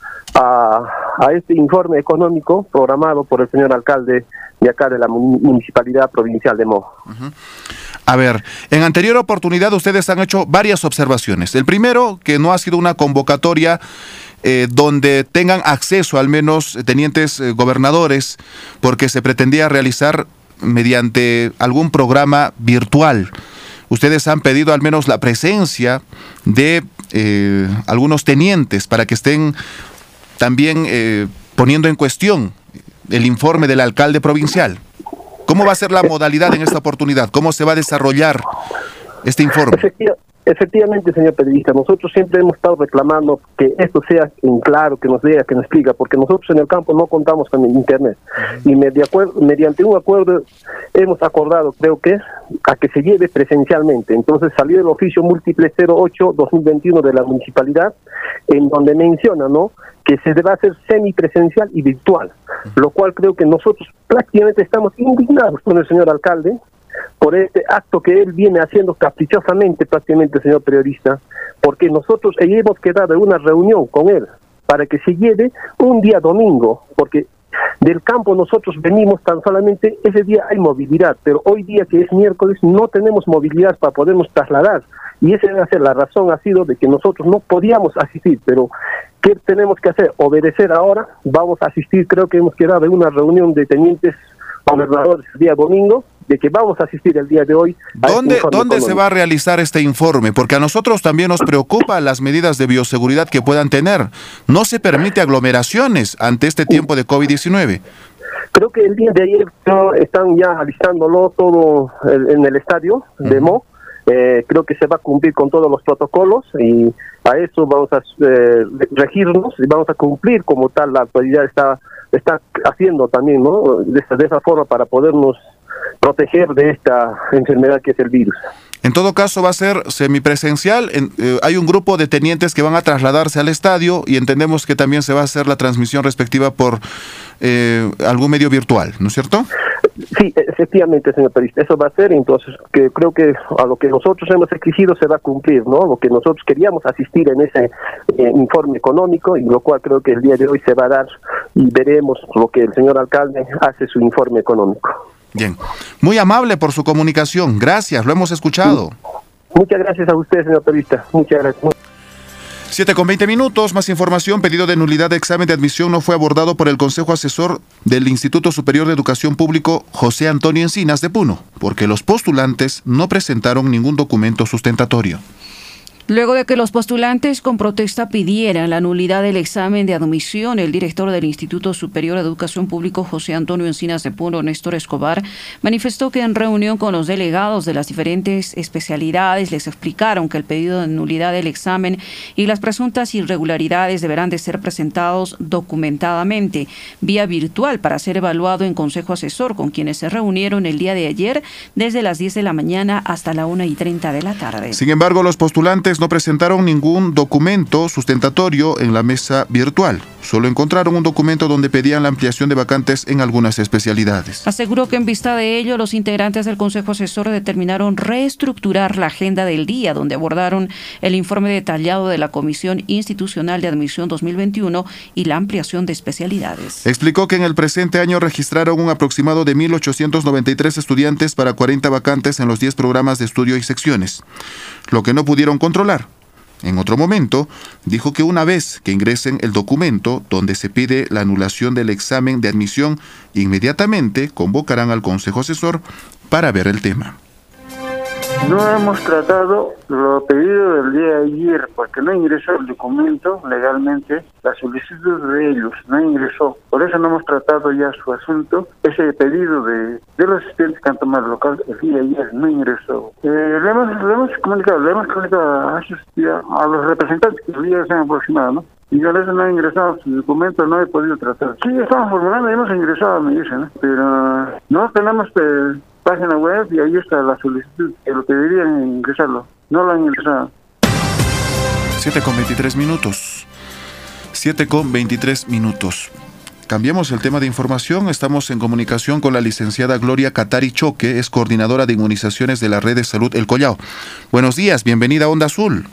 A, a este informe económico programado por el señor alcalde de acá de la Municipalidad Provincial de Mo. Uh-huh. A ver, en anterior oportunidad ustedes han hecho varias observaciones. El primero, que no ha sido una convocatoria eh, donde tengan acceso al menos tenientes eh, gobernadores, porque se pretendía realizar mediante algún programa virtual. Ustedes han pedido al menos la presencia de eh, algunos tenientes para que estén también eh, poniendo en cuestión el informe del alcalde provincial. ¿Cómo va a ser la modalidad en esta oportunidad? ¿Cómo se va a desarrollar este informe? Efectiva, efectivamente, señor periodista, nosotros siempre hemos estado reclamando que esto sea en claro, que nos diga, que nos explica, porque nosotros en el campo no contamos con el internet. Uh-huh. Y media, mediante un acuerdo hemos acordado, creo que, a que se lleve presencialmente. Entonces salió el oficio múltiple cero ocho dos mil veintiuno de la municipalidad, en donde menciona, ¿no?, que se debe hacer semipresencial y virtual, lo cual creo que nosotros prácticamente estamos indignados con el señor alcalde por este acto que él viene haciendo caprichosamente prácticamente, señor periodista, porque nosotros hemos quedado en una reunión con él para que se lleve un día domingo, porque del campo nosotros venimos tan solamente, ese día hay movilidad, pero hoy día que es miércoles no tenemos movilidad para podernos trasladar, y esa debe ser la razón, ha sido de que nosotros no podíamos asistir, pero ¿qué tenemos que hacer? Obedecer ahora, vamos a asistir, creo que hemos quedado en una reunión de tenientes gobernadores el día domingo, de que vamos a asistir el día de hoy. ¿Dónde, este ¿dónde se va a realizar este informe? Porque a nosotros también nos preocupan las medidas de bioseguridad que puedan tener. No se permite aglomeraciones ante este tiempo de COVID diecinueve. Creo que el día de ayer no, están ya alistándolo todo el, en el estadio uh-huh. de Mo. Eh, creo que se va a cumplir con todos los protocolos y a eso vamos a eh, regirnos y vamos a cumplir como tal. La autoridad está está haciendo también, ¿no?, de esa, de esa forma para podernos proteger de esta enfermedad que es el virus. En todo caso va a ser semipresencial. En, eh, hay un grupo de tenientes que van a trasladarse al estadio y entendemos que también se va a hacer la transmisión respectiva por eh, algún medio virtual, ¿no es cierto? Sí, efectivamente, señor periodista, eso va a ser, entonces que creo que a lo que nosotros hemos exigido se va a cumplir, ¿no? Lo que nosotros queríamos asistir en ese eh, informe económico, y lo cual creo que el día de hoy se va a dar y veremos lo que el señor alcalde hace su informe económico. Bien, muy amable por su comunicación, gracias, lo hemos escuchado. Muchas gracias a usted, señor periodista, muchas gracias. siete con veinte minutos, más información. Pedido de nulidad de examen de admisión no fue abordado por el Consejo Asesor del Instituto Superior de Educación Público José Antonio Encinas de Puno, porque los postulantes no presentaron ningún documento sustentatorio. Luego de que los postulantes con protesta pidieran la nulidad del examen de admisión, el director del Instituto Superior de Educación Pública, José Antonio Encinas de Puno, Néstor Escobar, manifestó que en reunión con los delegados de las diferentes especialidades les explicaron que el pedido de nulidad del examen y las presuntas irregularidades deberán de ser presentados documentadamente, vía virtual, para ser evaluado en Consejo Asesor, con quienes se reunieron el día de ayer desde las diez de la mañana hasta la una y treinta de la tarde. Sin embargo, los postulantes no presentaron ningún documento sustentatorio en la mesa virtual. Solo encontraron un documento donde pedían la ampliación de vacantes en algunas especialidades. Aseguró que en vista de ello, los integrantes del Consejo Asesor determinaron reestructurar la agenda del día, donde abordaron el informe detallado de la Comisión Institucional de Admisión dos mil veintiuno y la ampliación de especialidades. Explicó que en el presente año registraron un aproximado de mil ochocientos noventa y tres estudiantes para cuarenta vacantes en los diez programas de estudio y secciones, lo que no pudieron controlar. En otro momento, dijo que una vez que ingresen el documento donde se pide la anulación del examen de admisión, inmediatamente convocarán al Consejo Asesor para ver el tema. No hemos tratado lo pedido del día de ayer, porque no ingresó el documento legalmente, la solicitud de ellos no ingresó. Por eso no hemos tratado ya su asunto. Ese pedido de, de los asistentes que han tomado el local el día de ayer no ingresó. Eh, le, hemos, le hemos comunicado, le hemos comunicado a, a los representantes que el día se han aproximado, ¿no? Y yo les no he ingresado su documento, no he podido tratar. Sí, estamos formulando, hemos ingresado, me dicen, ¿no? Pero no tenemos eh, página web y ahí está la solicitud, que lo que deberían ingresarlo. No lo han ingresado. siete con veintitrés minutos. siete con veintitrés minutos. Cambiamos el tema de información. Estamos en comunicación con la licenciada Gloria Catari Choque, es coordinadora de inmunizaciones de la Red de Salud El Collao. Buenos días, bienvenida a Onda Azul.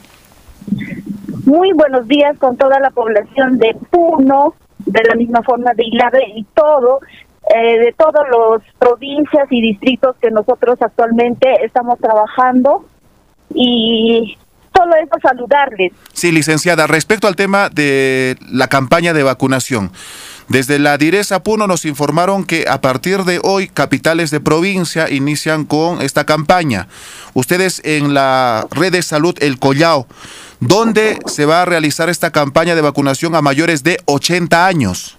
Muy buenos días con toda la población de Puno, de la misma forma de Ilave y todo, eh, de todas las provincias y distritos que nosotros actualmente estamos trabajando, y solo eso saludarles. Sí, licenciada, respecto al tema de la campaña de vacunación, desde la Direza Puno nos informaron que a partir de hoy capitales de provincia inician con esta campaña. Ustedes en la Red de Salud El Collao, ¿dónde se va a realizar esta campaña de vacunación a mayores de ochenta años?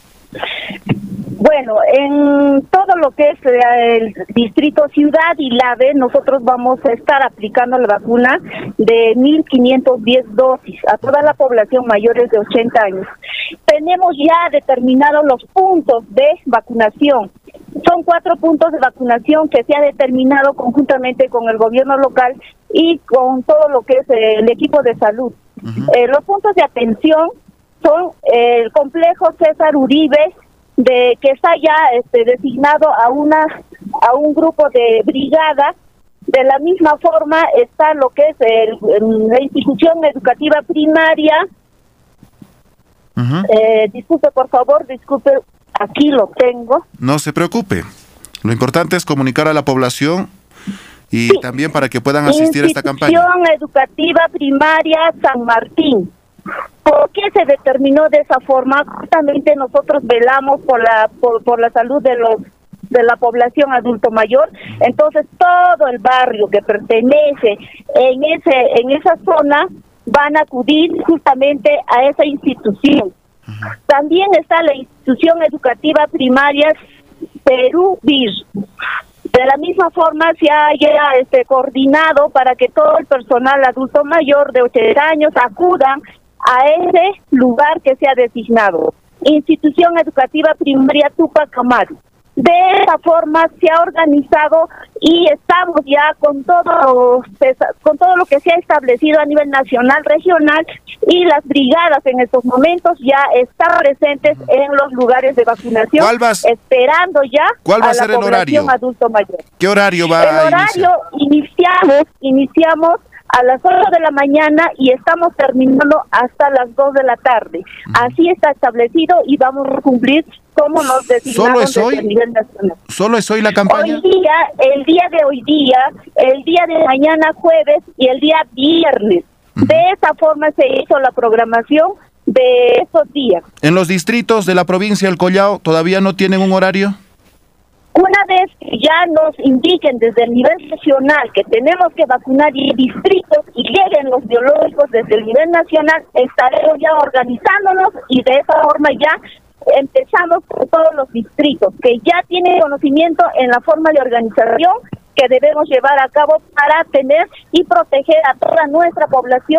Bueno, en todo lo que es el distrito Ciudad y Ilave, nosotros vamos a estar aplicando la vacuna de mil quinientas diez dosis a toda la población mayores de ochenta años. Tenemos ya determinados los puntos de vacunación. Son cuatro puntos de vacunación que se ha determinado conjuntamente con el gobierno local y con todo lo que es el equipo de salud. Uh-huh. Eh, los puntos de atención son el complejo César Uribe, de que está ya este, designado a una a un grupo de brigada. De la misma forma está lo que es el, la institución educativa primaria. Uh-huh. eh, disculpe, por favor, disculpe, aquí lo tengo. No se preocupe. Lo importante es comunicar a la población y sí, también para que puedan asistir a esta campaña. Institución educativa primaria San Martín. ¿Por qué se determinó de esa forma? Justamente nosotros velamos por la por, por la salud de los de la población adulto mayor. Entonces todo el barrio que pertenece en ese en esa zona van a acudir justamente a esa institución. Uh-huh. También está la institución educativa primaria Perú B I R. De la misma forma se ha ya este coordinado para que todo el personal adulto mayor de ochenta años acudan a ese lugar que se ha designado, Institución Educativa Primaria Tupac Amaru. De esa forma se ha organizado y estamos ya con todo, con todo lo que se ha establecido a nivel nacional, regional, y las brigadas en estos momentos ya están presentes en los lugares de vacunación, ¿Cuál vas, esperando ya ¿cuál va a, a ser la el población horario? Adulto mayor. ¿Qué horario va el a horario iniciar? iniciamos, iniciamos a las ocho de la mañana y estamos terminando hasta las dos de la tarde. Uh-huh. Así está establecido y vamos a cumplir como nos designamos desde el nivel nacional. ¿Solo es hoy la campaña? Hoy día, el día de hoy día, el día de mañana jueves y el día viernes. Uh-huh. De esa forma se hizo la programación de esos días. ¿En los distritos de la provincia del Collao todavía no tienen un horario? Una vez que ya nos indiquen desde el nivel nacional que tenemos que vacunar y distritos y lleguen los biológicos desde el nivel nacional, estaremos ya organizándonos y de esa forma ya empezamos con todos los distritos que ya tienen conocimiento en la forma de organización que debemos llevar a cabo para tener y proteger a toda nuestra población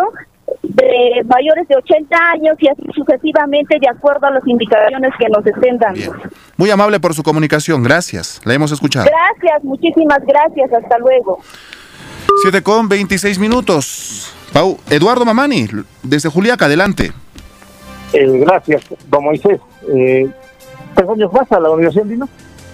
de mayores de ochenta años y así sucesivamente de acuerdo a las indicaciones que nos estén dando. Bien. Muy amable por su comunicación, gracias, la hemos escuchado. Gracias, muchísimas gracias, hasta luego. siete con veintiséis minutos. Pau, Eduardo Mamani, desde Juliaca, adelante. Eh, gracias, don Moisés. Eh, ¿Tres años más a la Universidad Andina?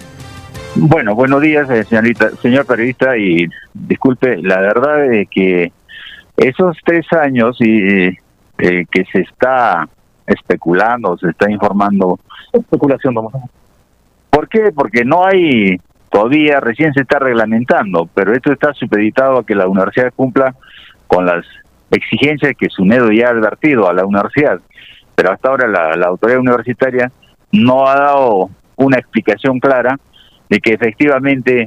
Bueno, buenos días, eh, señorita, señor periodista, y disculpe, la verdad es que esos tres años y eh, que se está especulando, se está informando... Especulación, vamos a ver. ¿Por qué? Porque no hay, todavía recién se está reglamentando, pero esto está supeditado a que la universidad cumpla con las exigencias que SUNEDO ya ha advertido a la universidad. Pero hasta ahora la, la autoridad universitaria no ha dado una explicación clara de que efectivamente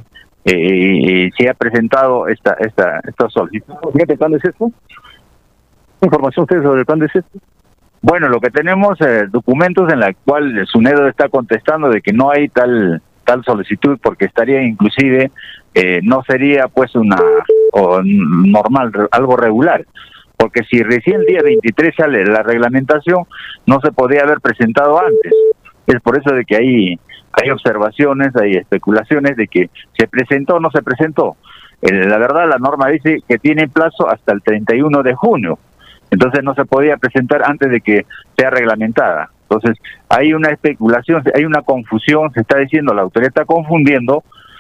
eh, se ha presentado esta esta esta solicitud. ¿Qué plan es esto? ¿Información ustedes sobre el plan de esto? Bueno, lo que tenemos eh, documentos en la cual el SUNEDO está contestando de que no hay tal tal solicitud porque estaría inclusive eh, no sería pues una o normal, algo regular. Porque si recién el día veintitrés sale la reglamentación, no se podía haber presentado antes. Es por eso de que hay hay observaciones, hay especulaciones de que se presentó o no se presentó. Eh, la verdad, la norma dice que tiene plazo hasta el treinta y uno de junio. Entonces no se podía presentar antes de que sea reglamentada. Entonces hay una especulación, hay una confusión, se está diciendo, la autoridad está confundiendo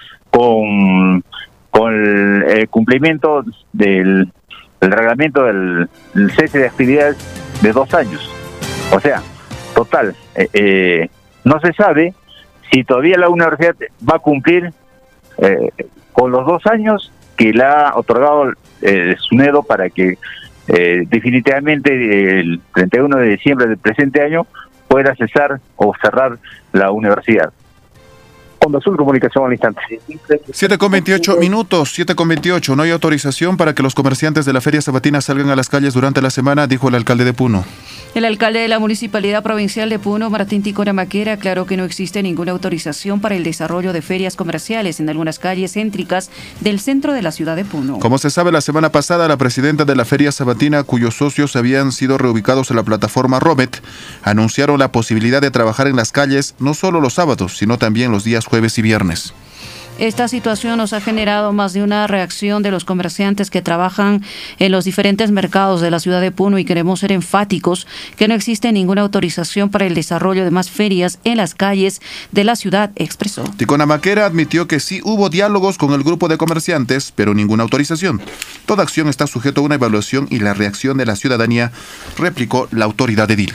con, con el, el cumplimiento del el reglamento del, del cese de actividades de dos años. O sea, total, eh, eh, no se sabe si todavía la universidad va a cumplir eh, con los dos años que le ha otorgado el SUNEDO para que eh, definitivamente el treinta y uno de diciembre del presente año pueda cesar o cerrar la universidad. Onda Azul, comunicación al instante. siete con veintiocho minutos, siete con veintiocho. No hay autorización para que los comerciantes de la Feria Sabatina salgan a las calles durante la semana, dijo el alcalde de Puno. El alcalde de la Municipalidad Provincial de Puno, Martín Ticona Maquera, aclaró que no existe ninguna autorización para el desarrollo de ferias comerciales en algunas calles céntricas del centro de la ciudad de Puno. Como se sabe, la semana pasada, la presidenta de la Feria Sabatina, cuyos socios habían sido reubicados en la plataforma Robet, anunciaron la posibilidad de trabajar en las calles no solo los sábados, sino también los días jueves y viernes. Esta situación nos ha generado más de una reacción de los comerciantes que trabajan en los diferentes mercados de la ciudad de Puno y queremos ser enfáticos que no existe ninguna autorización para el desarrollo de más ferias en las calles de la ciudad, expresó. Ticona Maquera admitió que sí hubo diálogos con el grupo de comerciantes, pero ninguna autorización. Toda acción está sujeto a una evaluación y la reacción de la ciudadanía, replicó la autoridad edil.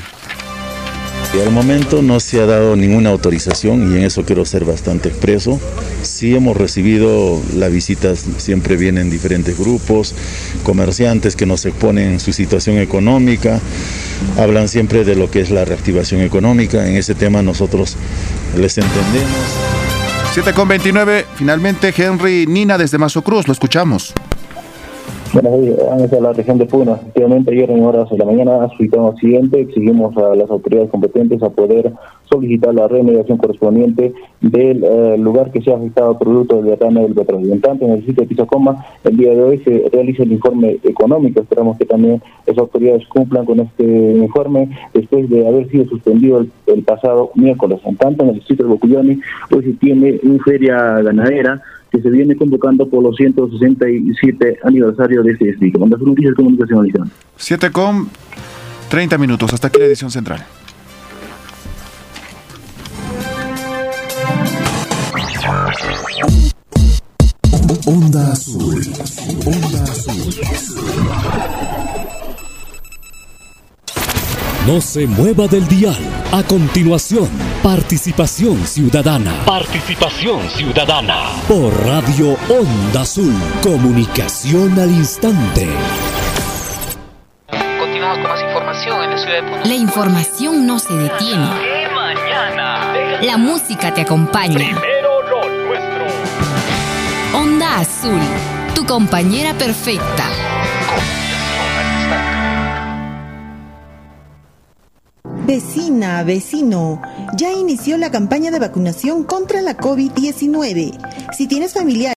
Y al momento no se ha dado ninguna autorización y en eso quiero ser bastante expreso. Sí hemos recibido las visitas, siempre vienen diferentes grupos, comerciantes que nos exponen su situación económica, hablan siempre de lo que es la reactivación económica. En ese tema nosotros les entendemos. siete con veintinueve, finalmente Henry Nina desde Mazocruz, lo escuchamos. Buenos días, vamos a la región de Puno. Efectivamente, ayer en horas de la mañana solicitamos lo siguiente: exigimos a las autoridades competentes a poder solicitar la remediación correspondiente del eh, lugar que se ha afectado producto del derrame del representante en el sitio de Pisacoma. El día de hoy se realiza el informe económico. Esperamos que también las autoridades cumplan con este informe después de haber sido suspendido el, el pasado miércoles. En tanto, en el distrito de Bocuyoni, hoy se tiene una feria ganadera que se viene convocando por los ciento sesenta y siete aniversario de este distrito. Cuando son noticias de comunicación. siete con treinta minutos, hasta aquí la edición central. Onda Azul. Onda Azul. No se mueva del dial. A continuación, participación ciudadana. Participación ciudadana. Por Radio Onda Azul. Comunicación al instante. Continuamos con más información en la ciudad de Puno. La información no se detiene. La música te acompaña. Primero lo nuestro. Onda Azul, tu compañera perfecta. Vecina, vecino, ya inició la campaña de vacunación contra la COVID diecinueve. Si tienes familiares